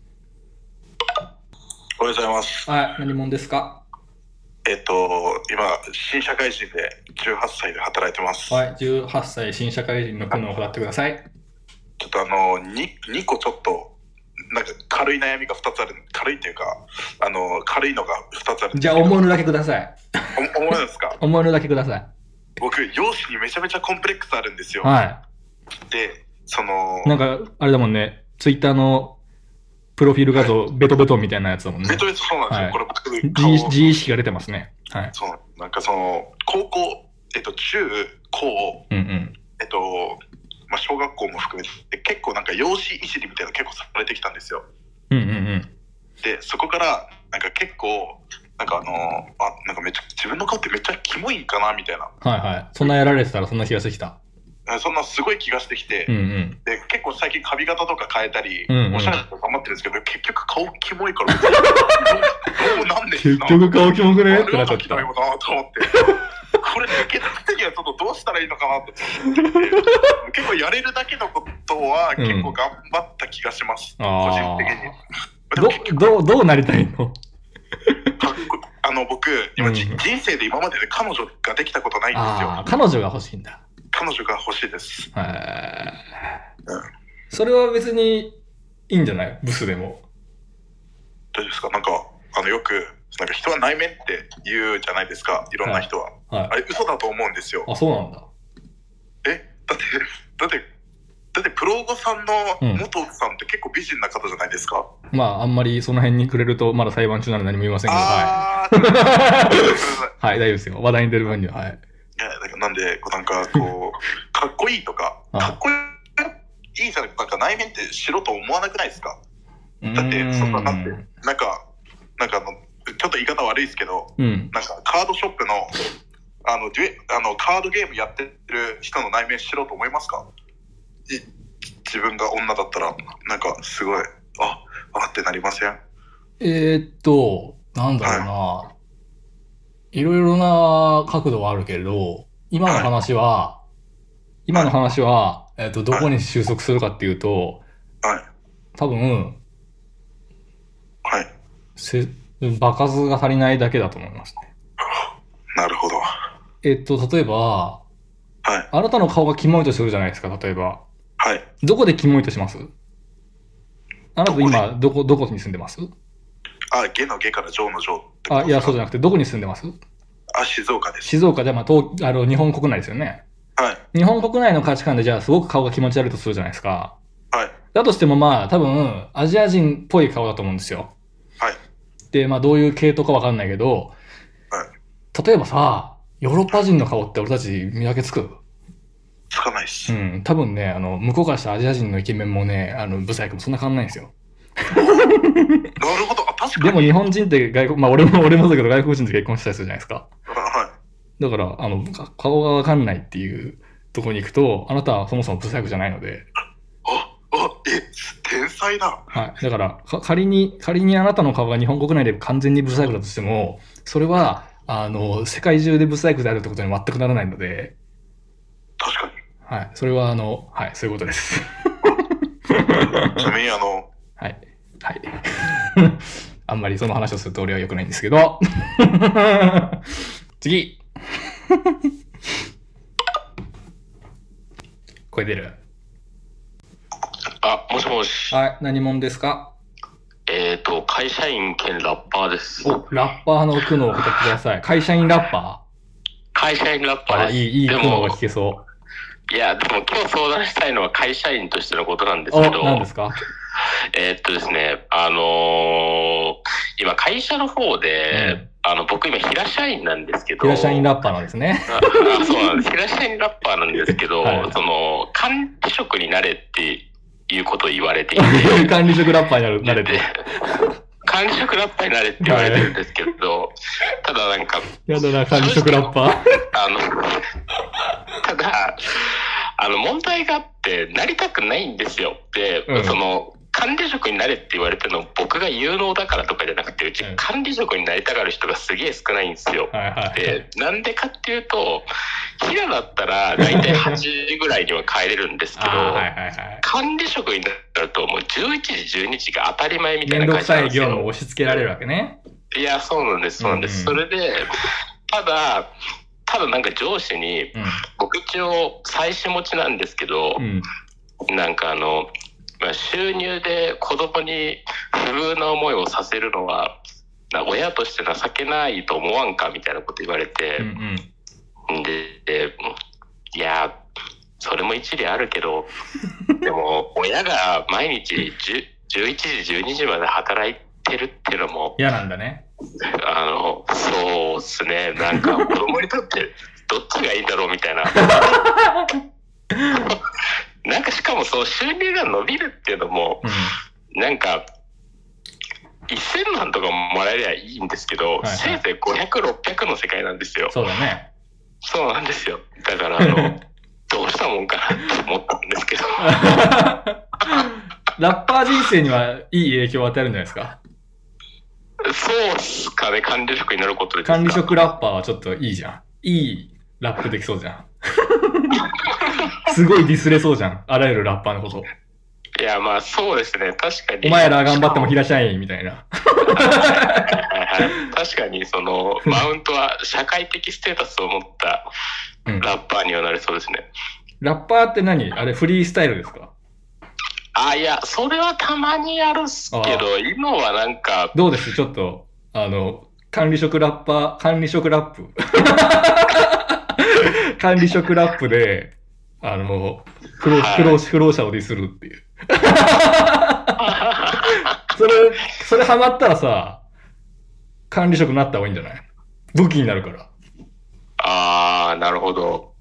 おはようございます。 はい。何者ですか？ えっと、今、新社会人でじゅうはっさいで働いてます。 はい。じゅうはっさい新社会人の苦悩を語ってください。 ちょっとあの、に, にこちょっと、なんか軽い悩みがふたつある。軽いっていうか、あの、軽いのがふたつある。 じゃあ、重いのだけください。 お重いのですか？ 重いのだけください。 僕、容姿にめちゃめちゃコンプレックスあるんですよ。 はい。 で、その、 なんか、あれだもんね、ツイッターのプロフィール画像、はい、ベトベトみたいなやつだもんね。 ベトベトそうなんですよ。はい、これ僕自、自意識が出てますね。はい。 そう、なんかその、高校、えっと、中、高、 うんうん、 えっと、まあ、小学校も含めて、結構なんか容姿いじりみたいなの結構されてきたんですよ。 うんうんうん。 で、そこから、なんか結構、なんかあのー、あ、なんかめっちゃ、自分の顔ってめっちゃキモいんかなみたいな。 はいはい。そんなやられてたらそんな気がしてきた。 そんなすごい気がしてきて、 うんうん、 で結構最近髪型とか変えたり、 うんうん、 おしゃれとか頑張ってるんですけど、結局顔キモいからどうなんで結局顔キモくねってなっちゃった。 と思ってこれ抜け出すにはちょっとどうしたらいいのかなって結構やれるだけのことは結構頑張った気がします、うん、個人的に。ど, ど, どうなりたいの？ あの僕今、うん、人生で今までで彼女ができたことないんですよ。 あ、彼女が欲しいんだ。 彼女が欲しいです。 へー、うん、それは別にいいんじゃない？ブスでも。 どうですか？なんかあのよくなんか人は内面って言うじゃないですか、いろんな人は。はいはい、あれ嘘だと思うんですよ。 あ、そうなんだ。 え、だってだってだってプロゴさんの元奥さんって結構美人な方じゃないですか。 うん、まああんまりその辺にくれるとまだ裁判中なので何も言いませんけど、 はい。 はい、大丈夫ですよ。話題に出る分には、はい。 いや、だからなんで、なんかこう、かっこいいとか、かっこいいじゃなくて、なんか内面ってしろと思わなくないですか？だって、そんな、なんて、なんか、なんかあの、ちょっと言い方悪いですけど、 うん、 なんかカードショップの、あの、デュエ、あの、カードゲームやってる人の内面しろと思いますか？い自分が女だったら、なんかすごい、あ、あってなりません？ えー、っと、なんだろうな、はい、いろいろな角度はあるけれど、今の話は、はい、今の話は、えー、っと、どこに収束するかっていうと、 はい、 多分、 はい、 せ場数が足りないだけだと思いますね。 なるほど。 えー、っと、例えば、 はい、 あなたの顔がキモいとするじゃないですか、例えば。 はい。 どこでキモいとします？あなた今、どこ、どこに住んでます？ あ、下の下から上の上。 あ、いや、そうじゃなくて、どこに住んでます？ あ、静岡です。 静岡で、まあ、東、あの、日本国内ですよね。 はい。 日本国内の価値観で、じゃあ、すごく顔が気持ち悪いとするじゃないですか。 はい。 だとしても、まあ、多分、アジア人っぽい顔だと思うんですよ。 はい。 で、まあ、どういう系統かわかんないけど、 はい。 例えばさ、ヨーロッパ人の顔って俺たち見分けつく？ つかないっす。 うん。多分ね、あの、向こうからしたアジア人のイケメンもね、あの、ブサイクもそんな変わんないんですよ。 なるほど。あ、確かに。 でも日本人って外国、まあ俺も、俺もだけど外国人と結婚したりするじゃないですか。 はい。 だから、あの、顔がわかんないっていうところに行くと、あなたはそもそもブサイクじゃないので。 あ、あ、え、天才だ。 はい。だから、か仮に、仮にあなたの顔が日本国内で完全にブサイクだとしても、それは、あの、世界中でブサイクであるってことに全くならないので。 確かに。 はい。それは、あの、はい、そういうことです。 ちなみに、あの、 はい。はい。あんまりその話をすると俺は良くないんですけど。次声出る？ あ、もしもし。 はい、何者ですか？ えっ、ー、と、会社員兼ラッパーです。 お、ラッパーの苦悩を語ってください。会社員ラッパー？会社員ラッパーです。 あ、いい、いい苦悩が聞けそう。 いや、でも今日相談したいのは会社員としてのことなんですけど。 何ですか？ えー、っとですね、あのー、今会社の方で、うん、あの、僕今平社員なんですけど。 平社員ラッパーなんですね。 ああ、そうなんです。平社員ラッパーなんですけど、はい、その、管理職になれっていうことを言われていて。 管理職ラッパーになる、なれて。 管理職ラッパーになれって言われてるんですけど、はい、ただなんか。 やだな、管理職ラッパー。 あの、ただ、あの、問題があって、なりたくないんですよ。で、うん、その、管理職になれって言われてるの僕が有能だからとかじゃなくて、うち管理職になりたがる人がすげえ少ないんですよ。 はいはい、 で、なんでかっていうと、平だったらだいたいはちじぐらいには帰れるんですけど、はいはいはい、管理職になるともうじゅういちじ、じゅうにじが当たり前みたいな感じなんですよ。 めんどくさい業務を押し付けられるわけね。 いや、そうなんです、そうなんです。うんうん、それで、ただ、ただなんか上司に、うん、僕一応妻子持ちなんですけど、うん、なんかあの、まあ、収入で子供に不遇な思いをさせるのは親として情けないと思わんかみたいなこと言われて、うんうん、で, でいやそれも一理あるけどでも親が毎日じゅういちじじゅうにじまで働いてるっていうのも嫌なんだね。 あのそうっすね、なんか子供にとってどっちがいいんだろうみたいななんかしかもその収入が伸びるっていうのも、うん、なんかせんまんとかもらえりゃいいんですけど、はいはい、せいぜいごひゃく、ろっぴゃくの世界なんですよ。 そうだね。 そうなんですよ。だからあのどうしたもんかなって思ったんですけどラッパー人生にはいい影響を与えるんじゃないですか。 そうっすかね。管理職になることですか。 管理職ラッパーはちょっといいじゃん。いいラップできそうじゃんすごいディスれそうじゃん。あらゆるラッパーのこと。 いや、まあそうですね。確かに。 お前ら頑張っても平社員みたいな。 確かにその、マウントは社会的ステータスを持ったラッパーにはなれそうですね。 うん、ラッパーって何？あれフリースタイルですか？ あ、いや、それはたまにやるっすけど、今はなんか。 どうです？ちょっと、あの、管理職ラッパー、管理職ラップ。管理職ラップで、あの、不労、不労、不労者をディスるっていう。それ、それハマったらさ、管理職になった方がいいんじゃない？武器になるから。 あー、なるほど。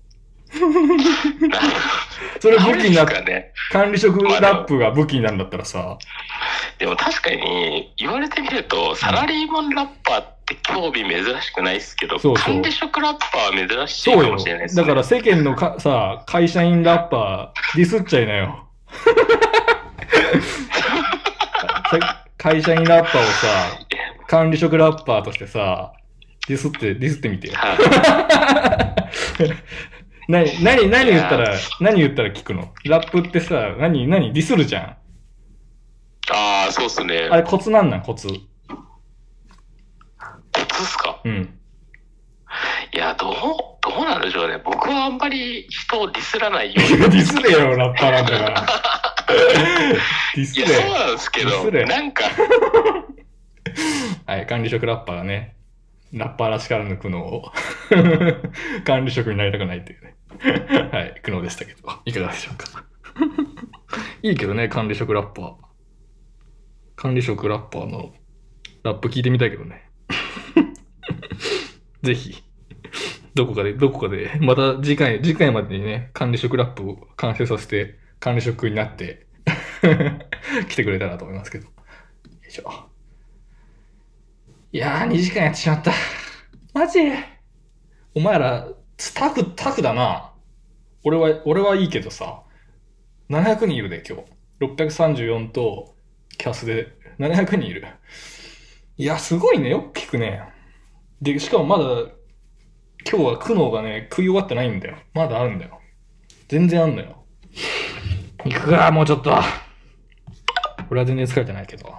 それ武器になって、ね、管理職ラップが武器になるんだったらさ。 でも確かに言われてみると、サラリーマンラッパーって興味珍しくないですけど、そうそう、管理職ラッパーは珍しいかもしれないですね。 だから世間のかさ、会社員ラッパーディスっちゃいなよ。会社員ラッパーをさ、管理職ラッパーとしてさ、ディスって、ディスってみてよ。何、何、何言ったら、何言ったら聞くの？ラップってさ、何、何、ディスるじゃん。 ああ、そうっすね。 あれコツなんなん？コツ。コツっすか？ うん。 いや、どう、どうなんでしょうね。僕はあんまり人をディスらないように。ディスれよ、ラッパーなんだから。ディスれ。 いや、そうなんですけど、なんか。 はい、管理職ラッパーがね、ラッパーらしからぬ苦悩を管理職になりたくないっていうねはい苦悩でしたけどいかがでしょうかいいけどね、管理職ラッパー管理職ラッパーのラップ聞いてみたいけどねぜひどこかでどこかでまた次回次回までにね管理職ラップを完成させて管理職になって来てくれたらと思いますけど。よいしょ。いやー、にじかんやってしまった。マジ？お前ら、タフ、タフだな。俺は、俺はいいけどさ、ななひゃくにんいるで、今日。ろっぴゃくさんじゅうよんと、キャスで、ななひゃくにんいる。いや、すごいね。よく聞くね。で、しかもまだ、今日は苦悩がね、食い終わってないんだよ。まだあるんだよ。 全然あんのよ。行くか、もうちょっと。俺は全然疲れてないけど。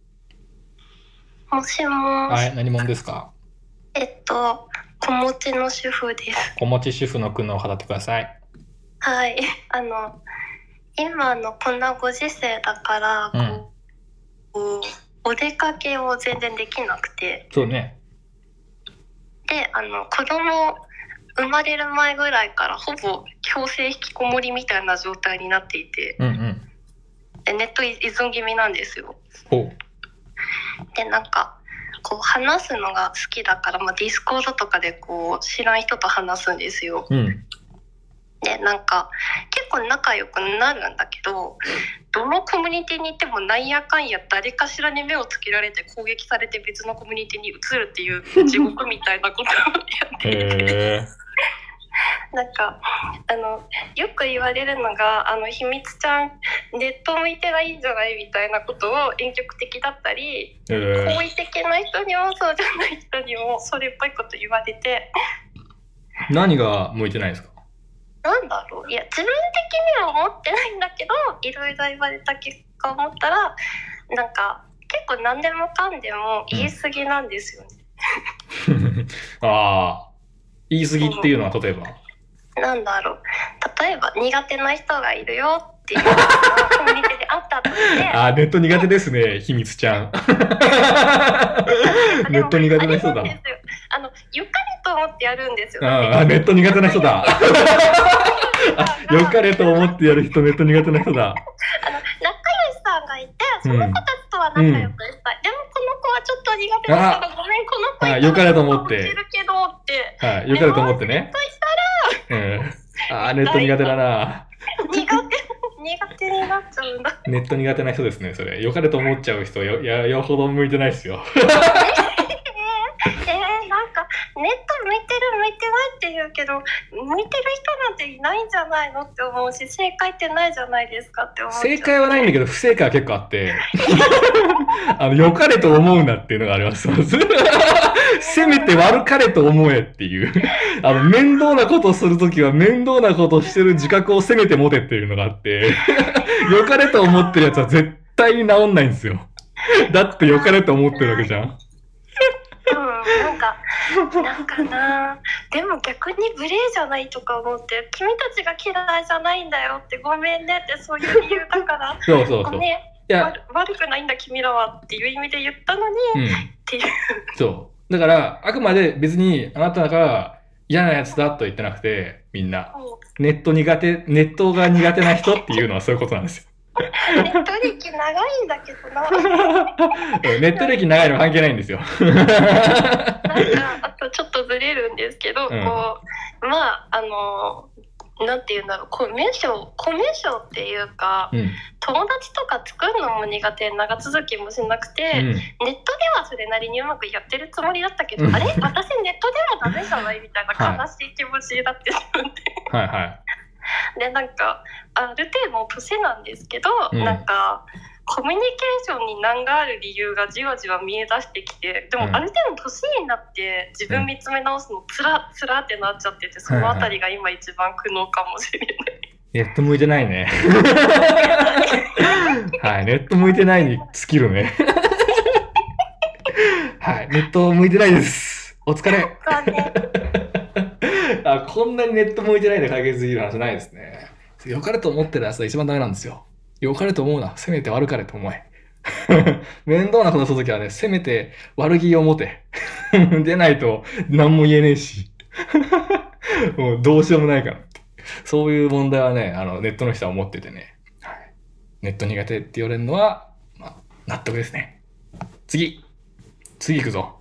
もしもーし。 はい、何者ですか？ えっと、子持ちの主婦です。 子持ち主婦の苦悩を語ってください。 はい。あの、今のこんなご時世だから、 うん、 こう、お出かけを全然できなくて。 そうね。 で、あの、子供生まれる前ぐらいからほぼ強制引きこもりみたいな状態になっていて、 うんうん、 でネット依存気味なんですよ。 ほう。 で、なんか、こう話すのが好きだから、まあ、ディスコードとかでこう知らん人と話すんですよ。 うん、 で、なんか結構仲良くなるんだけど、どのコミュニティに行ってもなんやかんや誰かしらに目をつけられて攻撃されて別のコミュニティに移るっていう地獄みたいなことをやっていてなんかあのよく言われるのが、あのひみつちゃんネット向いてないんじゃないみたいなことを婉曲的だったり、 えー、 好意的な人にもそうじゃない人にもそれっぽいこと言われて。 何が向いてないですか？ なんだろう、いや自分的には思ってないんだけど、いろいろ言われた結果思ったら、なんか結構何でもかんでも言い過ぎなんですよね、 うん、ああ、言い過ぎっていうのは例えば、 なんだろう、例えば苦手な人がいるよっていうのがコミュニティであったとしてああ、ネット苦手ですね、ひみつちゃんネット苦手な人だ。 あの良かれと思ってやるんですよ。 ああ、ネット苦手な人だ良かれと思ってやる人、ネット苦手な人だ。 あの仲良しさんがいて、その子たちとは仲良くしたい、うん、でもこの子はちょっと苦手だからごめん、この子は良かれと思ってるけどって、 はい、良かれと思ってね。うん、ああ、ネット苦手だな。 苦手苦手になっちゃうんだ。 ネット苦手な人ですね、それ。良かれと思っちゃう人、よ、や、よほど向いてないですよ。 えー、なんかネット向いてる向いてないって言うけど、向いてる人なんていないんじゃないのって思うし、正解ってないじゃないですかって思う。 正解はないんだけど不正解は結構あってあの良かれと思うなっていうのがありますせめて悪かれと思えっていうあの面倒なことをするときは面倒なことをしてる自覚をせめて持てっていうのがあって良かれと思ってるやつは絶対に治んないんですよ。だって良かれと思ってるわけじゃん。 うん、なんか、なんかな、でも逆に無礼じゃないとか思って、君たちが嫌いじゃないんだよって、ごめんねってそういう理由だから、 そうそうそう、 ごめん、いや悪くないんだ君らはっていう意味で言ったのに、うん、っていう。 そう。だから、あくまで別にあなたが嫌なやつだと言ってなくて、みんな、うん、ネット苦手、ネットが苦手な人っていうのはそういうことなんですよ。 ネット歴長いんだけどな。 ネット歴長いの関係ないんですよ。 なんかあとちょっとずれるんですけど、うん、こうまああのなんていうんだろう、コミュ障コミュ障っていうか、うん、友達とか作るのも苦手、長続きもしなくて、うん、ネットではそれなりにうまくやってるつもりだったけど、うん、あれ私ネットでもダメじゃないみたいな悲しい気持ちになってしまって。 はいはいで、なんかある程度の年なんですけど、うん、なんかコミュニケーションに難がある理由がじわじわ見え出してきて、でもある程度年になって自分見つめ直すのつらつらってなっちゃってて、そのあたりが今一番苦悩かもしれない。 ネット向いてないね。はい、ネット向いてないに尽きるね。はい、ネット向いてないです。お疲れ。あ、こんなにネット向いてないで解決できる話ないですね。良かれと思ってるやつが一番ダメなんですよ。良かれと思うな。せめて悪かれと思え。面倒なことするときはね、せめて悪気を持て。出ないと何も言えねえし。もうどうしようもないから。そういう問題はね、あの、ネットの人は思っててね。はい、ネット苦手って言われるのは、まあ、納得ですね。次。次行くぞ。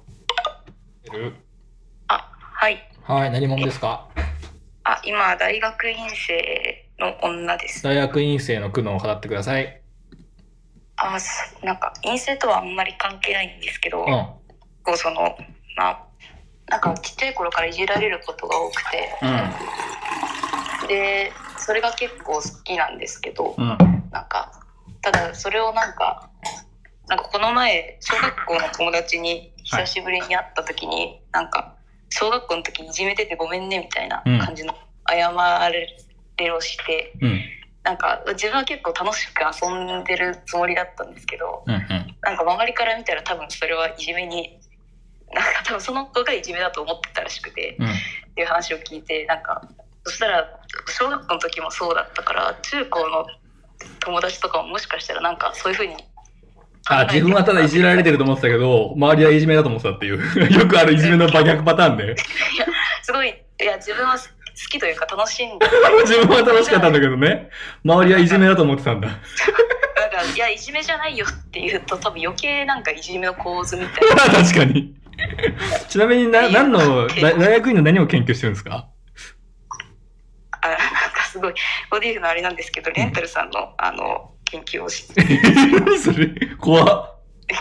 あ、はい。 はい、何者ですか？ あ、今、大学院生の女です。 大学院生の苦悩を語ってください。 あ、なんか、院生とはあんまり関係ないんですけど、うん、こうその、まあ、なんかちっちゃい頃からいじられることが多くて、うん、で、それが結構好きなんですけど、うん、なんか、ただそれをなんか、なんかこの前、小学校の友達に久しぶりに会った時に、はい、なんか、小学校の時にいじめててごめんねみたいな感じの謝れレロして、 うん、 なんか自分は結構楽しく遊んでるつもりだったんですけど、 うんうん、 なんか周りから見たら多分それはいじめに、なんか多分その子がいじめだと思ってたらしくて、 うん、 っていう話を聞いて、なんかそしたら小学校の時もそうだったから、中高の友達とかももしかしたらなんかそういう風に、 あ、自分はただいじられてると思ってたけど、周りはいじめだと思ってたっていうよくあるいじめの真逆パターンで。いや、 すごい、いや自分は好きというか楽しんで自分は楽しかったんだけどね、周りはいじめだと思ってたんだ。なんかいやいじめじゃないよって言うと多分余計なんかいじめの構図みたいな。 確かに。ちなみにな何の大学院の何を研究してるんですか？ あ、なんかすごいボディーフのあれなんですけど、レンタルさんのあの研究をして何それ怖っ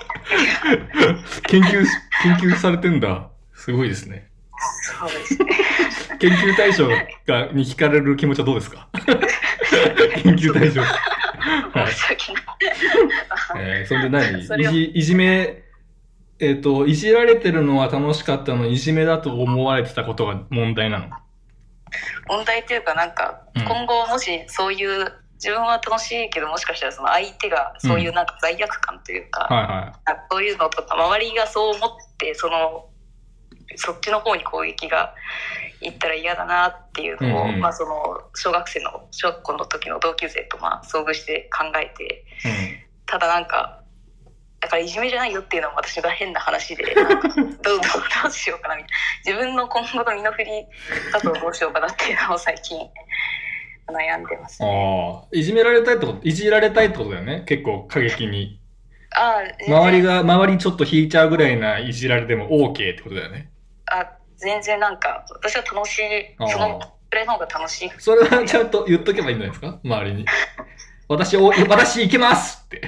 研究研究されてんだ。すごいですね。 そうですね。 研究対象がに惹かれる気持ちはどうですか？研究対象。 申し訳ない。 えー、それで何？いじ、いじめ、えっと、いじられてるのは楽しかったのに、いじめだと思われてたことが問題なの？ 問題というか、なんか、今後もしそういう、自分は楽しいけど、もしかしたらその相手がそういうなんか罪悪感というか、 うん、はいはい、 そういうのとか、周りがそう思って、その、そっちの方に攻撃がいったら嫌だなっていうのを、うんうん、まあその小学生の小学校の時の同級生とまあ遭遇して考えて、 うん、 ただなんかだからいじめじゃないよっていうのも私が変な話で、なんかどうどうどうしようかなみたいな、自分の今後の身の振りだとどうしようかなっていうのを最近悩んでますね。 ああ、いじめられたいってこと、いじられたいってことだよね。結構過激に。 ああ、 周りが周りちょっと引いちゃうぐらいないじられても OK ってことだよね。 あ、全然なんか私は楽しい、そのくらいの方が楽しい。 それはちゃんと言っとけばいいんじゃないですか、周りに。私お私行けますって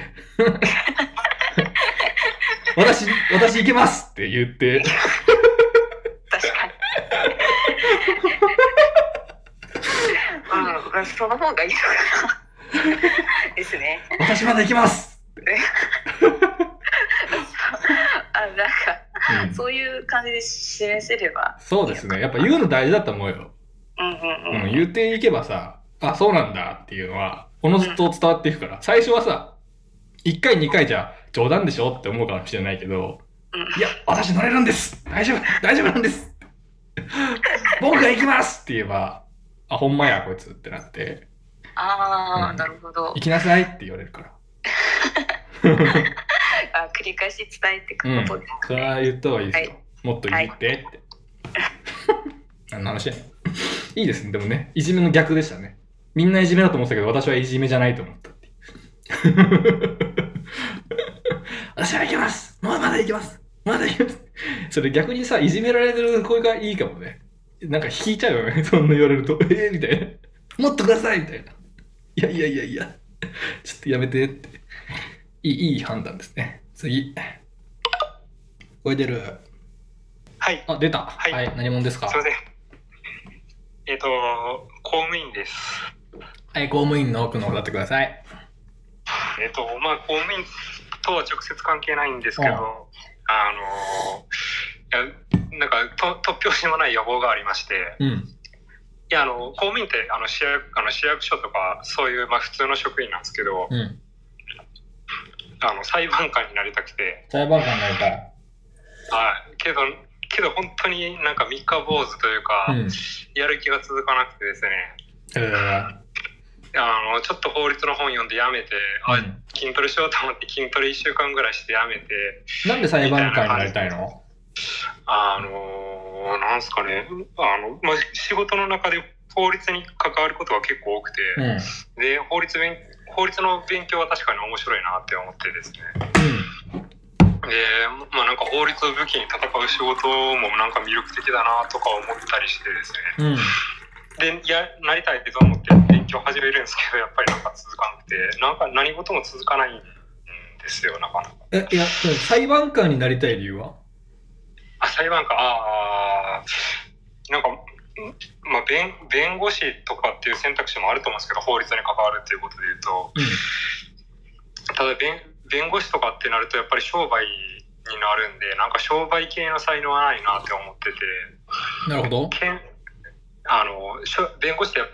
私私行けますって言って確かにうん、その方がいいのかなですね。 私まだ行きますあ、なんか、うん、そういう感じで示せれば。 そうですね。やっぱ言うの大事だと思うよ。 うんうんうん。 うん、言っていけばさ、あ、そうなんだっていうのは、おのずと伝わっていくから。うん、最初はさ、いっかいにかいじゃ冗談でしょって思うかもしれないけど、うん、いや、私乗れるんです大丈夫大丈夫なんです僕が行きますって言えば、あ、ほんまや、こいつってなって。 あー、うん、なるほど。 行きなさいって言われるから。 あ、繰り返し伝えていくことですね。 うん、それは言った方がいいですよ。はい、もっと言ってって。はい、何の話やねん。いいですね。でもね、いじめの逆でしたね。みんないじめだと思ってたけど、私はいじめじゃないと思ったって。私は行きます。まだまだ行きます。まだ行きます。それ逆にさ、いじめられてる声がいいかもね。なんか引いちゃうよね。そんな言われると。えーみたいな。もっとくださいみたいな。いやいやいやいや。ちょっとやめてって。いい、いい判断ですね。次。声出る。 はい。 あ、出た。 はい。 はい、何者ですか？ すいません。えっと、公務員です。 はい、公務員の奥の方だってください。 えっと、まあ、公務員とは直接関係ないんですけど、あのー、いや、なんか、と突拍子もない野望がありまして、 うん。 いや、あの、公務員ってあの市役、あの市役所とか、そういう、まあ、普通の職員なんですけど、 うん。 あの、裁判官になりたくて。 裁判官になりたい。 はい。けど、けど本当になんか三日坊主というか、うん、やる気が続かなくてですね。 えー、 あの、ちょっと法律の本読んでやめて、うん、あ、筋トレしようと思って筋トレいっしゅうかんぐらいしてやめて。 なんで裁判官になりたいの？ あの、なんすかね、あの、まあ、仕事の中で法律に関わることが結構多くて、 うん、 で、法律勉、法律の勉強は確かに面白いなって思ってですね。 うんで、まあなんか法律を武器に戦う仕事もなんか魅力的だなとか思ったりしてですね。 うん、で、や、なりたいと思って勉強始めるんですけど、やっぱりなんか続かなくて、なんか何事も続かないんですよ、なかなか。 え、いや、裁判官になりたい理由は？ あ、裁判官、ああ、なんか、まあ弁、弁護士とかっていう選択肢もあると思うんですけど、法律に関わるっていうことで言うと、 うん、 ただ弁、弁護士とかってなるとやっぱり商売になるんで、なんか商売系の才能はないなって思ってて。 なるほど。 けんあの弁護士ってやっぱり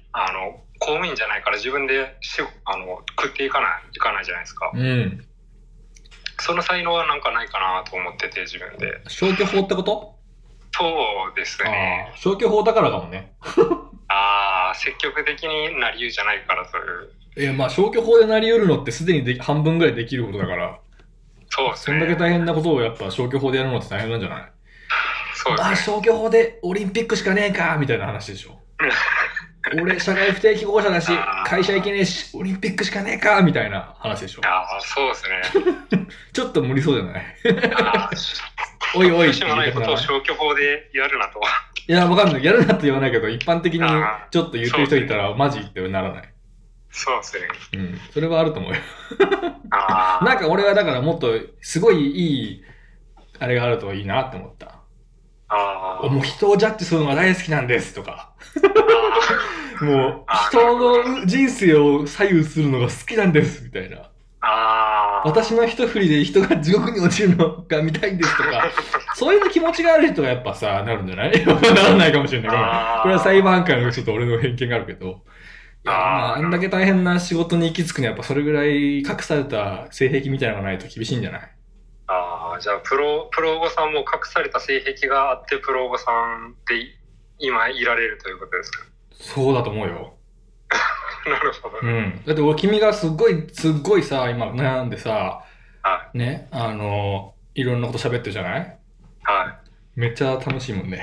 あの公務員じゃないから自分でしあの食っていかないいかないじゃないですか。 うん。 その才能はなんかないかなと思ってて自分で。 消去法ってこと？ そうですね。 消去法だからかもね。 ああ、積極的になり得じゃないからという。 いや、まあ消去法でなり得るのってすでにで半分ぐらいできることだから。 そうですね。 そんだけ大変なことをやっぱ消去法でやるのって大変なんじゃない？ そうですね。 あ、消去法でオリンピックしかねえかみたいな話でしょ。俺、社外不定期保護者だし、会社行けねえし、オリンピックしかねえかみたいな話でしょ。 ああ、そうですね。 ちょっと無理そうじゃない？おいおいって言いないことを消去法でやるなとは。 いや、わかんない。やるなって言わないけど、一般的にちょっと言ってる人いたら、マジってならない。 そうですね。 うん。それはあると思うよ。なんか俺はだからもっと、すごいいい、あれがあるといいなって思った。 あもう人をジャッジするのが大好きなんですとか。もう人の人生を左右するのが好きなんですみたいな。 あ私の一振りで人が地獄に落ちるのが見たいんですとか。そういう気持ちがある人がやっぱさ、なるんじゃない？ならないかもしれない。これは裁判官のちょっと俺の偏見があるけど。いや、まあ、あんだけ大変な仕事に行き着くにはやっぱそれぐらい隠された性癖みたいなのがないと厳しいんじゃない？ ああ、じゃあプロ、プロゴさんも隠された性癖があってプロゴさんで今いられるということですか？ そうだと思うよ。 なるほど、 ね。うん。だって俺君がすっごい、すっごいさ、今悩んでさ、 はい、 ね、あの、いろんなこと喋ってるじゃない？ はい。 めっちゃ楽しいもんね。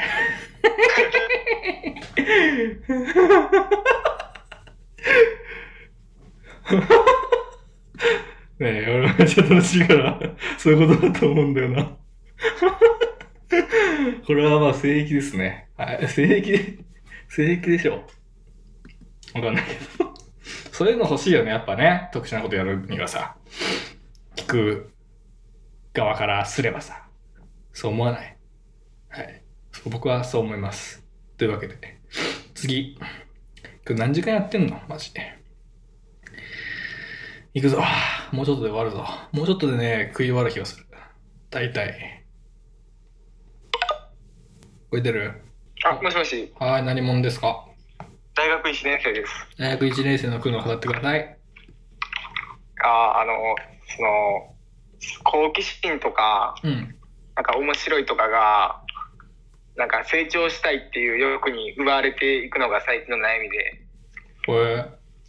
ねえ、俺めっちゃ楽しいから、そういうことだと思うんだよな。これはまあ性癖ですね。はい、性癖、性癖でしょ。わかんないけど。そういうの欲しいよね、やっぱね。特殊なことやるにはさ。聞く側からすればさ。そう思わない。はい。僕はそう思います。というわけで。次。今日何時間やってんの？マジで。行くぞ。もうちょっとで終わるぞ。もうちょっとでね、食い終わる気がする。大体。これ出る？ あ、もしもし。 はい、何者ですか？ 大学いちねん生です。 大学いちねん生の苦悩を語ってください。 あ、あの、その、好奇心とか、 うん、 なんか面白いとかが、なんか成長したいっていう欲に奪われていくのが最近の悩みで。 これ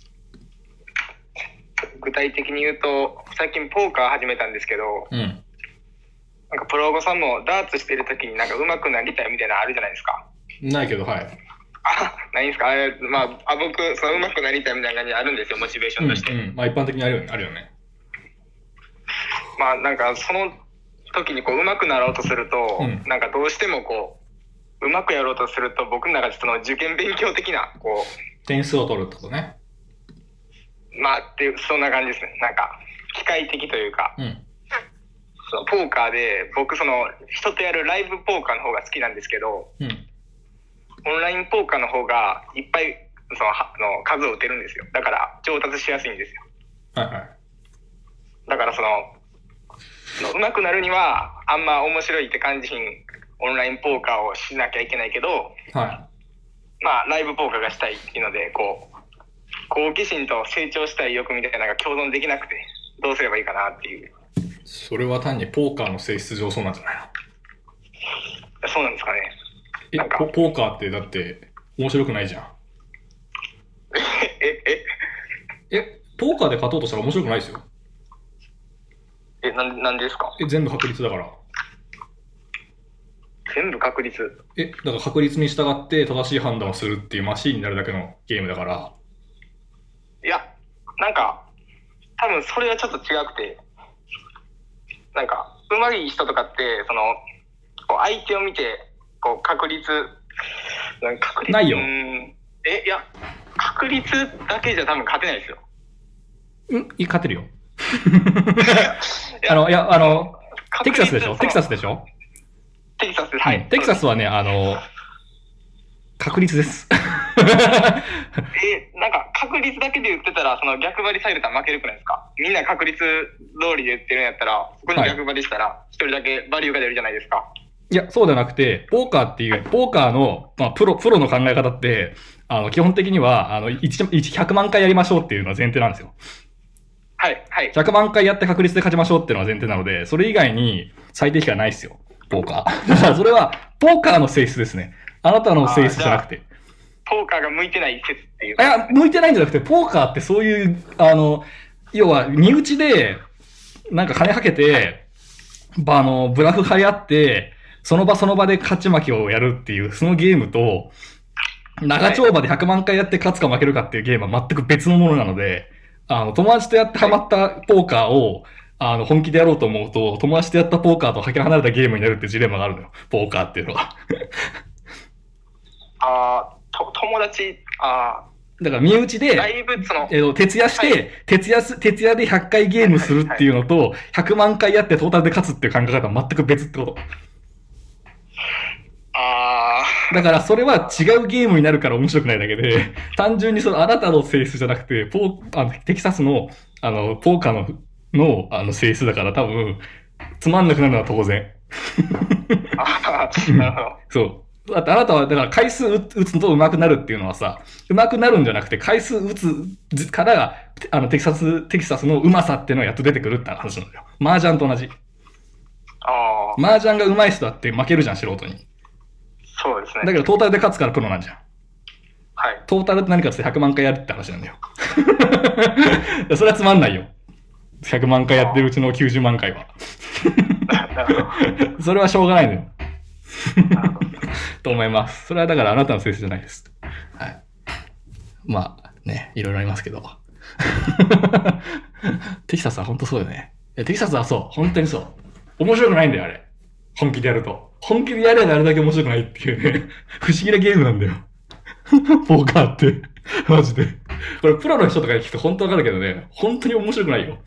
具体的に言うと、最近ポーカー始めたんですけど、 うん、 なんかプロゴさんもダーツしてる時になんか上手くなりたいみたいなのあるじゃないですか。 ないけど、はい。 あ、ないんですか？あれ、まあ、あ僕、その上手くなりたいみたいな感じあるんですよ、モチベーションとして。 うんうん、まあ一般的にあるよね。あるよね。 まあなんかその時にこう上手くなろうとすると、うん、なんかどうしてもこう、うまくやろうとすると僕の中でその受験勉強的な、こう。 点数を取るってことね。 まあっていう、そんな感じですね。なんか、機械的というか。 うん、 そのポーカーで、僕その人とやるライブポーカーの方が好きなんですけど、 うん、 オンラインポーカーの方がいっぱいそのはの数を打てるんですよ。だから上達しやすいんですよ。 はいはい。 だからその、その上手くなるにはあんま面白いって感じひんオンラインポーカーをしなきゃいけないけど、 はい、 まあライブポーカーがしたいっていうので、こう好奇心と成長したい欲みたいなのが共存できなくてどうすればいいかなっていう。 それは単にポーカーの性質上そうなんじゃないの？そうなんですかね。 え、なんかポーカーってだって面白くないじゃん。 え、 え、え、ポーカーで勝とうとしたら面白くないですよ。 え、なん、なんでですか？ え、全部確率だから。 全部確率？ え、だから確率に従って正しい判断をするっていうマシーンになるだけのゲームだから。 いや、なんか、多分それはちょっと違くて、なんか、上手い人とかって、その、こう相手を見て、こう確率、確率ないよ。 え、いや、確率だけじゃ多分勝てないですよ。 うん、勝てるよ。あの、いや、あの、テキサスでしょ？テキサスでしょ？ テキサスです。はい。 テキサスはね、あの、確率です。 え、なんか確率だけで言ってたら、その逆張りされたら負けるくないですか？みんな確率通りで言ってるんやったら、そこに逆張りしたら、一人だけバリューが出るじゃないですか。 いや、そうではなくて、ポーカーっていう、ポーカーの、まあ、プロ、プロの考え方って、 あの、基本的には、あの、ひゃくまんかいやりましょうっていうのは前提なんですよ。 はい、はい。 ひゃくまんかいやって確率で勝ちましょうっていうのは前提なので、それ以外に最適化はないですよ。ポーカー。だからそれは、ポーカーの性質ですね。あなたの性質じゃなくて。 ポーカーが向いてない説っていう。 いや、向いてないんじゃなくて、ポーカーってそういう、あの、要は、身内で、なんか金かけて、あの、ブラフ張り合って、その場その場で勝ち負けをやるっていう、そのゲームと、長丁場でひゃくまんかいやって勝つか負けるかっていうゲームは全く別のものなので、あの、友達とやってハマったポーカーを、あの、本気でやろうと思うと、友達とやったポーカーとかけ離れたゲームになるってジレンマがあるのよ。ポーカーっていうのは。 ああ、と、友達、ああ。 だから身内で、 だいぶその、 えー、徹夜して、はい、徹夜す、徹夜でひゃっかいゲームするっていうのと、はいはいはい、ひゃくまんかいやってトータルで勝つっていう考え方は全く別ってこと。 ああ。だからそれは違うゲームになるから面白くないだけで、単純にそのあなたの性質じゃなくて、ポー、あの、テキサスの、あの、ポーカーの、の、あの、性質だから多分、つまんなくなるのは当然。 ああ、なるほど。 そう。だってあなたは、だから回数打つと上手くなるっていうのはさ、上手くなるんじゃなくて回数打つから、あの、テキサス、テキサスの上手さっていうのがやっと出てくるって話なんだよ。麻雀と同じ。 ああ。 麻雀が上手い人だって負けるじゃん、素人に。 そうですね。 だけどトータルで勝つからプロなんじゃん。 はい。 トータルって何かってひゃくまんかいやるって話なんだよ。それはつまんないよ。ひゃくまんかいやってるうちのきゅうじゅうまんかいは。それはしょうがないのよ。と思います。それはだからあなたの性質じゃないです。はい。まあね、いろいろありますけど。テキサスは本当そうよね。テキサスはそう、本当にそう。面白くないんだよ、あれ。本気でやると。本気でやればあれだけ面白くないっていうね、不思議なゲームなんだよ。ポーカーって。マジで。これプロの人とかに聞くと本当わかるけどね、本当に面白くないよ。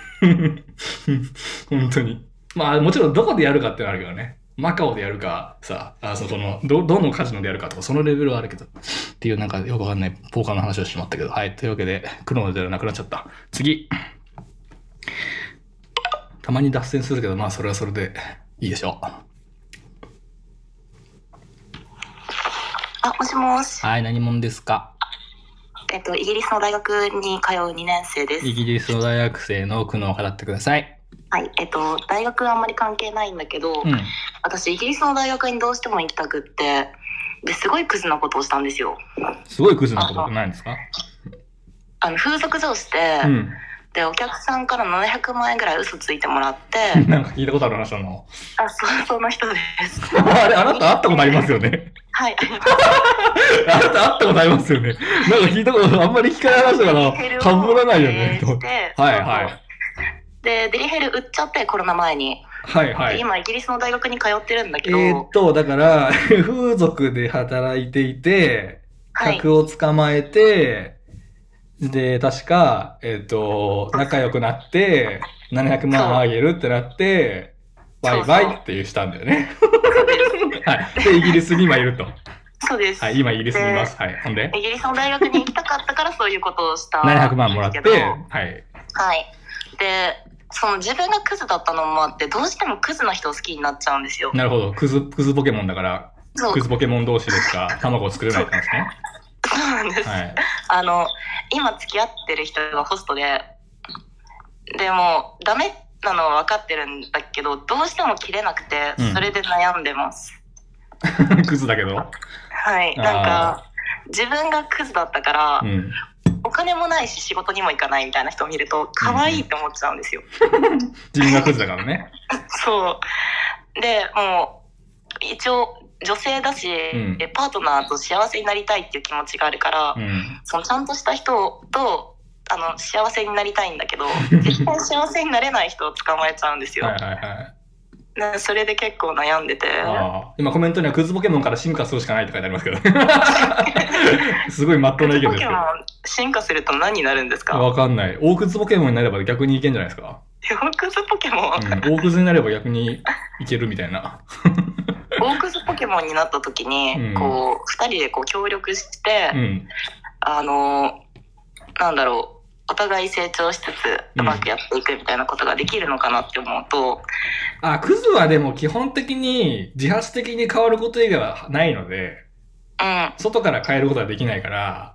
本当に。まあもちろんどこでやるかってのはあるけどね。マカオでやるか、さ、あその、ど、どのカジノでやるかとか、そのレベルはあるけど、っていうなんかよくわかんないポーカーの話をしてしまったけど、はい。というわけで、クロノではなくなっちゃった。次。たまに脱線するけど、まあそれはそれでいいでしょう。 あ、もしもし。 はい、何者ですか？ えっと、イギリスの大学に通うにねん生です。 イギリスの大学生の苦悩を語ってください。 はい、えっと、大学はあんまり関係ないんだけど、うん、私、イギリスの大学にどうしても行きたくって、ですごいクズなことをしたんですよ。 すごいクズなことって何ですか？ あの、風俗上して、うん、で、お客さんからななひゃくまんえんぐらい嘘ついてもらって。 なんか聞いたことある話なの？ あ、そう、その人です。 あれ、あなた会ったことありますよね。 はい。 あなた会ったことありますよね。なんか聞いたことあんまり聞かない話だから、かぶらないよね。はいはい。 で、デリヘル売っちゃって、コロナ前に。 はいはい。 今、イギリスの大学に通ってるんだけど。 えー、っと、だから、風俗で働いていて、客を捕まえて、はい、で、確か、えー、っと、仲良くなって、ななひゃくまんあげるってなって、バイバイっていうしたんだよね。 そうです。 はい。で、イギリスに今いると。 そうです。 はい、今イギリスにいます。はい。ほんでイギリスの大学に行きたかったからそういうことをしたんですけど。ななひゃくまんもらって、はい。 はい。で、その自分がクズだったのもあって、どうしてもクズな人を好きになっちゃうんですよ。 なるほど。クズ、クズポケモンだから、クズポケモン同士でしか卵を作れないって話ね。 そうなんです。はい、あの、今付き合ってる人がホストで、でも、ダメなのは分かってるんだけど、どうしても切れなくて、それで悩んでます。 うん、クズだけど？ はい。なんか、自分がクズだったから、うん、お金もないし仕事にも行かないみたいな人を見ると可愛いって思っちゃうんですよ。 自分がクズだからね。 そう。で、もう、一応女性だし、うん、パートナーと幸せになりたいっていう気持ちがあるから、うん、そのちゃんとした人と、あの、幸せになりたいんだけど、絶対幸せになれない人を捕まえちゃうんですよ。 はいはいはい。 それで結構悩んでて。 あ、今コメントにはクズポケモンから進化するしかないって書いてありますけどすごいまっとうな意見ですけど。クズポケモン進化すると何になるんですか？ わかんない。大クズポケモンになれば逆にいけんじゃないですか？ 大クズポケモン、 うん、大クズになれば逆にいけるみたいな大クズポケモンになった時に、うん、こう二人でこう協力して、うん、あのなんだろう、お互い成長しつつうまくやっていくみたいなことができるのかなって思うと、 うん、あ、クズはでも基本的に自発的に変わること以外はないので、 、外から変えることはできないから、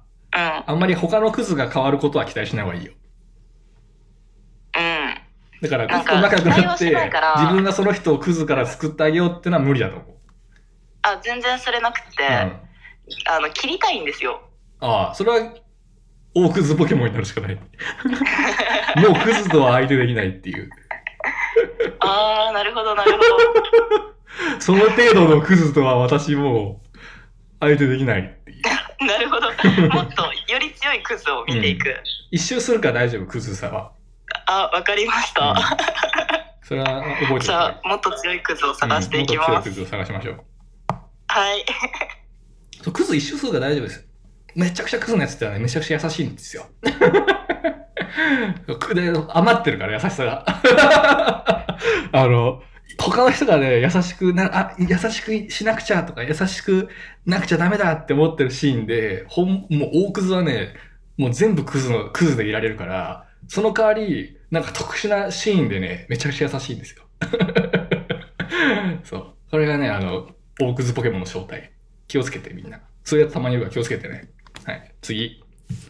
うん、あんまり他のクズが変わることは期待しない方がいいよ。うん。だからクズと仲良くなって、自分がその人をクズから救ってあげようってのは無理だと思う。 あ、全然それなくて、うん、あの、切りたいんですよ。 ああ、それは、大クズポケモンになるしかない。もうクズとは相手できないっていう。 ああ、なるほど、なるほど。 その程度のクズとは私もう相手できないっていう。 なるほど。もっとより強いクズを見ていく。うん、 一周するから大丈夫、クズさは。 あ、わかりました。うん、 それは覚えておいて。 じゃあ、もっと強いクズを探していきます。うん、もっと強いクズを探しましょう。 はい。 そう、クズ一周するから大丈夫です。めちゃくちゃクズのやつってのはね、めちゃくちゃ優しいんですよ。で、余ってるから優しさが。あの、他の人がね、優しくな、あ、優しくしなくちゃとか、優しくなくちゃダメだって思ってるシーンで、ほん、もう大クズはね、もう全部クズの、クズでいられるから、その代わり、なんか特殊なシーンでね、めちゃくちゃ優しいんですよ。そう。これがね、あの、大クズポケモンの正体。気をつけてみんな。そういうやつたまにいるから気をつけてね。はい。次。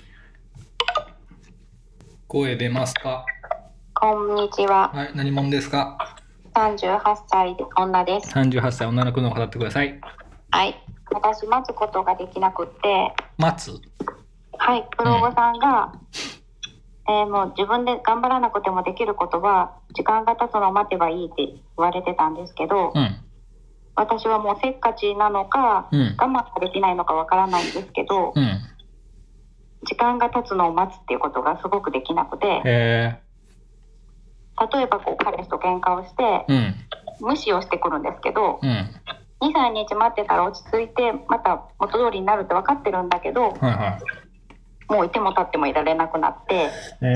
声出ますか？ こんにちは。 はい。何者ですか？ さんじゅうはっさいで女です。 さんじゅうはっさい女の子の語ってください。 はい。私、待つことができなくって。 待つ？ はい。プロゴさんが、うん、えー、もう自分で頑張らなくてもできることは、時間が経つのを待てばいいって言われてたんですけど、うん、私はもうせっかちなのか、うん、我慢ができないのかわからないんですけど、うん、時間が経つのを待つっていうことがすごくできなくて、 へー。 例えばこう彼氏と喧嘩をして、うん、無視をしてくるんですけど、うん、に、さんにち待ってたら落ち着いてまた元通りになるって分かってるんだけど、はいはい、もういても立ってもいられなくなって、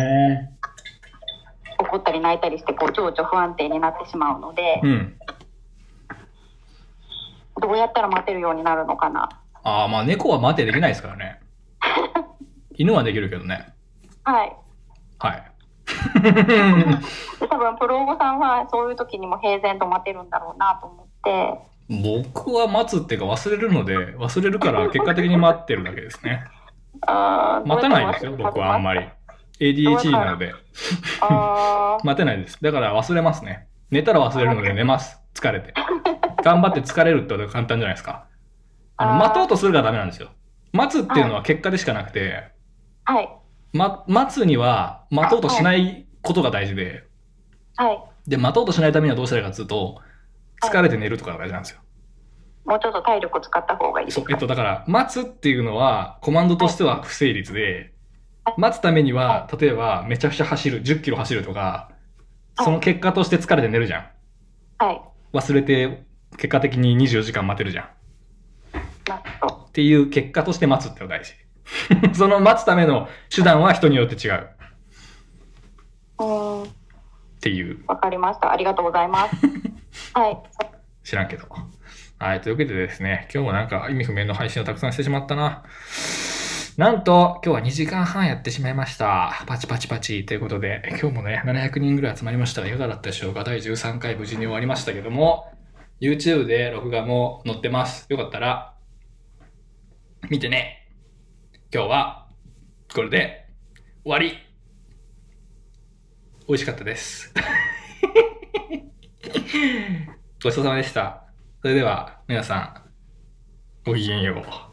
怒ったり泣いたりしてこう情緒不安定になってしまうので、うん、どうやったら待てるようになるのかな。 ああ、まあ猫は待てできないですからね。犬はできるけどね。 はい。 はい。 多分プロゴさんはそういう時にも平然と待てるんだろうなと思って。 僕は待つっていうか忘れるので、忘れるから結果的に待ってるだけですね。あ、待たないですよ、僕はあんまり。エーディーエイチディー なので。待てないです。だから忘れますね。寝たら忘れるので寝ます。疲れて。頑張って疲れるってことが簡単じゃないですか。あの待とうとするからダメなんですよ。待つっていうのは結果でしかなくて、 はい。 ま、待つには待とうとしないことが大事で、 はい。 で、待とうとしないためにはどうしたらいいかというと、疲れて寝るとかが大事なんですよ。 もうちょっと体力を使った方がいいですか？ そう、えっと、だから、待つっていうのは、コマンドとしては不成立で、はい、待つためには、例えば、めちゃくちゃ走る、じゅっキロ走るとか、その結果として疲れて寝るじゃん。 はい。 忘れて、結果的ににじゅうよじかん待てるじゃん。っていう結果として待つってのが大事。その待つための手段は人によって違う。 うん。 っていう。 わかりました。ありがとうございます。はい。 知らんけど。はい。というわけでですね、今日もなんか意味不明の配信をたくさんしてしまったな。なんと、今日はにじかんはんやってしまいました。パチパチパチということで、今日もね、ななひゃくにんぐらい集まりましたが、いかがだったでしょうか。だいじゅうさんかい無事に終わりましたけども、YouTube で録画も載ってます。よかったら、見てね。今日は、これで、終わり。美味しかったです。ごちそうさまでした。それでは、皆さん、ごきげんよう。